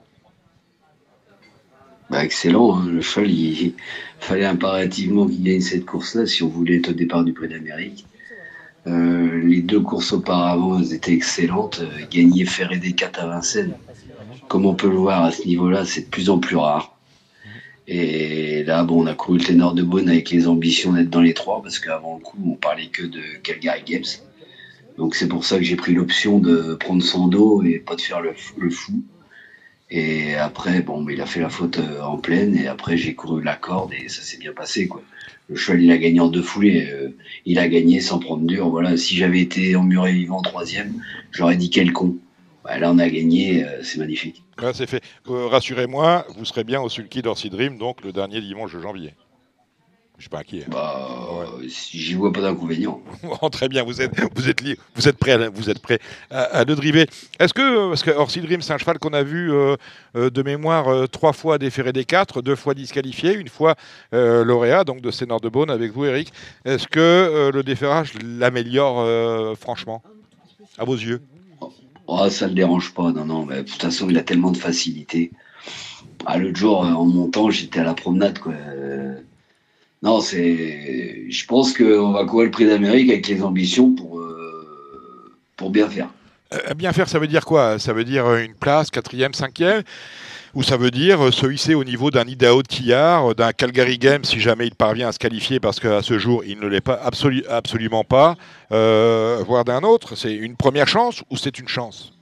Bah, excellent, hein. Le cheval, il, il fallait impérativement qu'il gagne cette course-là si on voulait être au départ du Prix d'Amérique. Euh, les deux courses auparavant, elles étaient excellentes. Euh, gagner Ferré des quatre à Vincennes, comme on peut le voir à ce niveau-là, c'est de plus en plus rare. Et là, bon, on a couru le Ténor de Beaune avec les ambitions d'être dans les trois, parce qu'avant le coup, on parlait que de Calgary Games. Donc c'est pour ça que j'ai pris l'option de prendre son dos et pas de faire le, f- le fou. Et après, bon, mais il a fait la faute euh, en pleine, et après j'ai couru la corde et ça s'est bien passé, quoi. Le cheval, il a gagné en deux foulées. euh, il a gagné sans prendre dur. Voilà, si j'avais été en muret vivant troisième, j'aurais dit quel con. Bah, là, on a gagné, euh, c'est magnifique. Là, c'est fait. Euh, rassurez-moi, vous serez bien au Sulky d'Horsey Dream, donc le dernier dimanche de janvier. Je suis pas inquiet. Bah, euh, si j'y vois pas d'inconvénient. Bon, très bien, vous êtes, vous êtes, li- vous êtes prêt, à, vous êtes prêt à, à le driver. Est-ce que, parce que Horsey Dream, c'est un cheval qu'on a vu euh, euh, de mémoire euh, trois fois déféré des quatre, deux fois disqualifié, une fois euh, lauréat, donc de Ténor de Beaune avec vous, Eric. Est-ce que euh, le déferrage l'améliore euh, franchement, à vos yeux? Oh, ça le dérange pas, non, non. Mais de toute façon, il a tellement de facilité. Ah, l'autre jour, euh, en montant, j'étais à la promenade, quoi. Euh, Non, c'est. Je pense qu'on va courir le Prix d'Amérique avec les ambitions pour, euh, pour bien faire. Euh, bien faire, ça veut dire quoi? Ça veut dire euh, une place, quatrième, cinquième? Ou ça veut dire euh, se hisser au niveau d'un Idaho de Quillard, euh, d'un Calgary Games, si jamais il parvient à se qualifier, parce qu'à ce jour, il ne l'est pas, absolu- absolument pas, euh, voire d'un autre? C'est une première chance ou c'est une chance?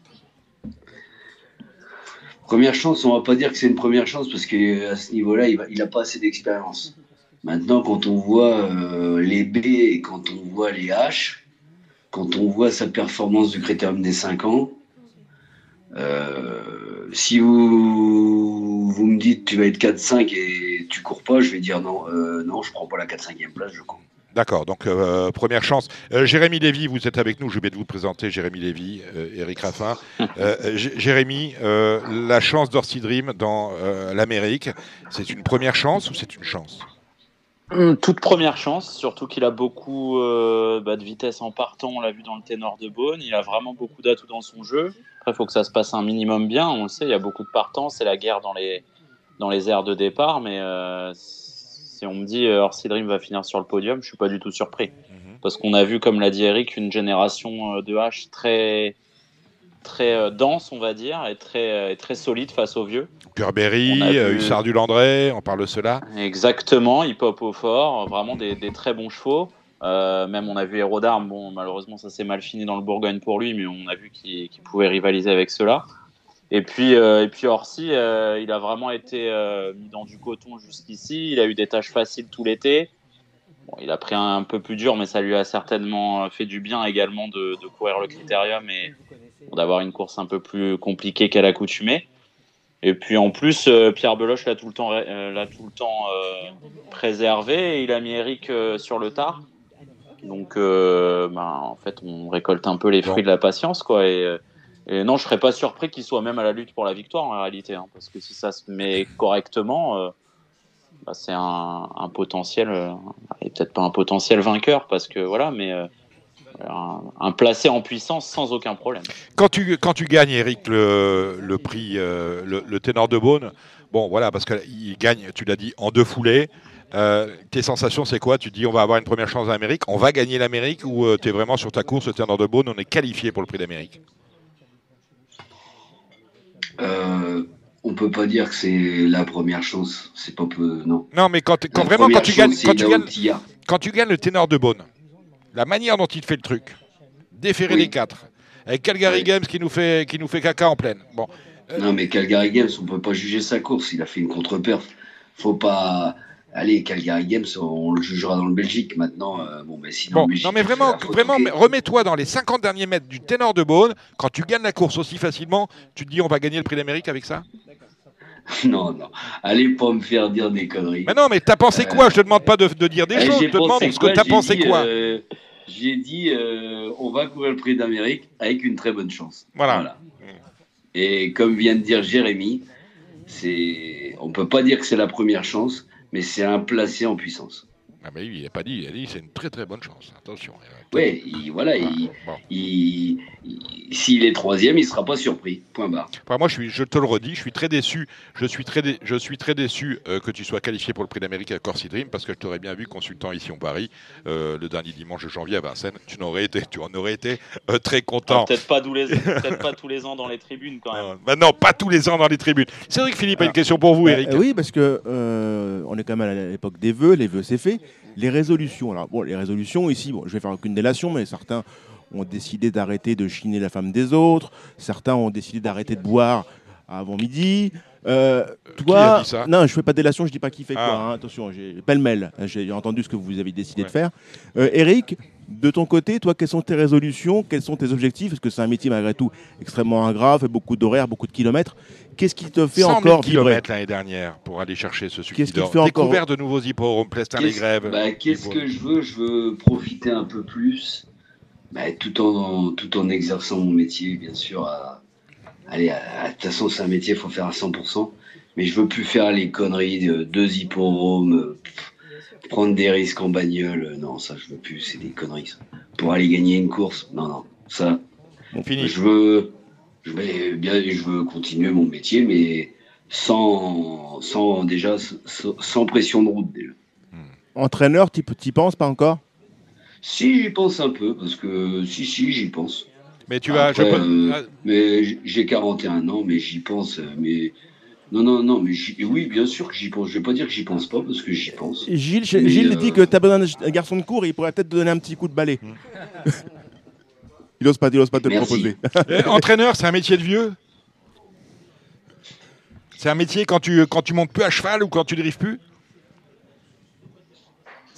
Première chance, on va pas dire que c'est une première chance parce qu'à ce niveau-là, il n'a pas assez d'expérience. Maintenant, quand on voit euh, les B et quand on voit les H, quand on voit sa performance du critérium des cinq ans, euh, si vous, vous me dites tu vas être quatre cinq et tu cours pas, je vais dire non, euh, non, je prends pas la quatre cinquième place, je cours. D'accord, donc euh, première chance. Euh, Jérémy Lévy, vous êtes avec nous, je vais de vous présenter Jérémy Lévy, euh, Eric Raffin. Euh, J- Jérémy, euh, la chance d'Orsi Dream dans euh, l'Amérique, c'est une première chance ou c'est une chance? Hum, Toute première chance, surtout qu'il a beaucoup euh, bah, de vitesse en partant, on l'a vu dans le ténor de Beaune, il a vraiment beaucoup d'atouts dans son jeu. Après, il faut que ça se passe un minimum bien, on le sait, il y a beaucoup de partants, c'est la guerre dans les, dans les aires de départ, mais euh, si on me dit euh, Orsi Dream va finir sur le podium, je suis pas du tout surpris. Mhm. Parce qu'on a vu, comme l'a dit Eric, une génération euh, de H très, très euh, dense, on va dire, et très, euh, et très solide face aux vieux. Pierre Berry, On a euh, vu- Hussard du Landré, on parle de cela. Exactement, hip hop au fort, vraiment des, des très bons chevaux. Euh, même on a vu Héros d'Armes, bon malheureusement ça s'est mal fini dans le Bourgogne pour lui, mais on a vu qu'il qu'il pouvait rivaliser avec cela. Et puis, euh, et puis Orsi, euh, il a vraiment été euh, mis dans du coton jusqu'ici. Il a eu des tâches faciles tout l'été. Bon, il a pris un, un peu plus dur, mais ça lui a certainement fait du bien également de, de courir le critérium et d'avoir une course un peu plus compliquée qu'à l'accoutumée. Et puis en plus, euh, Pierre Beloche l'a tout le temps, euh, l'a tout le temps euh, préservé et il a mis Eric euh, sur le tard. Donc, euh, ben, en fait, on récolte un peu les fruits Bon. de la patience, quoi. Et, euh, et non, je serais pas surpris qu'il soit même à la lutte pour la victoire en réalité, hein, parce que si ça se met correctement, euh, bah, c'est un, un potentiel, euh, et peut-être pas un potentiel vainqueur, parce que voilà, mais euh, un, un placé en puissance sans aucun problème. Quand tu, quand tu gagnes, Eric, le, le prix, euh, le, le ténor de Beaune, bon voilà, parce qu'il gagne, tu l'as dit, en deux foulées. Euh, tes sensations, c'est quoi? Tu te dis, on va avoir une première chance en Amérique, on va gagner l'Amérique, ou euh, tu es vraiment sur ta course, le ténor de Beaune, on est qualifié pour le prix d'Amérique? Euh, on peut pas dire que c'est la première chance, c'est pas peu, non. Non, mais quand, quand La vraiment, quand première tu, gagnes, chance, c'est quand, tu là gagnes, où t'y as. quand tu gagnes le ténor de Beaune, la manière dont il te fait le truc, déférer Oui. les quatre, avec Calgary Oui. Games qui nous, fait, qui nous fait caca en pleine. Bon. Non, mais Calgary Games, on peut pas juger sa course. Il a fait une contre-perf. Faut pas. Allez, Calgary Games, on le jugera dans le Belgique. Maintenant, euh, bon, mais sinon, Bon, en Belgique, non mais il fait vraiment, la faute, vraiment, ok. mais remets-toi dans les cinquante derniers mètres du ténor de Beaune. Quand tu gagnes la course aussi facilement, tu te dis on va gagner le prix d'Amérique avec ça? Non, non. Allez pas me faire dire des conneries. Mais non, mais t'as pensé Euh, quoi? Je te demande pas de, de dire des Eh, choses, je j'ai te demande pensé ce que quoi t'as J'ai pensé dit, quoi. euh, J'ai dit, euh, on va courir le prix d'Amérique avec une très bonne chance. Voilà. Et comme vient de dire Jérémy, c'est, on peut pas dire que c'est la première chance, mais c'est un placé en puissance. Ah mais il n'a pas dit, il a dit c'est une très très bonne chance. Attention. Ouais, il- voilà, il, Bon. il- il- s'il est troisième, il sera pas surpris. Point barre. Enfin, moi, je, suis, je te le redis, je suis très déçu. Je suis très, dé- je suis très déçu euh, que tu sois qualifié pour le prix d'Amérique à Corsi Dream parce que je t'aurais bien vu consultant ici en Paris euh, le dernier dimanche de janvier à Vincennes. Tu n'aurais été, tu en aurais été euh, très content. Ah, peut-être pas tous les, peut-être pas tous les ans dans les tribunes quand même. Euh, bah non, pas tous les ans dans les tribunes. C'est vrai que Philippe a une Alors, question pour vous, Bah, Eric. euh, oui, parce que euh, on est quand même à l'époque des vœux, les vœux c'est fait. Les résolutions, alors bon, les résolutions ici, bon, je vais faire aucune délation, mais certains ont décidé d'arrêter de chiner la femme des autres, certains ont décidé d'arrêter de boire avant midi. Euh, toi, a dit ça non, je fais pas de délation, je dis pas qui fait Ah. quoi. Hein, attention, j'ai pêle-mêle, j'ai entendu ce que vous avez décidé Ouais. de faire. Euh, Eric, de ton côté, toi, quelles sont tes résolutions, quels sont tes objectifs? Parce que c'est un métier malgré tout extrêmement ingrat, fait beaucoup d'horaires, beaucoup de kilomètres. Qu'est-ce qui te fait cent mille encore vibrer? kilomètres l'année dernière pour aller chercher ce succès Qu'est-ce qui te d'or. fait encore- Découvert de nouveaux hippodromes, Plestin-les-Grèves. Qu'est-ce bah, qu'est-ce que je veux Je veux profiter un peu plus, bah, tout, en, tout en exerçant mon métier, bien sûr. À, allez, à- à- de toute façon, c'est un métier, il faut faire à cent pour cent. Mais je veux plus faire les conneries de deux hippodromes, euh, pff, prendre des risques en bagnole. Non, ça, je veux plus. C'est des conneries, ça. Pour aller gagner une course, non, non. Ça, Fini. je veux, je vais bien, je veux continuer mon métier, mais sans, sans déjà, sans, sans pression de route déjà. Entraîneur, t'y t'y penses pas encore? Si, j'y pense un peu, parce que si, si, j'y pense. Mais tu vas. Après, je peux- euh, Ah, mais j- j'ai quarante et un ans, mais j'y pense. euh, Mais non, non, non, mais j'y- oui, bien sûr que j'y pense. Je vais pas dire que j'y pense pas, parce que j'y pense. Gilles, j'ai- Mais, Gilles euh, dit que t'as besoin d'un garçon de cours et il pourrait peut-être te donner un petit coup de balai. il ose pas, il ose pas te le Merci. proposer. Euh, entraîneur, c'est un métier de vieux? C'est un métier quand tu, quand tu montes plus à cheval ou quand tu drives plus?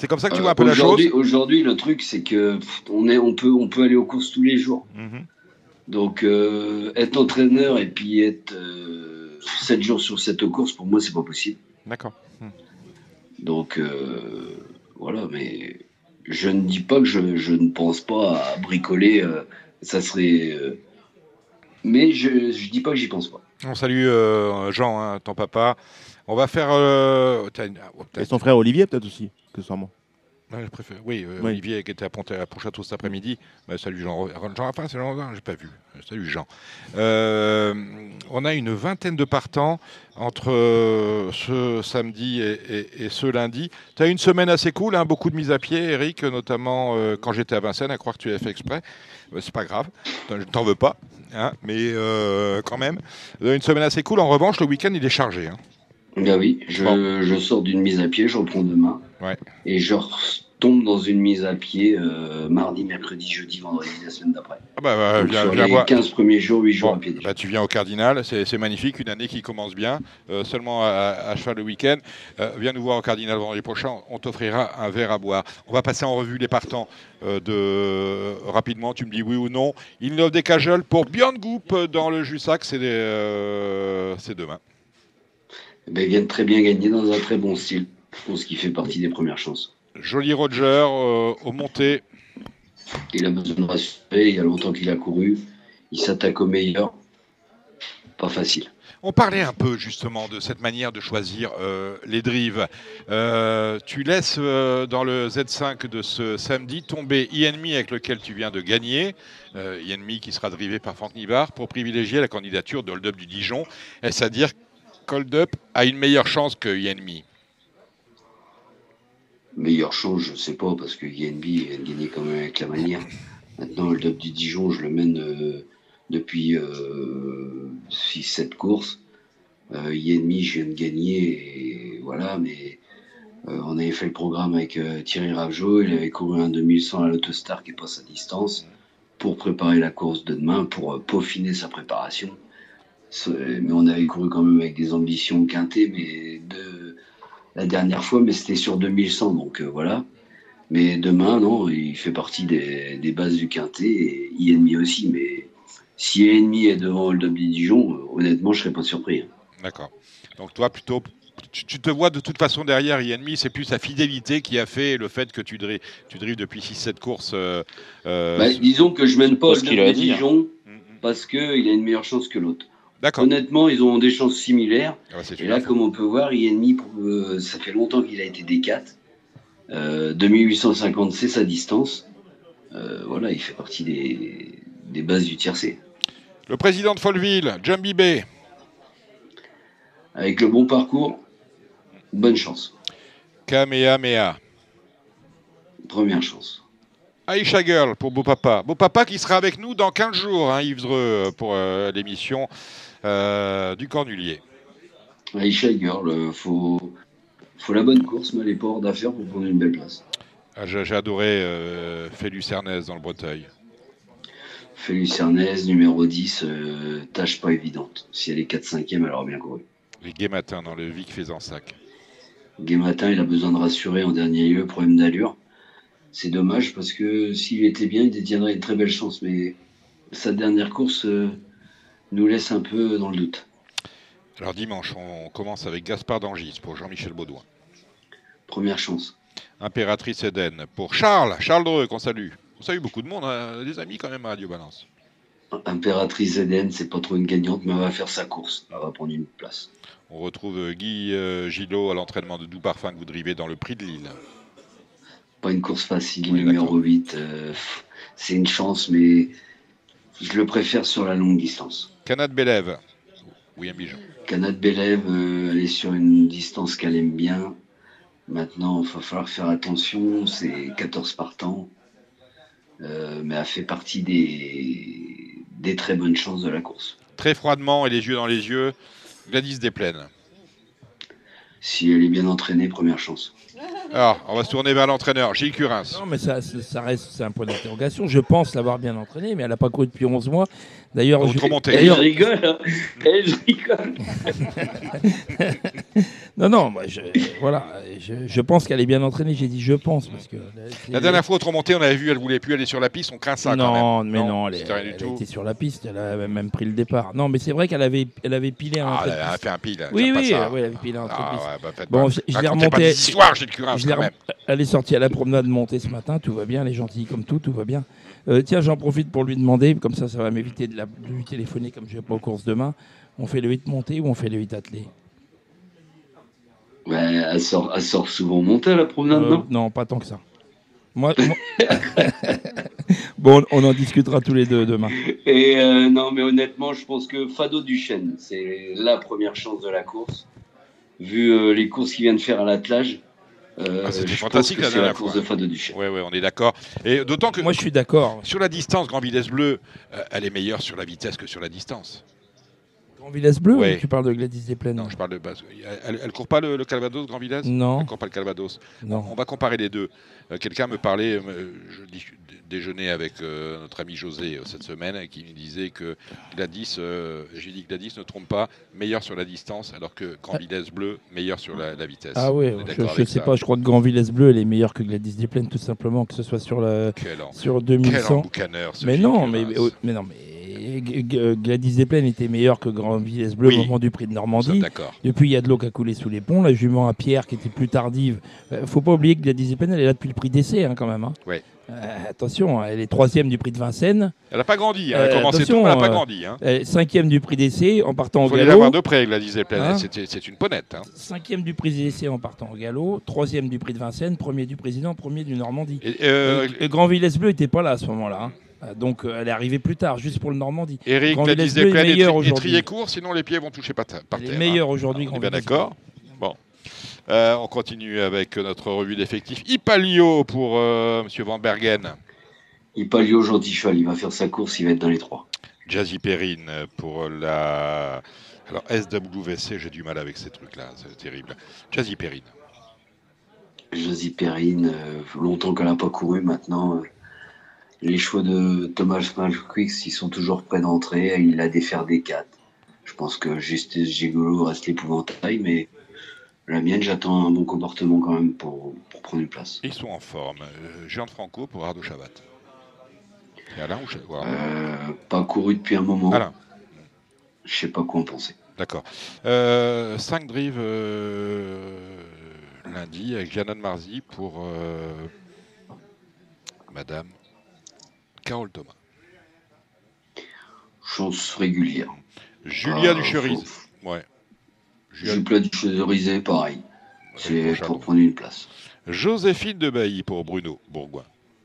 C'est comme ça que tu Euh, vois un peu la chose. aujourd'hui, aujourd'hui, le truc, c'est que pff, on, est, on, peut, on peut aller aux courses tous les jours. Mhm. Donc, euh, être entraîneur et puis être euh, sept jours sur sept aux courses, pour moi, c'est pas possible. D'accord. Mhm. Donc, euh, voilà, mais je ne dis pas que je, je ne pense pas à bricoler. euh, ça serait. euh, mais je ne dis pas que j'y pense pas. On salue euh, Jean, hein, ton papa. On va faire. Euh... t'as une- ah, oh, t'as- Et son frère Olivier, peut-être aussi, que sûrement. Ouais, je préfère. Oui, euh, Oui. Olivier qui était à, Pont- à Pontchâteau cet après-midi. Bah, salut Jean. Jean Raffin, c'est Jean Raffin, j'ai pas vu. Salut Jean. Euh, on a une vingtaine de partants entre euh, ce samedi et, et- et ce lundi. Tu as une semaine assez cool, hein, beaucoup de mises à pied, Eric, notamment euh, quand j'étais à Vincennes, à croire que tu avais fait exprès. Bah, c'est pas grave, t'en- je t'en veux pas, hein, mais euh, quand même. Euh, Une semaine assez cool. En revanche, le week-end, il est chargé. Hein. Ben oui, je, Bon. je sors d'une mise à pied, je reprends demain. Ouais. Et je retombe dans une mise à pied euh, mardi, mercredi, jeudi, vendredi, la semaine d'après. Ah bah, bah, Donc, viens, sur viens les voir. quinze premiers jours, huit jours Bon, à pied déjà. bah, tu viens au Cardinal, c'est c'est magnifique, une année qui commence bien, euh, seulement à, à cheval le week-end. Euh, viens nous voir au Cardinal vendredi prochain, on t'offrira un verre à boire. On va passer en revue les partants euh, de... rapidement, tu me dis oui ou non. Il innove des cajoles pour Björn Goop dans le Jussac, c'est des, euh, c'est demain. Ben, ils viennent très bien gagner dans un très bon style. Je pense qu'il fait partie des premières chances. Joli Roger euh, au monté. Il a besoin de rassurer, il y a longtemps qu'il a couru. Il s'attaque au meilleur. Pas facile. On parlait un peu justement de cette manière de choisir euh, les drives. Euh, tu laisses euh, dans le Z cinq de ce samedi tomber Ienmi avec lequel tu viens de gagner, euh, Ienmi qui sera drivé par Franck Nivard pour privilégier la candidature de Hold Up du Dijon. Est-ce à dire qu'Hold Up a une meilleure chance que Ienmi? Meilleure chance, je ne sais pas, parce que Yenbi vient de gagner quand même avec la manière. Maintenant, le Hold Up du Dijon, je le mène euh, depuis euh, six sept courses. Euh, Yenmi, je viens de gagner, et voilà, mais euh, on avait fait le programme avec euh, Thierry Ravgeot, il avait couru un deux mille cent à l'Autostar qui passe à distance pour préparer la course de demain, pour euh, peaufiner sa préparation. C'est- Mais on avait couru quand même avec des ambitions quintées, mais de la dernière fois, mais c'était sur deux mille cent, donc euh, voilà. Mais demain, non, il fait partie des, des bases du quintet, et Ienmi aussi, mais si Ienmi est devant Hold Up du Dijon, euh, honnêtement, je ne serais pas surpris. hein. D'accord. Donc toi plutôt, tu, tu te vois de toute façon derrière Ienmi, c'est plus sa fidélité qui a fait le fait que tu drives, tu drives depuis six sept courses. Euh, euh, Bah, disons que je mène pas Parce Hold qu'il Up a du dit, hein. Dijon mm, mm. parce qu'il a une meilleure chance que l'autre. D'accord. Honnêtement, ils ont des chances similaires. Ah bah, c'est Et super. là, comme on peut voir, Ienmi, euh, ça fait longtemps qu'il a été D quatre. Euh, deux mille huit cent cinquante, c'est sa distance. Euh, voilà, il fait partie des, des bases du tiercé. Le président de Folleville, Jambi B. Avec le bon parcours, bonne chance. Kamehameha. Première chance. Aisha Girl pour Beau Papa. Beau Papa qui sera avec nous dans quinze jours, hein, Yves Dreux, pour euh, l'émission euh, du Cornulier. Aisha Girl, euh, faut, faut la bonne course, mais elle n'est pas hors d'affaire pour prendre une belle place. Ah, j'ai, j'ai adoré euh, Félux Cernès dans le Breteuil. Félix Cernès, numéro dix, euh, tâche pas évidente. Si elle est quatre cinquième, elle aura bien couru. Les Gai Matin dans le Vic Faisansac. Gai Matin, il a besoin de rassurer en dernier lieu, problème d'allure. C'est dommage parce que s'il était bien, il détiendrait une très belle chance. Mais sa dernière course euh, nous laisse un peu dans le doute. Alors dimanche, on commence avec Gaspard d'Angis pour Jean-Michel Baudouin. Première chance. Impératrice Eden pour Charles, Charles Dreux, qu'on salue. On salue beaucoup de monde, hein, des amis quand même à Radio Balance. Impératrice Eden, c'est pas trop une gagnante, mais elle va faire sa course. Elle va prendre une place. On retrouve euh, Guy euh, Gillot à l'entraînement de Doux Parfum que vous drivez dans le Prix de Lille. Pas une course facile, Oui, numéro d'accord. huit. euh, c'est une chance, mais je le préfère sur la longue distance. Canat Bélève, William Bijon. Canat Bélève, euh, elle est sur une distance qu'elle aime bien. Maintenant, il va falloir faire attention. C'est quatorze partants. Euh, mais elle fait partie des, des très bonnes chances de la course. Très froidement et les yeux dans les yeux, Gladys Desplaines. Si elle est bien entraînée, première chance. Alors, on va se tourner vers l'entraîneur, Gilles Curins. Non, mais ça, ça ça reste, c'est un point d'interrogation. Je pense l'avoir bien entraîné, mais elle n'a pas couru depuis onze mois. D'ailleurs, Vous je, te remontez. Elle d'ailleurs, rigole, hein. Elle rigole. Non, non, moi, je, voilà, je, je pense qu'elle est bien entraînée. J'ai dit je pense parce que La dernière fois, autre montée, on avait vu, elle voulait plus aller sur la piste. On craint ça non, quand même. Mais non, non, elle, c'était rien du elle tout. était sur la piste. Elle avait même pris le départ. Non, mais c'est vrai qu'elle avait, elle avait pilé un. Ah, elle a fait un pile. Oui, oui, ça. oui, elle avait pilé un Ah, piste. ouais, bah, faites bon, pas. je, je l'ai Racontez remonté. pas des histoires, Gilles Curins, je l'ai quand même. Elle est sortie à la promenade montée ce matin. Tout va bien. Elle est gentille comme tout. Tout va bien. Euh, tiens, j'en profite pour lui demander, comme ça, ça va m'éviter de, la, de lui téléphoner comme je vais pas aux courses demain. On fait le huit monté ou on fait le huit attelé? Ouais, elle, sort, elle sort souvent montée à la promenade, euh, non Non, pas tant que ça. Moi, moi... Bon, on en discutera tous les deux demain. Et euh, non, mais honnêtement, je pense que Fado Duchesne, c'est la première chance de la course. Vu euh, les courses qu'il vient de faire à l'attelage, euh, ah, c'était je fantastique pense que la c'est la dernière course fois. de Fado Duchesne. Oui, oui, on est d'accord. Et d'autant que moi, je suis d'accord. Sur la distance, Grand Vitesse Bleu, euh, elle est meilleure sur la vitesse que sur la distance. Grand Vitesse Bleu, ouais. ou tu parles de Gladys Desplaines? Non, je parle de base. Elle, elle court pas le, le Calvados, Grand Vitesse? Non. Elle court pas le Calvados. Non. On va comparer les deux. Euh, Quelqu'un me parlait, euh, je dis, déjeuner avec euh, notre ami José euh, cette semaine, qui me disait que Gladys, euh, j'ai dit Gladys ne trompe pas, meilleure sur la distance, alors que Grand Vitesse Bleu, meilleur sur la, la vitesse. Ah oui, je, je sais ça. pas, je crois que Grand Vitesse Bleu, elle est meilleure que Gladys Desplaines, tout simplement, que ce soit sur la Quel sur deux mille cent. Mais non, mais, mais, mais non, mais Gladys Desplaines était meilleure que Grand Vitesse Bleu oui. au moment du prix de Normandie. Depuis, il y a de l'eau qui a coulé sous les ponts. La jument à Pierre qui était plus tardive. Euh, faut pas oublier que Gladys Desplaines, elle est là depuis le prix d'essai, hein, quand même. Hein. Oui. Euh, attention, elle est troisième du prix de Vincennes. Elle n'a pas grandi. Hein. Elle a commencé tôt, mais elle n'a pas grandi. Hein. Elle est cinquième du prix d'essai en partant au galop. Il faut l'avoir de près, Gladys Desplaines. Hein c'est une ponette. Hein. Cinquième du prix d'essai en partant au galop. Troisième du prix de Vincennes. Premier du président. Premier du Normandie. Et, euh, et, et Grand Vitesse Bleu n'était pas là à ce moment-là. Hein. Donc euh, elle est arrivée plus tard, juste pour le Normandie. Eric, Gladys Desplaines est meilleure aujourd'hui. Étrier court, sinon les pieds vont toucher par terre. Elle est meilleure hein. aujourd'hui. On est bien d'accord. Bon. Euh, on continue avec notre revue d'effectifs. Ipalio pour euh, M. Van Bergen. Ipalio, gentil cheval, il va faire sa course, il va être dans les trois. Jazzy Perrine pour la... Alors S W C, j'ai du mal avec ces trucs-là, c'est terrible. Jazzy Perrine. Jazzy Perrine, euh, longtemps qu'elle n'a pas couru, maintenant... Euh... Les chevaux de Thomas Malquix, ils sont toujours prêts d'entrer. Il a des fers des quatre. Je pense que Justice Gigolo reste l'épouvantail, mais la mienne, j'attends un bon comportement quand même pour, pour prendre une place. Ils sont en forme. Euh, Jean de Franco pour Ardo Chavat. Et Alain ou je sais quoi euh, Pas couru depuis un moment. Alain. Je sais pas quoi en penser. D'accord. Euh, cinq drives euh, lundi avec Janan Marzi pour euh, Madame Carole Thomas. Chance régulière. Julia euh, Ducherise. Faut... Ouais. Julia Ducherise, pareil. C'est pour prendre une place. Joséphine de Bailly pour Bruno Bourgoin.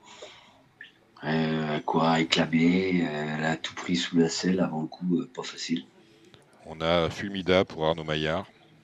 Euh, quoi, éclamé. Elle a tout pris sous la selle avant le coup, euh, pas facile. On a Fulmida pour Arnaud Maillard.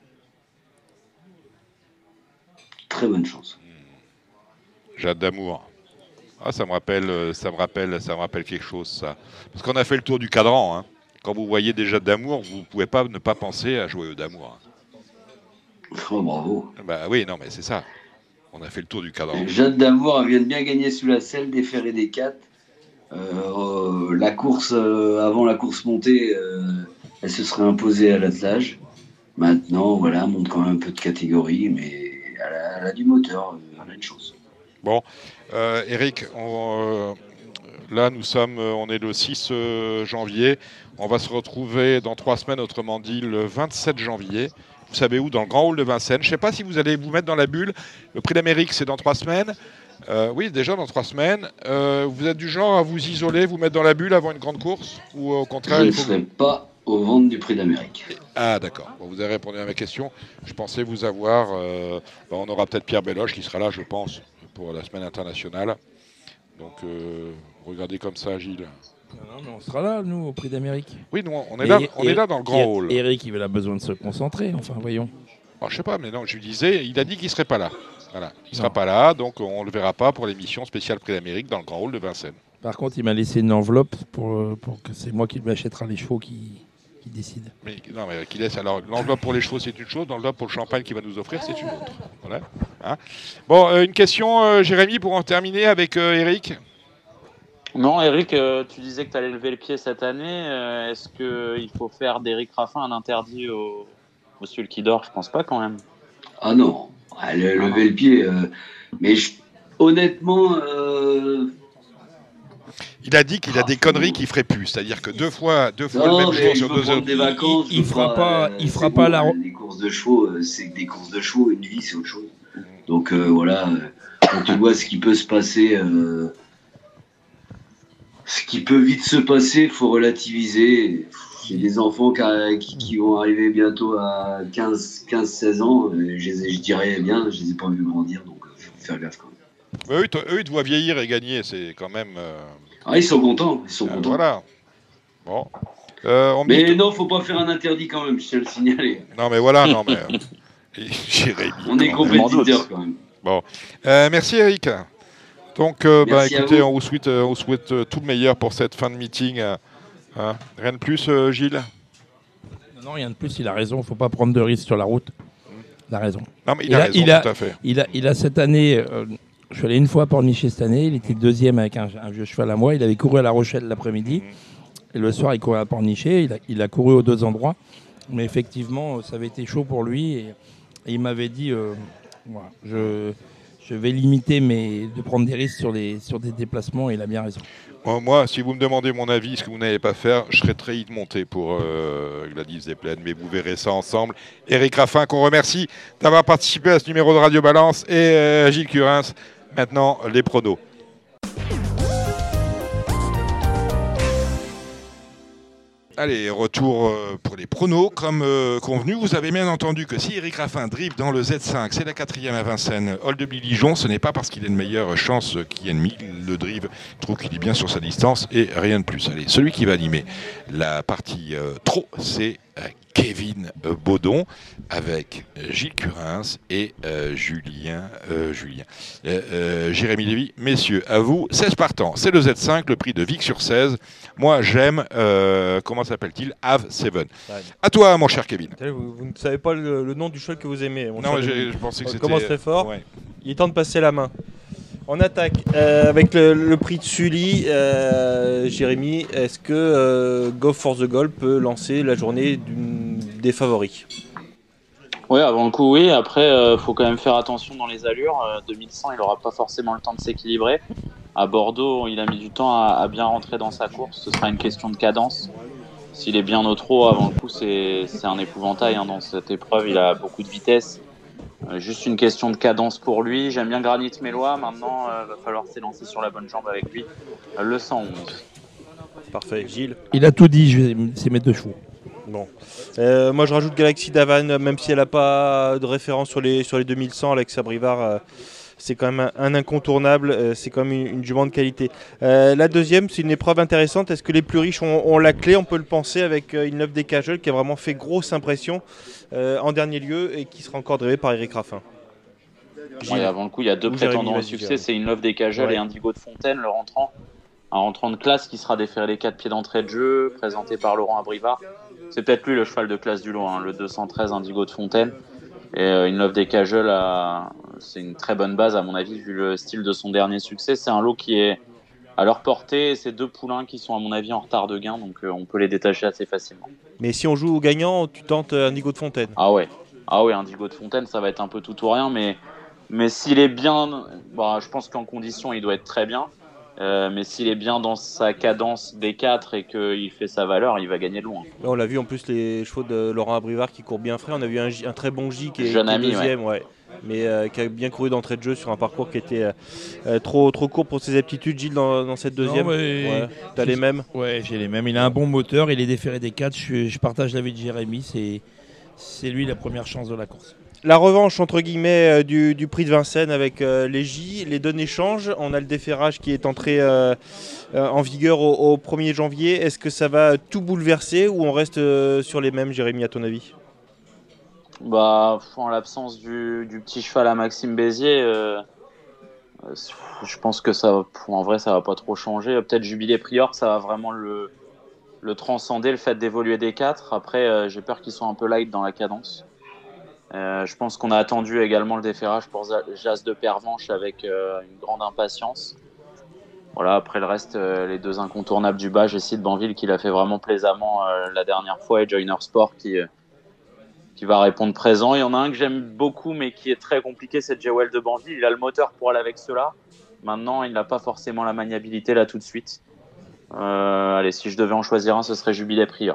Très bonne chance. Hmm. Jade d'amour. Ah, ça me rappelle, ça me rappelle, ça me rappelle quelque chose, ça. Parce qu'on a fait le tour du cadran. Hein. Quand vous voyez des Jade d'amour, vous ne pouvez pas ne pas penser à Joyeux d'amour. Hein. Oh, bravo. Bah oui, non, mais c'est ça. On a fait le tour du cadran. Jade d'amour, elle vient de bien gagner sous la selle, déférée des quatre. Euh, euh, la course, euh, avant la course montée, euh, elle se serait imposée à l'attelage. Maintenant, voilà, elle monte quand même un peu de catégorie, mais elle a, elle a du moteur, elle a une chance. Bon, euh, Eric, on, euh, là nous sommes, on est le six euh, janvier. On va se retrouver dans trois semaines, autrement dit le vingt-sept janvier. Vous savez où? Dans le Grand Hall de Vincennes. Je ne sais pas si vous allez vous mettre dans la bulle. Le Prix d'Amérique, c'est dans trois semaines. Euh, oui, déjà dans trois semaines. Euh, vous êtes du genre à vous isoler, vous mettre dans la bulle avant une grande course? Ou au contraire, Je ne il faut... serai pas au ventre du Prix d'Amérique. Ah d'accord, bon, vous avez répondu à ma question. Je pensais vous avoir... Euh... Bon, on aura peut-être Pierre Belloche qui sera là, je pense, pour la semaine internationale. Donc, euh, regardez comme ça, Gilles. Non, mais on sera là, nous, au Prix d'Amérique. Oui, nous, on est, là, on est là dans le grand hall. Eric, il a besoin de se concentrer, enfin, voyons. Alors, je sais pas, mais non, je lui disais, il a dit qu'il ne serait pas là. Voilà, il ne sera pas là, donc on ne le verra pas pour l'émission spéciale Prix d'Amérique dans le grand hall de Vincennes. Par contre, il m'a laissé une enveloppe pour, pour que c'est moi qui lui achètera les chevaux qui, qui décide. Mais, non, mais qui laisse. Alors, l'enveloppe pour les chevaux, c'est une chose, l'enveloppe pour le champagne qu'il va nous offrir, c'est une autre. Voilà. Hein, bon, euh, une question, euh, Jérémy, pour en terminer avec euh, Eric. Non, Eric, euh, tu disais que tu allais lever le pied cette année. Euh, Est-ce qu'il faut faire d'Eric Raffin un interdit au, au Sulky d'Or? Je pense pas quand même. Ah non, elle a levé le pied. Euh, mais je, honnêtement... Euh... Il a dit qu'il a Ah, des conneries qu'il ferait plus, c'est-à-dire que deux fois, deux fois non, le même mais jour sur deux heures. Des vacances, il, il fera pas, euh, il fera bon, pas la. Euh, des courses de chevaux, euh, c'est que des courses de chevaux. Une vie, c'est autre chose. Donc euh, voilà, euh, quand tu vois ce qui peut se passer, euh, ce qui peut vite se passer, faut relativiser. J'ai des enfants qui, qui, qui vont arriver bientôt à quinze seize ans. Euh, je, les ai, je dirais bien, je les ai pas vus grandir, donc il euh, faut faire gaffe quand même. Mais eux, eux, ils te voient vieillir et gagner, c'est quand même. Euh... Ah, ils sont contents, ils sont euh, contents. Voilà. Bon. Euh, on mais dit... non, faut pas faire un interdit quand même, je tiens à le signaler. Non, mais voilà, non, mais. Jérémy. On est compétiteurs quand même. Bon. Euh, merci, Eric. Donc, euh, bah, écoutez, vous. on vous souhaite, euh, on vous souhaite euh, tout le meilleur pour cette fin de meeting. Euh, hein. Rien de plus, euh, Gilles? Non, non, rien de plus. Il a raison. Il ne faut pas prendre de risques sur la route. Il a raison. Non, mais il, il a, a raison, il a, tout à fait. Il a, il a cette année. Euh, je suis allé une fois à Pornichet cette année. Il était deuxième avec un, un vieux cheval à moi. Il avait couru à La Rochelle l'après-midi. Mmh. Et le soir, il courait à Pornichet. Il a, il a couru aux deux endroits. Mais effectivement, ça avait été chaud pour lui. Et, et il m'avait dit euh, voilà, je. Je vais limiter mes, de prendre des risques sur, les, sur des déplacements et il a bien raison. Bon, moi, si vous me demandez mon avis, ce que vous n'allez pas faire, je serais très de monter pour euh, Gladys Desplaines, mais vous verrez ça ensemble. Éric Raffin, qu'on remercie d'avoir participé à ce numéro de Radio Balance, et euh, Gilles Curins. Maintenant, les pronos. Allez, retour euh, pour les pronos. Comme euh, convenu, vous avez bien entendu que si Éric Raffin drive dans le Z cinq, c'est la quatrième à Vincennes, Old-Blijon, ce n'est pas parce qu'il a une meilleure chance qu'il ennemi. Le drive, il trouve qu'il est bien sur sa distance et rien de plus. Allez, celui qui va animer la partie euh, trop, c'est euh, Kevin euh, Baudon avec Gilles Curins et euh, Julien, euh, Julien euh, euh, Jérémy Lévy. Messieurs, à vous, seize partants. C'est le Z cinq, le prix de Vic sur seize. Moi, j'aime, euh, comment s'appelle-t-il, Have Seven. Ouais. À toi, mon cher Kevin. Vous, vous ne savez pas le, le nom du cheval que vous aimez. Mon non, je, je pensais que c'était... On commence très fort. Ouais. Il est temps de passer la main. On attaque euh, avec le, le prix de Sully. Euh, Jérémy, est-ce que euh, Go for the Goal peut lancer la journée d'une, des favoris? Oui, avant le coup, oui. Après, il euh, faut quand même faire attention dans les allures. Euh, deux mille cent, il n'aura pas forcément le temps de s'équilibrer. À Bordeaux, il a mis du temps à, à bien rentrer dans sa course. Ce sera une question de cadence. S'il est bien au trot avant le coup, c'est, c'est un épouvantail hein, dans cette épreuve. Il a beaucoup de vitesse. Euh, juste une question de cadence pour lui. J'aime bien Granit Mélois. Maintenant, il euh, va falloir s'élancer sur la bonne jambe avec lui. Euh, le cent onze. Parfait. Gilles? Il a tout dit. Je vais, c'est mes deux chevaux. Bon. Euh, moi, je rajoute Galaxy d'Havane, même si elle n'a pas de référence sur les, sur les deux mille cent. Alexa Brivard, euh, c'est quand même un, un incontournable. Euh, c'est quand même une, une jument de qualité. Euh, la deuxième, c'est une épreuve intéressante. Est-ce que les plus riches ont, ont la clé? On peut le penser avec euh, une neuf des Cajol qui a vraiment fait grosse impression euh, en dernier lieu et qui sera encore drivé par Éric Raffin. Ouais, avant le coup, il y a deux Ou prétendants au succès. C'est une neuf des Cajol ouais. et Indigo de Fontaine, le rentrant. Un rentrant de classe qui sera déféré les quatre pieds d'entrée de jeu, présenté par Laurent Abrivard. C'est peut-être lui le cheval de classe du lot, hein, le deux cent treize Indigo de Fontaine. Et euh, une neuf des Cajol, a... c'est une très bonne base à mon avis, vu le style de son dernier succès. C'est un lot qui est à leur portée. C'est deux poulains qui sont à mon avis en retard de gain, donc euh, on peut les détacher assez facilement. Mais si on joue au gagnant, tu tentes Indigo de Fontaine? Ah ouais, ah ouais, Indigo de Fontaine, ça va être un peu tout ou rien, mais, mais s'il est bien, bah, je pense qu'en condition, il doit être très bien. Euh, mais s'il est bien dans sa cadence des quatre et qu'il fait sa valeur, il va gagner de loin. On l'a vu en plus les chevaux de Laurent Abrivard qui courent bien frais. On a vu un, un très bon J qui est, Jeune qui est ami, deuxième, ouais. Ouais, mais euh, qui a bien couru d'entrée de jeu sur un parcours qui était euh, trop, trop court pour ses aptitudes. Gilles, dans, dans cette deuxième, non, ouais, t'as les mêmes? Ouais, j'ai les mêmes. Il a un bon moteur, il est déféré des quatre. Je, je partage l'avis de Jérémy. C'est, c'est lui la première chance de la course. La revanche entre guillemets euh, du, du prix de Vincennes avec euh, les J, les données changent. On a le déferrage qui est entré euh, euh, en vigueur au, au premier janvier. Est-ce que ça va tout bouleverser ou on reste euh, sur les mêmes, Jérémy, à ton avis? Bah, en l'absence du, du petit cheval à Maxime Bézier, euh, je pense que ça, en vrai, ça va pas trop changer. Peut-être Jubilé Prior, ça va vraiment le, le transcender, le fait d'évoluer des quatre. Après, euh, j'ai peur qu'ils soient un peu light dans la cadence. Euh, je pense qu'on a attendu également le déferrage pour Jas de Pervenche avec euh, une grande impatience. Voilà, après le reste, euh, les deux incontournables du bas, j'ai Sid Banville qui l'a fait vraiment plaisamment euh, la dernière fois et Joyner Sport qui, euh, qui va répondre présent. Il y en a un que j'aime beaucoup, mais qui est très compliqué, c'est Jewel de Banville. Il a le moteur pour aller avec cela. Maintenant, il n'a pas forcément la maniabilité là tout de suite. Euh, allez, si je devais en choisir un, ce serait Jubilé Prior.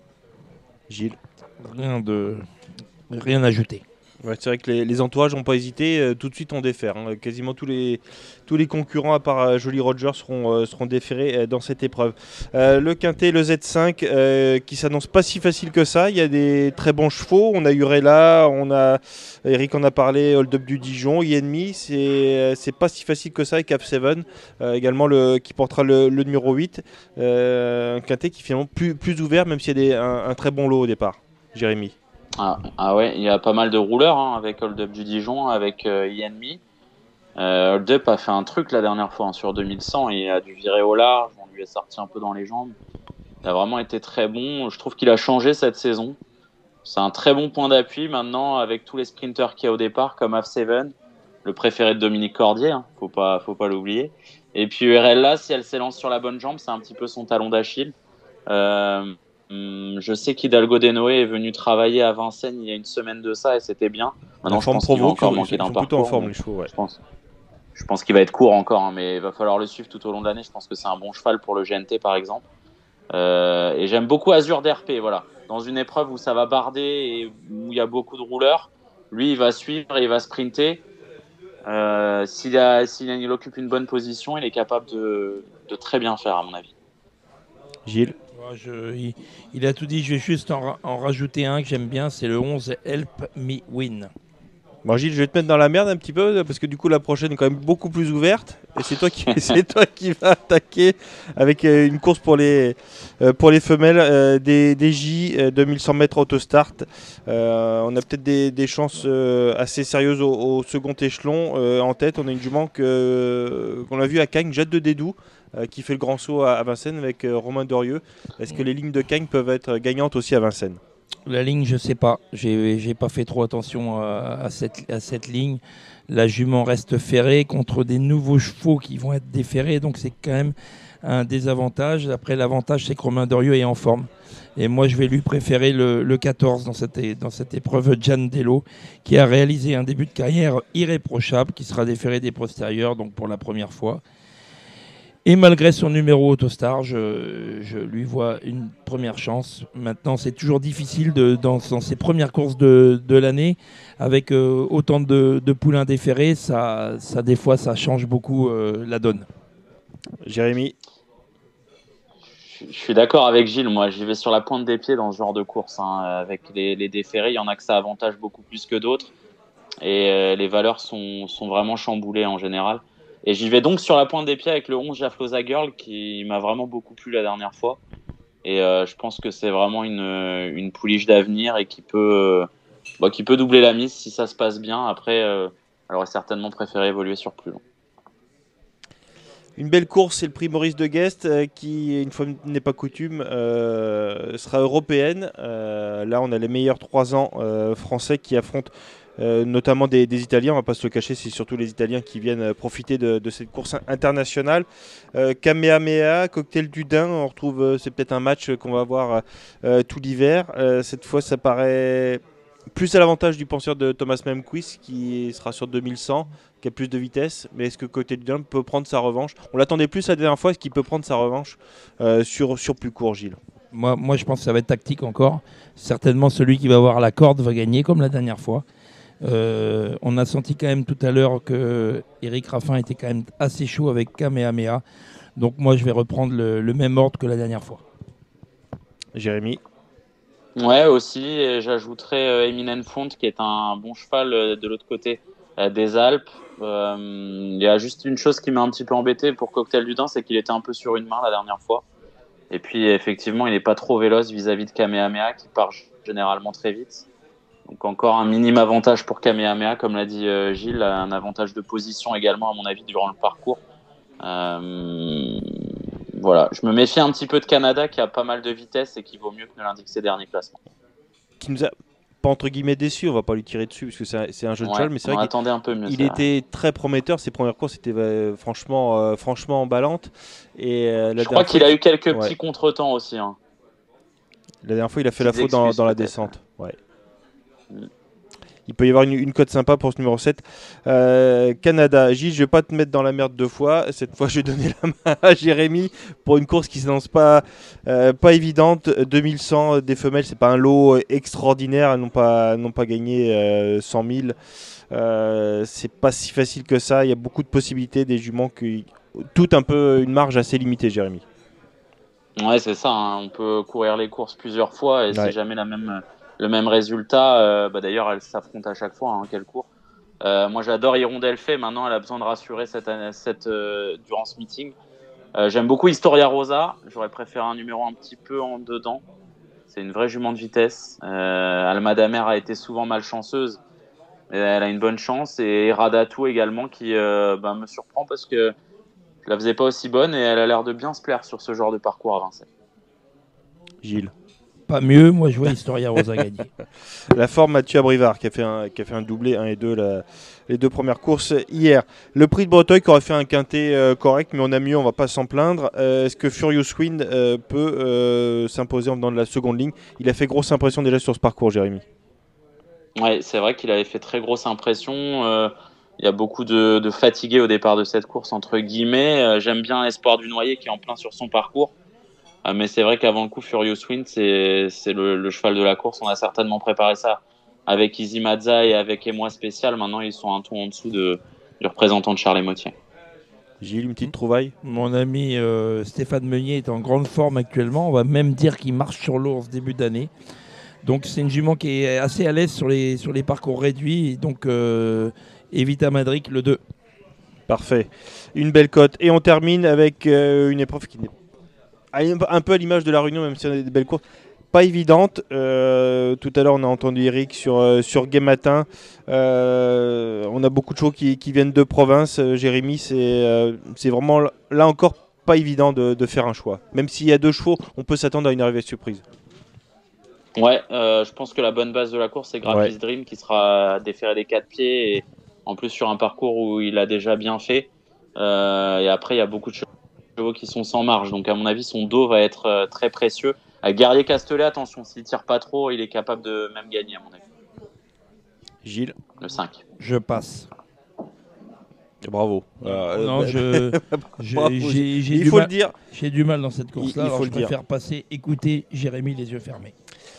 Gilles. Rien de rien à ajouter. Ouais, c'est vrai que les, les entourages n'ont pas hésité, euh, tout de suite on défère. Hein. Quasiment tous les, tous les concurrents, à part euh, Jolly Roger, seront, euh, seront déférés euh, dans cette épreuve. Euh, le Quintet, le Z cinq, euh, qui s'annonce pas si facile que ça. Il y a des très bons chevaux. On a Urella, on a Eric en a parlé, Hold Up du Dijon, Yenmi. C'est, c'est pas si facile que ça avec Cap sept, euh, également le, qui portera le, le numéro huit. Euh, un Quintet qui est finalement plus, plus ouvert, même s'il y a des, un, un très bon lot au départ. Jérémy. Ah, ah ouais, il y a pas mal de rouleurs hein, avec Hold Up du Dijon, avec euh, Yenmi. Euh, Hold Up a fait un truc la dernière fois hein, sur deux mille cent, il a dû virer au large, on lui a sorti un peu dans les jambes. Il a vraiment été très bon, je trouve qu'il a changé cette saison. C'est un très bon point d'appui maintenant avec tous les sprinters qu'il y a au départ, comme F sept, le préféré de Dominique Cordier, hein, faut pas, faut pas l'oublier. Et puis U R L là, si elle s'élance sur la bonne jambe, c'est un petit peu son talon d'Achille. Euh, Je sais qu'Hidalgo Denoé est venu travailler à Vincennes il y a une semaine de ça et c'était bien. Maintenant, je pense qu'il va encore manquer d'un parcours. En forme, les chevaux, ouais. Je pense, je pense qu'il va être court encore, hein, mais il va falloir le suivre tout au long de l'année. Je pense que c'est un bon cheval pour le G N T, par exemple. Euh, et j'aime beaucoup Azur d'R P. Voilà. Dans une épreuve où ça va barder et où il y a beaucoup de rouleurs, lui, il va suivre et il va sprinter. Euh, s'il, a, s'il a, il occupe une bonne position, il est capable de, de très bien faire, à mon avis. Gilles. Je, il, il a tout dit, je vais juste en, en rajouter un que j'aime bien, c'est le onze Help Me Win. Bon Gilles, je vais te mettre dans la merde un petit peu, parce que du coup la prochaine est quand même beaucoup plus ouverte, et c'est toi qui, c'est toi qui vas attaquer avec euh, une course pour les, euh, pour les femelles, euh, des, des J, euh, deux mille cent mètres autostart. Euh, on a peut-être des, des chances euh, assez sérieuses au, au second échelon. Euh, en tête, on a une jument que, qu'on a vue à Cagnes, Jade de Dédou, Euh, qui fait le grand saut à, à Vincennes avec euh, Romain Dorieux. Est-ce que les lignes de Cagnes peuvent être gagnantes aussi à Vincennes? La ligne, je sais pas. J'ai, j'ai pas fait trop attention à, à, cette, à cette ligne. La jument reste ferrée contre des nouveaux chevaux qui vont être déferrés, donc c'est quand même un désavantage. Après, l'avantage, c'est que Romain Dorieux est en forme. Et moi, je vais lui préférer le, le quatorze dans cette, dans cette épreuve, Gian Dello, qui a réalisé un début de carrière irréprochable, qui sera déféré des postérieurs, donc pour la première fois. Et malgré son numéro Autostar, je, je lui vois une première chance. Maintenant, c'est toujours difficile de, dans, dans ses premières courses de, de l'année, avec euh, autant de, de poulains déférés, ça, ça, des fois, ça change beaucoup euh, la donne. Jérémy. Je suis d'accord avec Gilles, moi j'y vais sur la pointe des pieds dans ce genre de course. Hein. Avec les, les déférés, il y en a que ça avantage beaucoup plus que d'autres. Et euh, les valeurs sont, sont vraiment chamboulées en général. Et j'y vais donc sur la pointe des pieds avec le onze Jafloza Girl qui m'a vraiment beaucoup plu la dernière fois. Et euh, je pense que c'est vraiment une, une pouliche d'avenir et qui peut, euh, bah, qui peut doubler la mise si ça se passe bien. Après, euh, elle aurait certainement préféré évoluer sur plus long. Une belle course, c'est le prix Maurice de Guest euh, qui, une fois n'est pas coutume, euh, sera européenne. Euh, là, on a les meilleurs trois ans euh, français qui affrontent Euh, notamment des, des Italiens, on va pas se le cacher, c'est surtout les Italiens qui viennent profiter de, de cette course internationale. Euh, Kamehameha, Cocktail du Dain, on retrouve, euh, c'est peut-être un match qu'on va voir euh, tout l'hiver. Euh, cette fois, ça paraît plus à l'avantage du penseur de Thomas Memquist qui sera sur deux mille cent, qui a plus de vitesse. Mais est-ce que Cocktail du Dain peut prendre sa revanche? On l'attendait plus la dernière fois, est-ce qu'il peut prendre sa revanche euh, sur, sur plus court, Gilles? Moi, moi, je pense que ça va être tactique encore. Certainement, celui qui va avoir la corde va gagner, comme la dernière fois. Euh, on a senti quand même tout à l'heure que Eric Raffin était quand même assez chaud avec Kamehameha. Donc moi, je vais reprendre le, le même ordre que la dernière fois. Jérémy. Ouais, aussi. Et j'ajouterais euh, Eminent Font, qui est un bon cheval euh, de l'autre côté euh, des Alpes. Euh, il y a juste une chose qui m'a un petit peu embêté pour Cocktail du Dain, c'est qu'il était un peu sur une main la dernière fois. Et puis, effectivement, il n'est pas trop véloce vis-à-vis de Kamehameha, qui part généralement très vite. Donc encore un minime avantage pour Kamehameha, comme l'a dit euh, Gilles, un avantage de position également à mon avis durant le parcours. Euh, voilà, je me méfie un petit peu de Canada qui a pas mal de vitesse et qui vaut mieux que ne l'indique ses derniers classements. Qui nous a pas entre guillemets déçu, on va pas lui tirer dessus parce que c'est un, c'est un jeune ouais, cheval, mais c'est on vrai attendait un peu mieux. Il était très prometteur, ses premières courses étaient euh, franchement, euh, franchement emballantes. Et euh, la je crois qu'il fois, a eu quelques ouais. petits contretemps aussi. Hein. La dernière fois, il a fait la faute dans, dans la descente. Ouais. Il peut y avoir une, une cote sympa pour ce numéro sept. Euh, Canada. Gilles, je ne vais pas te mettre dans la merde deux fois. Cette fois, je vais donner la main à Jérémy pour une course qui ne s'annonce pas, euh, pas évidente. deux mille cent des femelles, c'est pas un lot extraordinaire. Elles n'ont pas, n'ont pas gagné euh, cent mille. Euh, c'est pas si facile que ça. Il y a beaucoup de possibilités. Des juments qui... Tout un peu une marge assez limitée, Jérémy. Ouais, c'est ça. Hein. On peut courir les courses plusieurs fois et Ouais. c'est jamais la même, le même résultat. Euh, bah, d'ailleurs, elles s'affrontent à chaque fois. Hein, quelle court. Euh, moi, j'adore Hirondelle Fait. Maintenant, elle a besoin de rassurer cette, cette, euh, durant ce meeting. Euh, j'aime beaucoup Historia Rosa. J'aurais préféré un numéro un petit peu en dedans. C'est une vraie jument de vitesse. Euh, Alma Damer a été souvent malchanceuse. Mais elle a une bonne chance. Et Radatou également qui euh, bah, me surprend parce que je la faisais pas aussi bonne et elle a l'air de bien se plaire sur ce genre de parcours à Vincennes. Gilles. Pas mieux, moi je vois Historia Rosa gagner. La forme Mathieu Abrivard qui a fait un, qui a fait un doublé un et deux la, les deux premières courses hier. Le prix de Breteuil qui aurait fait un quintet euh, correct, mais on a mieux, on va pas s'en plaindre. Euh, est-ce que Furious Wind euh, peut euh, s'imposer en venant de la seconde ligne? Il a fait grosse impression déjà sur ce parcours, Jérémy. Ouais, c'est vrai qu'il avait fait très grosse impression. Euh, il y a beaucoup de, de fatigués au départ de cette course, entre guillemets. Euh, j'aime bien Espoir du Noyer qui est en plein sur son parcours. Euh, mais c'est vrai qu'avant le coup, Furious Wind, c'est, c'est le, le cheval de la course. On a certainement préparé ça avec Easy Mazza et avec Émoi Spécial. Maintenant, ils sont un ton en dessous de, du représentant de Charles Motier. Gilles, une petite trouvaille? Mon ami euh, Stéphane Meunier est en grande forme actuellement. On va même dire qu'il marche sur l'eau en ce début d'année. Donc c'est une jument qui est assez à l'aise sur les, sur les parcours réduits. Donc euh, Evita Madric, le deux. Parfait. Une belle cote. Et on termine avec euh, une épreuve qui n'est un peu à l'image de la Réunion, même si on a des belles courses. Pas évidente. Euh, tout à l'heure, on a entendu Eric sur, euh, sur Game Matin. Euh, on a beaucoup de chevaux qui, qui viennent de province. Euh, Jérémy, c'est, euh, c'est vraiment là encore pas évident de, de faire un choix. Même s'il y a deux chevaux, on peut s'attendre à une arrivée surprise. Ouais, euh, je pense que la bonne base de la course, c'est Graphis Ouais. Dream qui sera déféré des quatre pieds et en plus sur un parcours où il a déjà bien fait. Euh, et après, il y a beaucoup de chevaux qui sont sans marge. Donc, à mon avis, son dos va être euh, très précieux. À Guerrier Castellet, attention, s'il tire pas trop, il est capable de même gagner, à mon avis. Gilles, le cinq. Je passe. Bravo. Euh, non, bah, je, je- bravo. j'ai, j'ai Il du faut mal, le dire. J'ai du mal dans cette course-là. Il- il alors faut je le dire. préfère passer, écouter Jérémy les yeux fermés.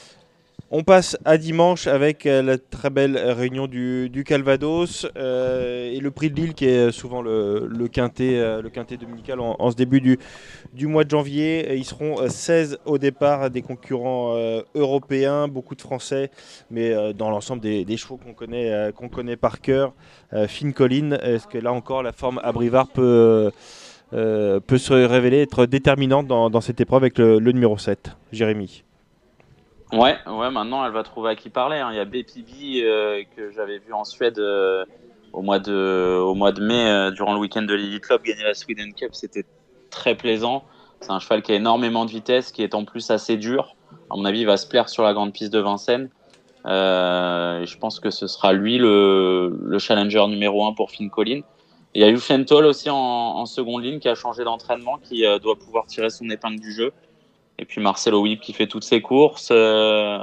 On passe à dimanche avec euh, la très belle réunion du, du Calvados euh, et le prix de Lille qui est souvent le, le quintet, euh, le quintet dominical en, en ce début du, du mois de janvier. Et ils seront euh, seize au départ, des concurrents euh, européens, beaucoup de Français, mais euh, dans l'ensemble des, des chevaux qu'on connaît, euh, qu'on connaît par cœur. Euh, Finn Collin, est-ce que là encore la forme Abrivard peut, euh, peut se révéler être déterminante dans, dans cette épreuve avec le, le numéro sept, Jérémy? Ouais, ouais, maintenant elle va trouver à qui parler. Hein. Il y a B P B euh, que j'avais vu en Suède euh, au, mois de, au mois de mai, euh, durant le week-end de l'Elite Club, gagner la Sweden Cup, c'était très plaisant. C'est un cheval qui a énormément de vitesse, qui est en plus assez dur. À mon avis, il va se plaire sur la grande piste de Vincennes. Euh, et je pense que ce sera lui le, le challenger numéro un pour Finn Collin. Il y a eu Fentol aussi en, en seconde ligne qui a changé d'entraînement, qui euh, doit pouvoir tirer son épingle du jeu. Et puis Marcelo Whip qui fait toutes ses courses. Euh,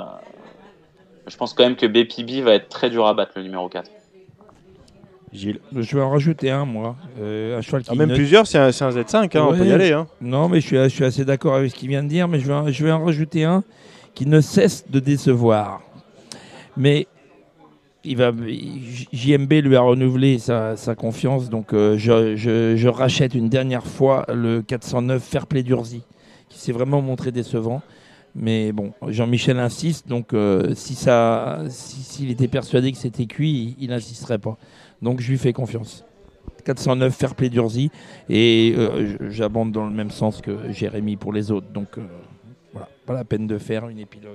je pense quand même que B P B va être très dur à battre, le numéro quatre. Gilles. Je vais en rajouter un, moi. Euh, un cheval qui Ah, même ne- plusieurs, c'est un, c'est un Z cinq, hein, on Ouais. peut y aller. Hein. Non, mais je suis, je suis assez d'accord avec ce qu'il vient de dire, mais je vais, en- je vais en rajouter un qui ne cesse de décevoir. Mais il va, J M B lui a renouvelé sa, sa confiance, donc euh, je, je- je rachète une dernière fois le quatre cent neuf Fairplay d'Urzy, qui s'est vraiment montré décevant. Mais bon, Jean-Michel insiste, donc euh, si ça, si- s'il était persuadé que c'était cuit, il n'insisterait pas. Donc je lui fais confiance. quatre cent neuf Fairplay d'Urzy, et euh, je- j'abonde dans le même sens que Jérémy pour les autres. Donc euh, voilà, pas la peine de faire une épilogue.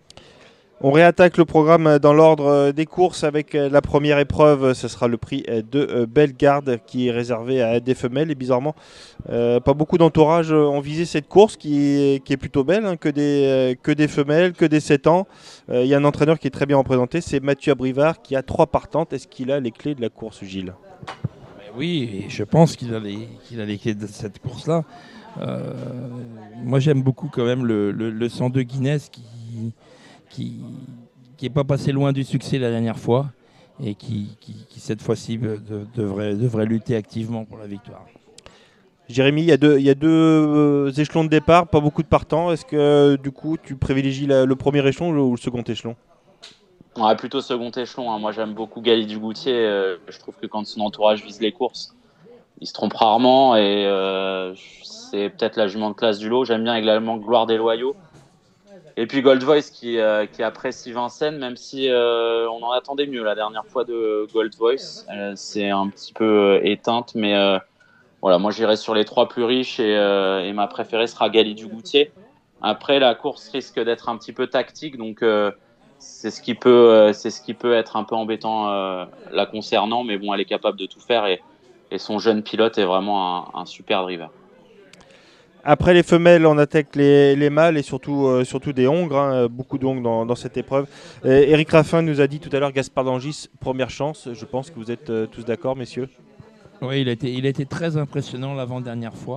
On réattaque le programme dans l'ordre des courses avec la première épreuve. Ce sera le prix de Bellegarde qui est réservé à des femelles. Et bizarrement, euh, pas beaucoup d'entourage ont visé cette course qui est, qui est plutôt belle, hein, que, des, que des femelles, que des sept ans. Il euh, y a un entraîneur qui est très bien représenté, c'est Mathieu Abrivard qui a trois partantes. Est-ce qu'il a les clés de la course, Gilles? Oui, et je pense qu'il a les, qu'il a les clés de cette course-là. Euh, moi, j'aime beaucoup quand même le, le, le cent deux Guinness qui, qui, qui est pas passé loin du succès la dernière fois et qui, qui, qui cette fois-ci de, devrait, devrait lutter activement pour la victoire. Jérémy, il y a deux, il y a deux euh, échelons de départ, pas beaucoup de partants. Est-ce que euh, du coup tu privilégies la, le premier échelon ou le second échelon? Ouais, plutôt second échelon. Hein. Moi, j'aime beaucoup Gali Dugoutier. Euh, je trouve que quand son entourage vise les courses, il se trompe rarement et euh, c'est peut-être la jument de classe du lot. J'aime bien également Gloire des Loyaux. Et puis Gold Voice qui, euh, qui apprécie Vincennes, même si euh, on en attendait mieux la dernière fois de Gold Voice. Euh, c'est un petit peu euh, éteinte, mais euh, voilà, moi j'irai sur les trois plus riches et, euh, et ma préférée sera Gali Dugoutier. Après, la course risque d'être un petit peu tactique, donc euh, c'est ce qui peut, euh, c'est ce qui peut être un peu embêtant euh, la concernant, mais bon, elle est capable de tout faire et, et son jeune pilote est vraiment un, un super driver. Après les femelles, on attaque les, les mâles et surtout, euh, surtout des hongres, hein, beaucoup d'hongres dans, dans cette épreuve. Et Eric Raffin nous a dit tout à l'heure, Gaspard d'Angis, première chance. Je pense que vous êtes euh, tous d'accord, messieurs. Oui, il a été, il a été très impressionnant l'avant-dernière fois.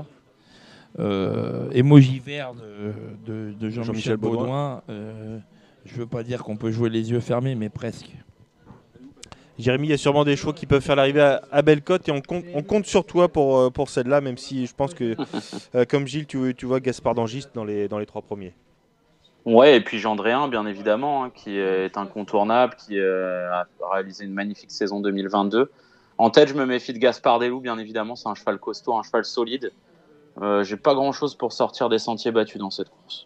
Euh, émoji vert de, de, de Jean-Michel, Jean-Michel Baudouin. Baudouin. Euh, je ne veux pas dire qu'on peut jouer les yeux fermés, mais presque. Jérémy, il y a sûrement des chevaux qui peuvent faire l'arrivée à, à Bellecote et on compte, on compte sur toi pour, pour celle-là, même si je pense que, euh, comme Gilles, tu, tu vois Gaspard d'Angis dans les, dans les trois premiers. Ouais, et puis Gendréen, bien évidemment, hein, qui est incontournable, qui euh, a réalisé une magnifique saison deux mille vingt-deux. En tête, je me méfie de Gaspard Desloups, bien évidemment, c'est un cheval costaud, un cheval solide. Euh, j'ai pas grand-chose pour sortir des sentiers battus dans cette course.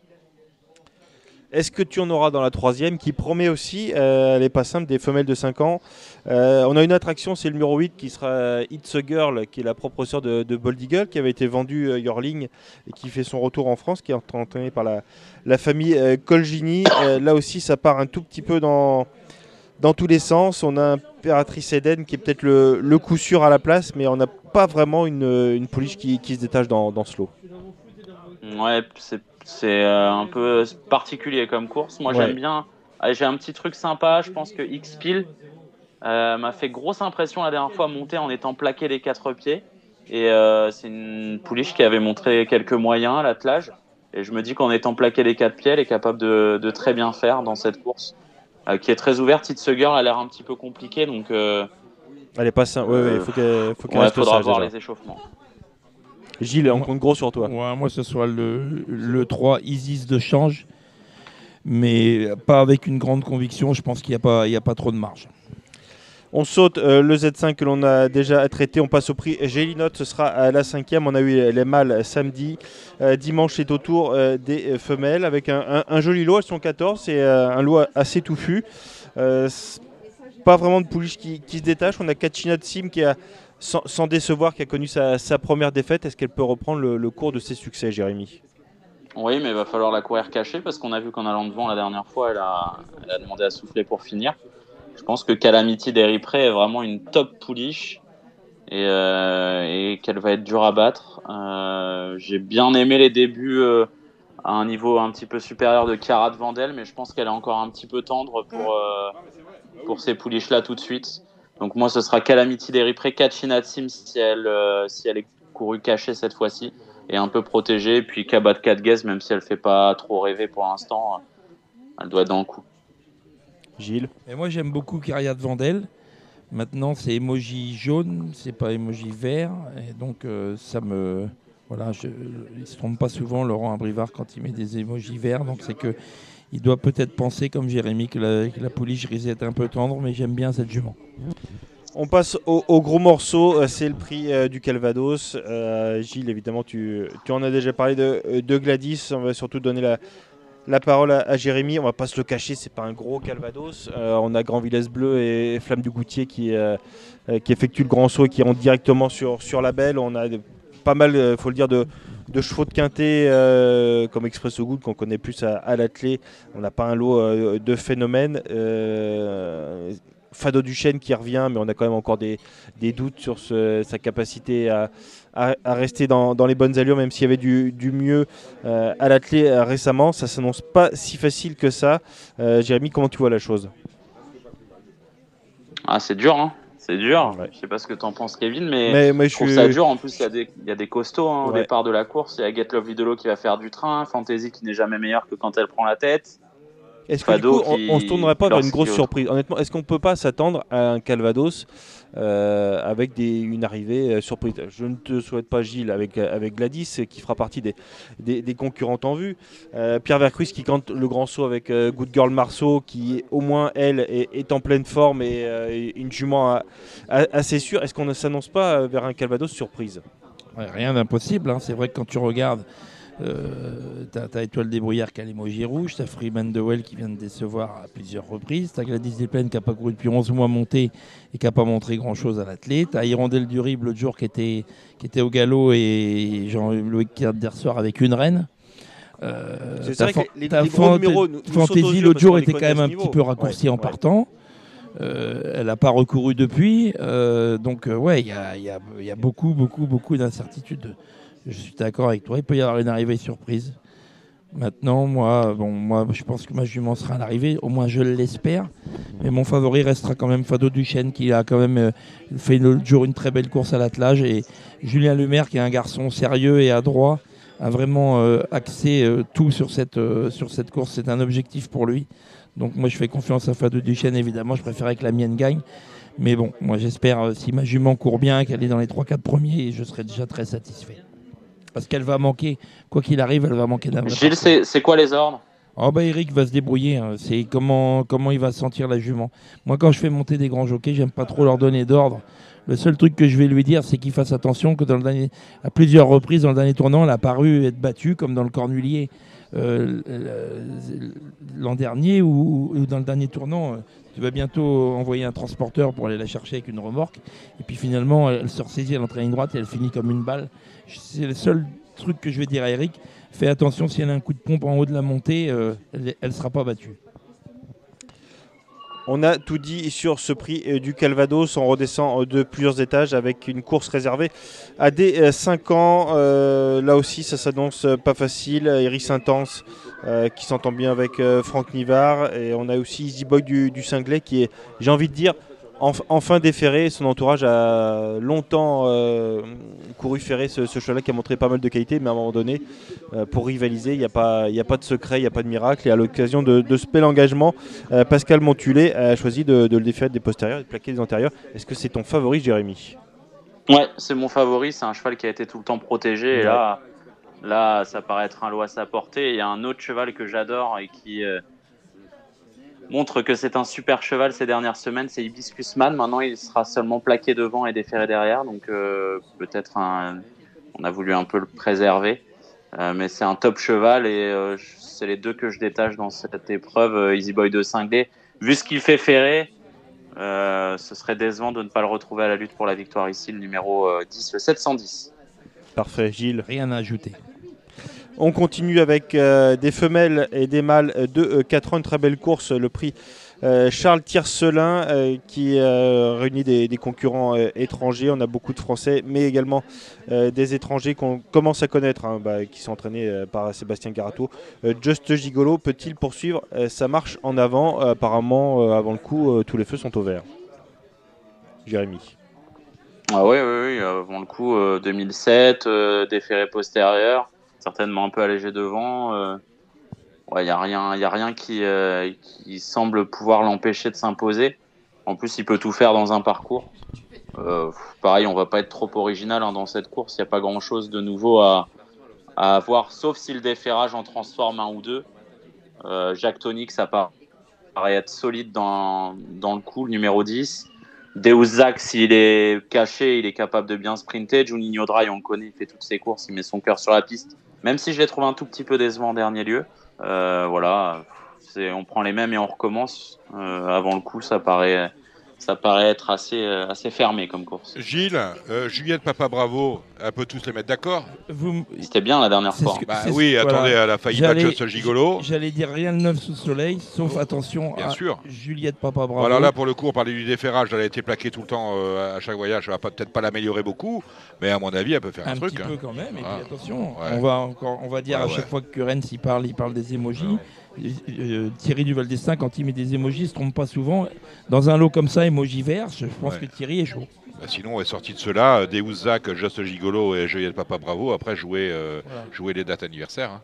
Est-ce que tu en auras dans la troisième qui promet aussi, euh, elle n'est pas simple, des femelles de cinq ans. Euh, on a une attraction, c'est le numéro huit qui sera It's a Girl, qui est la propre sœur de, de Bold Eagle, qui avait été vendue euh, Yearling et qui fait son retour en France, qui est entraînée par la, la famille euh, Colgini. Euh, là aussi, ça part un tout petit peu dans, dans tous les sens. On a Impératrice Eden qui est peut-être le, le coup sûr à la place, mais on n'a pas vraiment une, une pouliche qui, qui se détache dans, dans ce lot. Ouais, c'est C'est euh, un peu particulier comme course. Moi, ouais. j'aime bien. J'ai un petit truc sympa. Je pense que X-Pil euh, m'a fait grosse impression la dernière fois monter en étant plaqué les quatre pieds. Et euh, c'est une pouliche qui avait montré quelques moyens à l'attelage. Et je me dis qu'en étant plaqué les quatre pieds, elle est capable de, de très bien faire dans cette course, euh, qui est très ouverte. It's a Girl a l'air un petit peu compliquée. Donc, euh, elle est pas simple. Ouais, ouais, il faut qu'elle, faut qu'elle ouais, reste faudra sage, voir déjà. les échauffements. Gilles, on compte gros sur toi. Ouais, moi, ce sera le, le trois Isis de change, mais pas avec une grande conviction. Je pense qu'il n'y a pas, il y a pas trop de marge. On saute euh, le Z cinq que l'on a déjà traité. On passe au prix Gélinote. Ce sera à la cinquième. On a eu les mâles samedi. Euh, dimanche, c'est au tour euh, des femelles avec un, un, un joli lot. Elles sont quatorze. C'est euh, un lot assez touffu. Euh, pas vraiment de pouliche qui, qui se détache. On a Kachina Sim qui a, sans, sans décevoir, qui a connu sa, sa première défaite. Est-ce qu'elle peut reprendre le, le cours de ses succès, Jérémy ? Oui, mais il va falloir la courir cachée parce qu'on a vu qu'en allant devant la dernière fois, elle a, elle a demandé à souffler pour finir. Je pense que Calamity d'Eripré est vraiment une top pouliche et, euh, et qu'elle va être dure à battre. Euh, j'ai bien aimé les débuts euh, à un niveau un petit peu supérieur de Chiara de Vandel, mais je pense qu'elle est encore un petit peu tendre pour, euh, pour ces pouliches-là tout de suite. Donc moi, ce sera Calamity d'Eripré, Kachina Sim si elle, euh, si elle est courue cachée cette fois-ci et un peu protégée. Puis Kabat Kadgez, même si elle ne fait pas trop rêver pour l'instant, elle doit être dans le coup. Gilles. Et moi j'aime beaucoup Kyria de Vandel. Maintenant c'est emoji jaune, c'est pas emoji vert. Et donc euh, ça me. Voilà, je... il se trompe pas souvent Laurent Abrivard quand il met des emojis verts. Donc c'est que il doit peut-être penser comme Jérémy que la, que la pouliche risque d'être un peu tendre, mais j'aime bien cette jument. On passe au, au gros morceau, c'est le prix euh, du Calvados. Euh, Gilles, évidemment, tu, tu en as déjà parlé de, de Gladys. On va surtout donner la. La parole à, à Jérémy, on va pas se le cacher, c'est pas un gros Calvados. Euh, on a Grand Villesse Bleu et Flamme du Goutier qui, euh, qui effectuent le grand saut et qui rentrent directement sur, sur la belle. On a de, pas mal, il euh, faut le dire, de, de chevaux de quintet euh, comme Expresso Good qu'on connaît plus à, à l'attelé. On n'a pas un lot euh, de phénomènes. Euh, Fado Duchesne qui revient, mais on a quand même encore des, des doutes sur ce, sa capacité à, à, à rester dans, dans les bonnes allures, même s'il y avait du, du mieux euh, à l'attelé euh, récemment. Ça ne s'annonce pas si facile que ça. Euh, Jérémy, comment tu vois la chose ? Ah, c'est dur, hein. C'est dur. Ouais. Je ne sais pas ce que tu en penses, Kevin, mais, mais, mais je trouve suis... ça dur. En plus, il y a des, il y a des costauds hein, ouais. au départ de la course. Il y a Get Love Lidolo qui va faire du train, Fantasy qui n'est jamais meilleure que quand elle prend la tête. Est-ce que du Fado coup, on, qui- on se tournerait pas vers une lorsqu'il grosse est au- surprise? Honnêtement, est-ce qu'on peut pas s'attendre à un Calvados euh, avec des, une arrivée euh, surprise? Je ne te souhaite pas Gilles avec, avec Gladys euh, qui fera partie des, des, des concurrentes en vue. Euh, Pierre Vercruis qui compte le grand saut avec euh, Good Girl Marceau qui au moins elle est, est en pleine forme et euh, une jument à- à- assez sûre. Est-ce qu'on ne s'annonce pas euh, vers un Calvados surprise? Ouais, rien d'impossible, hein. C'est vrai que quand tu regardes, euh, t'as, t'as Étoile Débrouillard qui a l'émoji rouge, t'as Freeman Dewell qui vient de décevoir à plusieurs reprises, t'as Gladys Desplaines qui n'a pas couru depuis onze mois monté et qui n'a pas montré grand-chose à l'athlète, t'as Hirondelle du Rib l'autre jour qui était, qui était au galop et Jean-Louis Dersoir avec une reine. Euh, C'est t'as vrai que Fan- les- t'as les gros Fant- numéros nous- nous sautent aux Fantasy yeux l'autre parce jour qu'on les était quand connaît à même ce un niveau. petit peu raccourci Ouais, en ouais. partant. Euh, elle n'a pas recouru depuis, euh, donc euh, ouais, il y a, y a- y a beaucoup, beaucoup, beaucoup d'incertitudes. Je suis d'accord avec toi. Il peut y avoir une arrivée surprise. Maintenant, moi, bon, moi, je pense que ma jument sera à l'arrivée. Au moins, je l'espère. Mais mon favori restera quand même Fado Duchesne, qui a quand même euh, fait l'autre jour une très belle course à l'attelage. Et Julien Lemaire, qui est un garçon sérieux et adroit, a vraiment euh, axé euh, tout sur cette, euh, sur cette course. C'est un objectif pour lui. Donc moi, je fais confiance à Fado Duchesne, évidemment. Je préférais que la mienne gagne. Mais bon, moi, j'espère, euh, si ma jument court bien, qu'elle est dans les trois quatre premiers, je serai déjà très satisfait. Parce qu'elle va manquer, quoi qu'il arrive, elle va manquer d'un vrai Gilles, parcours. c'est c'est quoi les ordres? Oh bah Eric va se débrouiller, hein. C'est comment, comment il va sentir la jument. Moi quand je fais monter des grands jockeys, j'aime pas trop leur donner d'ordre. Le seul truc que je vais lui dire, c'est qu'il fasse attention que dans le dernier, à plusieurs reprises dans le dernier tournant, elle a paru être battue, comme dans le Cornulier euh, l'an dernier, ou, ou dans le dernier tournant, euh, tu vas bientôt envoyer un transporteur pour aller la chercher avec une remorque, et puis finalement elle, elle se ressaisit à l'entrée ligne droite et elle finit comme une balle. C'est le seul truc que je vais dire à Eric. Fais attention, si elle a un coup de pompe en haut de la montée, euh, elle ne sera pas battue. On a tout dit sur ce prix euh, du Calvados. On redescend euh, de plusieurs étages avec une course réservée à des euh, cinq ans. Euh, là aussi, ça s'annonce euh, pas facile. Eric Saint-Anse euh, qui s'entend bien avec euh, Franck Nivard. Et on a aussi Easy Boy du, du Cinglet qui est, j'ai envie de dire, enf- enfin déféré. Son entourage a longtemps euh, couru ferrer ce, ce cheval-là qui a montré pas mal de qualité. Mais à un moment donné, euh, pour rivaliser, il n'y a, pas- il y a pas de secret, il n'y a pas de miracle. Et à l'occasion de, de ce bel engagement, euh, Pascal Montulé a choisi de, de le déférer des postérieurs et de plaquer des antérieurs. Est-ce que c'est ton favori, Jérémy? Ouais, c'est mon favori. C'est un cheval qui a été tout le temps protégé. Et Ouais. là, là, ça paraît être un lot à sa portée. Il y a un autre cheval que j'adore et qui euh, montre que c'est un super cheval ces dernières semaines. C'est Hibiscus Man. Maintenant, il sera seulement plaqué devant et déféré derrière. Donc, euh, peut-être un... on a voulu un peu le préserver. Euh, mais c'est un top cheval et euh, c'est les deux que je détache dans cette épreuve. Euh, Easy Boy de Cinglé. Vu ce qu'il fait ferrer, euh, ce serait décevant de ne pas le retrouver à la lutte pour la victoire ici, le numéro euh, dix, le sept cent dix. Parfait, Gilles. Rien à ajouter. On continue avec euh, des femelles et des mâles de euh, quatre ans. Une très belle course, le prix euh, Charles Tiercelin euh, qui euh, réunit des, des concurrents euh, étrangers. On a beaucoup de Français, mais également euh, des étrangers qu'on commence à connaître, hein, bah, qui sont entraînés euh, par Sébastien Garato. Euh, Just Gigolo peut-il poursuivre euh, sa marche en avant? Euh, Apparemment, euh, avant le coup, euh, tous les feux sont au vert. Jérémy. Ah oui, oui, oui, avant le coup, euh, deux mille sept, euh, déféré postérieur, certainement un peu allégé devant. Euh, ouais, il n'y a rien, y a rien qui, euh, qui semble pouvoir l'empêcher de s'imposer. En plus, il peut tout faire dans un parcours. Euh, pareil, on va pas être trop original hein, dans cette course. Il n'y a pas grand-chose de nouveau à, à avoir, sauf si le déferrage en transforme un ou deux. Euh, Jacques Tonic, ça paraît être solide dans, dans le coup, le numéro dix. Deus Zach, s'il est caché, il est capable de bien sprinter. Juninho Dry, on le connaît, il fait toutes ses courses, il met son cœur sur la piste. Même si je l'ai trouvé un tout petit peu décevant en dernier lieu. Euh, voilà, c'est, on prend les mêmes et on recommence. Euh, avant le coup, ça paraît, ça paraît être assez, assez fermé comme course. Gilles, euh, Juliette Papa Bravo, on peut tous les mettre d'accord. Vous... C'était bien la dernière C'est fois. ce que- Bah c'est ce- oui, voilà. attendez, elle a failli J'allais- battre Just Gigolo. J'allais dire rien de neuf sous le soleil, sauf attention Bien à sûr. Juliette Papa Bravo. Voilà, là pour le coup, on parlait du déferrage, elle a été plaquée tout le temps euh, à chaque voyage, ça va pas- peut-être pas l'améliorer beaucoup, mais à mon avis, elle peut faire un, un truc. petit hein. peu quand même, et Ah. puis attention, Ouais. on va encore, on va dire Ouais, à ouais. chaque fois que Curren s'y parle, il parle des émojis. Euh, Thierry Duval d'Estaing, quand il met des émojis, il se trompe pas souvent. Dans un lot comme ça, émoji vert, je pense Ouais. que Thierry est chaud. Bah, sinon, on est sorti de cela, Deus Zach, Just Gigolo et Juliette Papa Bravo, après jouer, euh, Voilà. jouer les dates anniversaires. hein.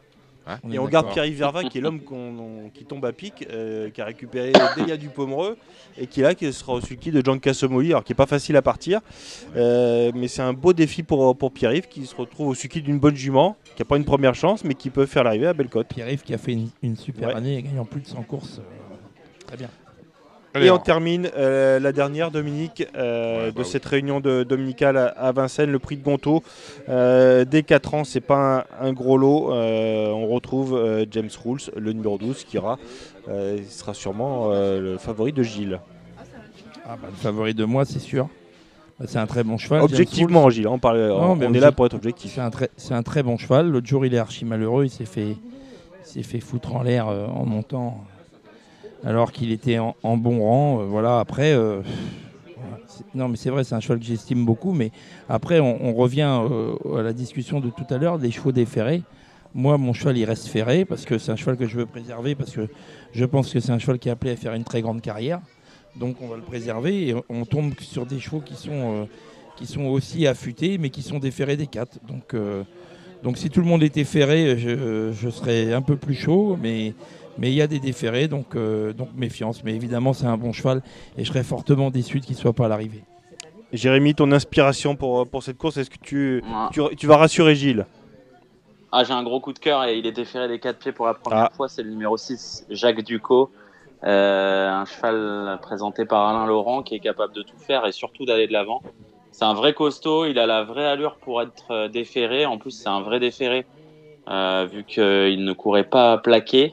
Hein Et on garde Pierre-Yves Verva, qui est l'homme qu'on, on- qui tombe à pic, euh, qui a récupéré Delia du Pomereux, et qui est là, qui sera au sulky de John Cassomoli, alors qui n'est pas facile à partir. Euh, mais c'est un beau défi pour, pour Pierre-Yves, qui se retrouve au sulky d'une bonne jument, qui n'a pas une première chance, mais qui peut faire l'arrivée à Bellecote. Pierre-Yves qui a fait une, une super Ouais. année, gagnant plus de cent courses. euh, très bien. Et on termine euh, la dernière, Dominique, euh, Ouais, bah de oui. cette réunion de, dominicale à, à Vincennes, le prix de Gontaut. Euh, dès quatre ans, c'est pas un, un gros lot. Euh, on retrouve euh, James Rules, le numéro douze, qui ira, euh, il sera sûrement euh, le favori de Gilles. Ah, bah, le favori de moi, c'est sûr. Bah, c'est un très bon cheval. Objectivement, James Gilles, on, parle, Non, on, mais on est object- là pour être objectif. C'est un, très, c'est un très bon cheval. L'autre jour, il est archi malheureux. Il s'est fait, il s'est fait foutre en l'air euh, en montant, alors qu'il était en, en bon rang. Euh, voilà. Après, euh, voilà. C'est- non, mais c'est vrai, c'est un cheval que j'estime beaucoup. Mais après, on, on revient euh, à la discussion de tout à l'heure des chevaux déferrés. Moi, mon cheval, il reste ferré parce que c'est un cheval que je veux préserver, parce que je pense que c'est un cheval qui est appelé à faire une très grande carrière. Donc, on va le préserver et on- on tombe sur des chevaux qui sont, euh, qui sont aussi affûtés, mais qui sont déferrés des quatre. Donc, euh, donc si tout le monde était ferré, je, je serais un peu plus chaud, mais mais il y a des déferrés, donc, euh, donc méfiance. Mais évidemment, c'est un bon cheval et je serais fortement déçu qu'il ne soit pas à l'arrivée. Jérémy, ton inspiration pour, pour cette course, est-ce que tu, Ouais. tu, tu vas rassurer Gilles? Ah, j'ai un gros coup de cœur et il est déféré des quatre pieds pour la première Ah. fois. C'est le numéro six, Jacques Ducos. Euh, un cheval présenté par Alain Laurent qui est capable de tout faire et surtout d'aller de l'avant. C'est un vrai costaud, il a la vraie allure pour être euh, déféré. En plus, c'est un vrai déféré euh, vu qu'il ne courait pas plaqué.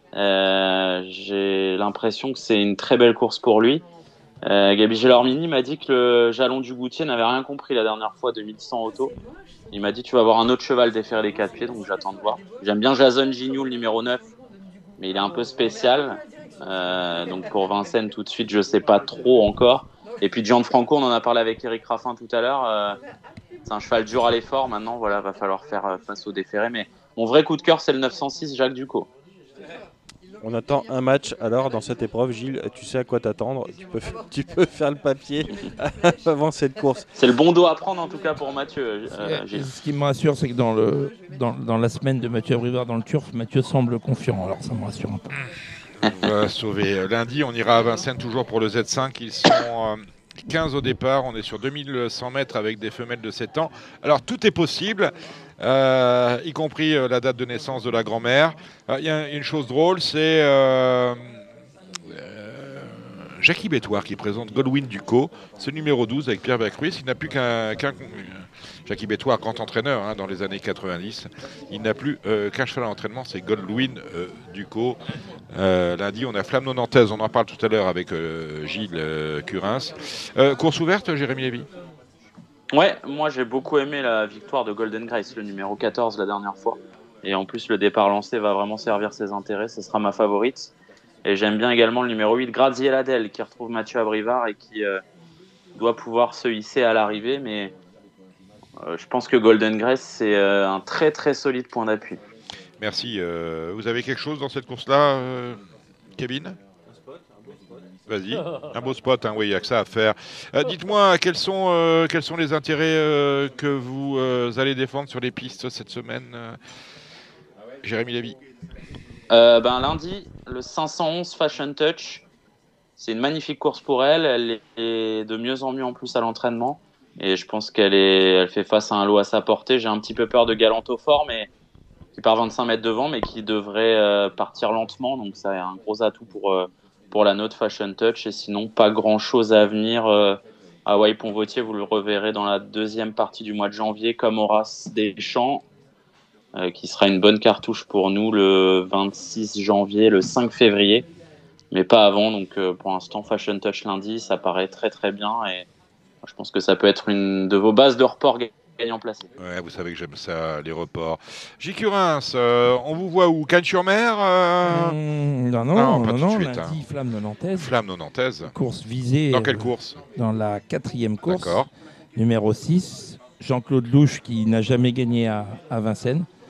Euh, j'ai l'impression que c'est une très belle course pour lui. Euh, Gabi Gelormini m'a dit que le jalon du Goutier n'avait rien compris la dernière fois de mille cent auto. Il m'a dit tu vas avoir un autre cheval déférer les quatre pieds, donc j'attends de voir. J'aime bien Jason Gignoux, le numéro neuf, mais il est un peu spécial. Euh, donc pour Vincennes, tout de suite, je sais pas trop encore. Et puis Gianfranco, on en a parlé avec Eric Raffin tout à l'heure. Euh, c'est un cheval dur à l'effort. Maintenant, voilà, va falloir faire euh, face au déféré. Mais mon vrai coup de cœur, c'est le neuf cent six, Jacques Ducos. On attend un match alors dans cette épreuve, Gilles. Tu sais à quoi t'attendre. Tu peux, tu peux faire le papier avant cette course. C'est le bon dos à prendre en tout cas pour Mathieu. Euh, Gilles. Ce qui me rassure, c'est que dans, le, dans, dans la semaine de Mathieu Abrivard dans le Turf, Mathieu semble confiant. Alors ça me rassure un peu. On va sauver. Lundi, on ira à Vincennes toujours pour le Z cinq. Ils sont euh, quinze au départ. On est sur deux mille cent mètres avec des femelles de sept ans. Alors tout est possible, euh, y compris euh, la date de naissance de la grand-mère. Il y a une chose drôle, c'est euh, euh, Jackie Bétoir qui présente Goldwyn Ducos. C'est le numéro douze avec Pierre Bacruis. Il n'a plus qu'un... qu'un Jackie Bétoir, grand entraîneur hein, dans les années quatre-vingt-dix. Il n'a plus euh, qu'un cheval à l'entraînement, c'est Goldwyn euh, Ducos. Euh, lundi, on a Flamme Nantaise, on en parle tout à l'heure avec euh, Gilles euh, Curins. Euh, course ouverte, Jérémy Lévy? Ouais, moi j'ai beaucoup aimé la victoire de Golden Grace, le numéro quatorze la dernière fois. Et en plus, le départ lancé va vraiment servir ses intérêts, ce sera ma favorite. Et j'aime bien également le numéro huit, Graziella Del, qui retrouve Mathieu Abrivard et qui euh, doit pouvoir se hisser à l'arrivée. Mais euh, je pense que Golden Grace, c'est euh, un très très solide point d'appui. Merci. Euh, vous avez quelque chose dans cette course-là, euh, Kevin? Vas-y, un beau spot, hein, oui, il n'y a que ça à faire. Euh, dites-moi, quels sont, euh, quels sont les intérêts euh, que vous euh, allez défendre sur les pistes cette semaine, euh, Jérémy Lévy? Euh, ben, lundi, le cinq cent onze Fashion Touch. C'est une magnifique course pour elle. Elle est de mieux en mieux en plus à l'entraînement. Et je pense qu'elle est, elle fait face à un lot à sa portée. J'ai un petit peu peur de Galanto Fort, mais qui part vingt-cinq mètres devant, mais qui devrait euh, partir lentement. Donc ça a un gros atout pour, euh, pour la note Fashion Touch. Et sinon, pas grand-chose à venir. Euh, à Wai-Pont-Vautier, vous le reverrez dans la deuxième partie du mois de janvier, comme Horace Deschamps. Euh, qui sera une bonne cartouche pour nous le vingt-six janvier, le cinq février, mais pas avant. Donc euh, pour l'instant, Fashion Touch lundi, ça paraît très très bien et je pense que ça peut être une de vos bases de report gagnant placé. Ouais, vous savez que j'aime ça, les reports. J. Curins, euh, on vous voit où? Cannes-sur-Mer euh... mmh, Non, non, non, non, pas non, tout de non, suite. lundi, Hein. Flamme Nantaise. Flamme Nantaise. Course visée. Dans quelle euh, course? Dans la quatrième course. D'accord. Numéro six. Jean-Claude Louche qui n'a jamais gagné à, à Vincennes.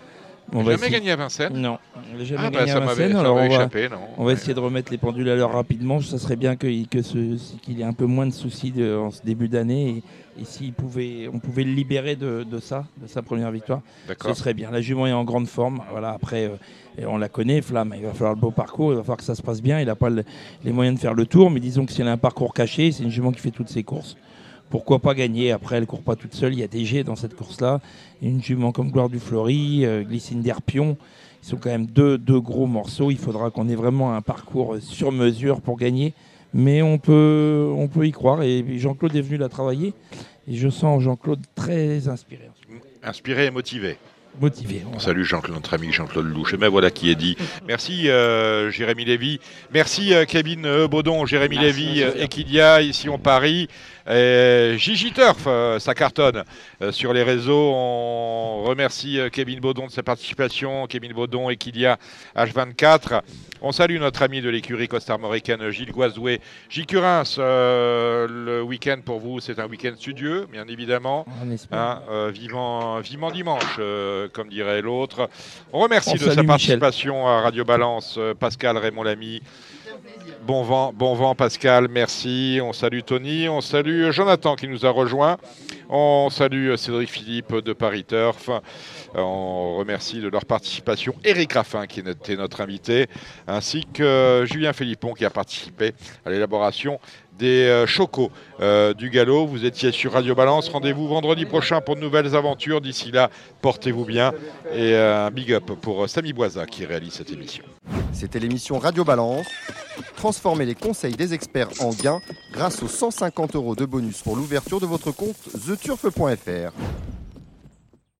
On va jamais essayer... gagné à Vincennes? Non, on n'a jamais ah, gagné bah, à ça Vincennes. m'avait, Alors ça on va, échappé, non on va essayer de remettre les pendules à l'heure rapidement. Ça serait bien qu'il, que ce, qu'il y ait un peu moins de soucis de, en ce début d'année. Et, et si pouvait, on pouvait le libérer de, de ça, de sa première victoire, D'accord. ce serait bien. La jument est en grande forme. Voilà, après, euh, et on la connaît, Flamme. Il va falloir le beau parcours, il va falloir que ça se passe bien. Il n'a pas le, les moyens de faire le tour. Mais disons que si elle a un parcours caché, c'est une jument qui fait toutes ses courses. Pourquoi pas gagner? Après, elle ne court pas toute seule. Il y a des G dans cette course-là. Une jument comme Gloire du Fleury, euh, Glycine d'Herpion. Ils sont quand même deux, deux gros morceaux. Il faudra qu'on ait vraiment un parcours sur mesure pour gagner. Mais on peut, on peut y croire. Et Jean-Claude est venu la travailler. Et je sens Jean-Claude très inspiré. Inspiré et motivé. Motivé. On salue Jean-Claude, notre ami Jean-Claude Louche. Mais voilà qui est dit. Merci euh, Jérémy Lévy. Merci euh, Kevin euh, Baudon, Jérémy Merci, Lévy, euh, monsieur. Equidia, ici en Paris. Et Gigi Turf, euh, ça cartonne euh, sur les réseaux. On remercie euh, Kevin Baudon de sa participation. Kevin Baudon, Equidia, H vingt-quatre. On salue notre ami de l'écurie costarmoricaine Gilles Goizoué. Gilles Curins, euh, le week-end pour vous, c'est un week-end studieux, bien évidemment. On espère. Hein, euh, vivant, vivant dimanche, euh, comme dirait l'autre. On remercie On de salue sa Michel. participation à Radio Balance, euh, Pascal Raymond Lamy. Bon vent, bon vent Pascal, merci. On salue Tony, on salue Jonathan qui nous a rejoint. On salue Cédric Philippe de Paris Turf. On remercie de leur participation Éric Raffin qui était notre invité, ainsi que Julien Philippon qui a participé à l'élaboration des euh, chocos euh, du galop. Vous étiez sur Radio Balance. Rendez-vous vendredi prochain pour de nouvelles aventures. D'ici là, portez-vous bien. Et euh, un big up pour euh, Samy Boisa qui réalise cette émission. C'était l'émission Radio Balance. Transformez les conseils des experts en gains grâce aux cent cinquante euros de bonus pour l'ouverture de votre compte the turf point f r.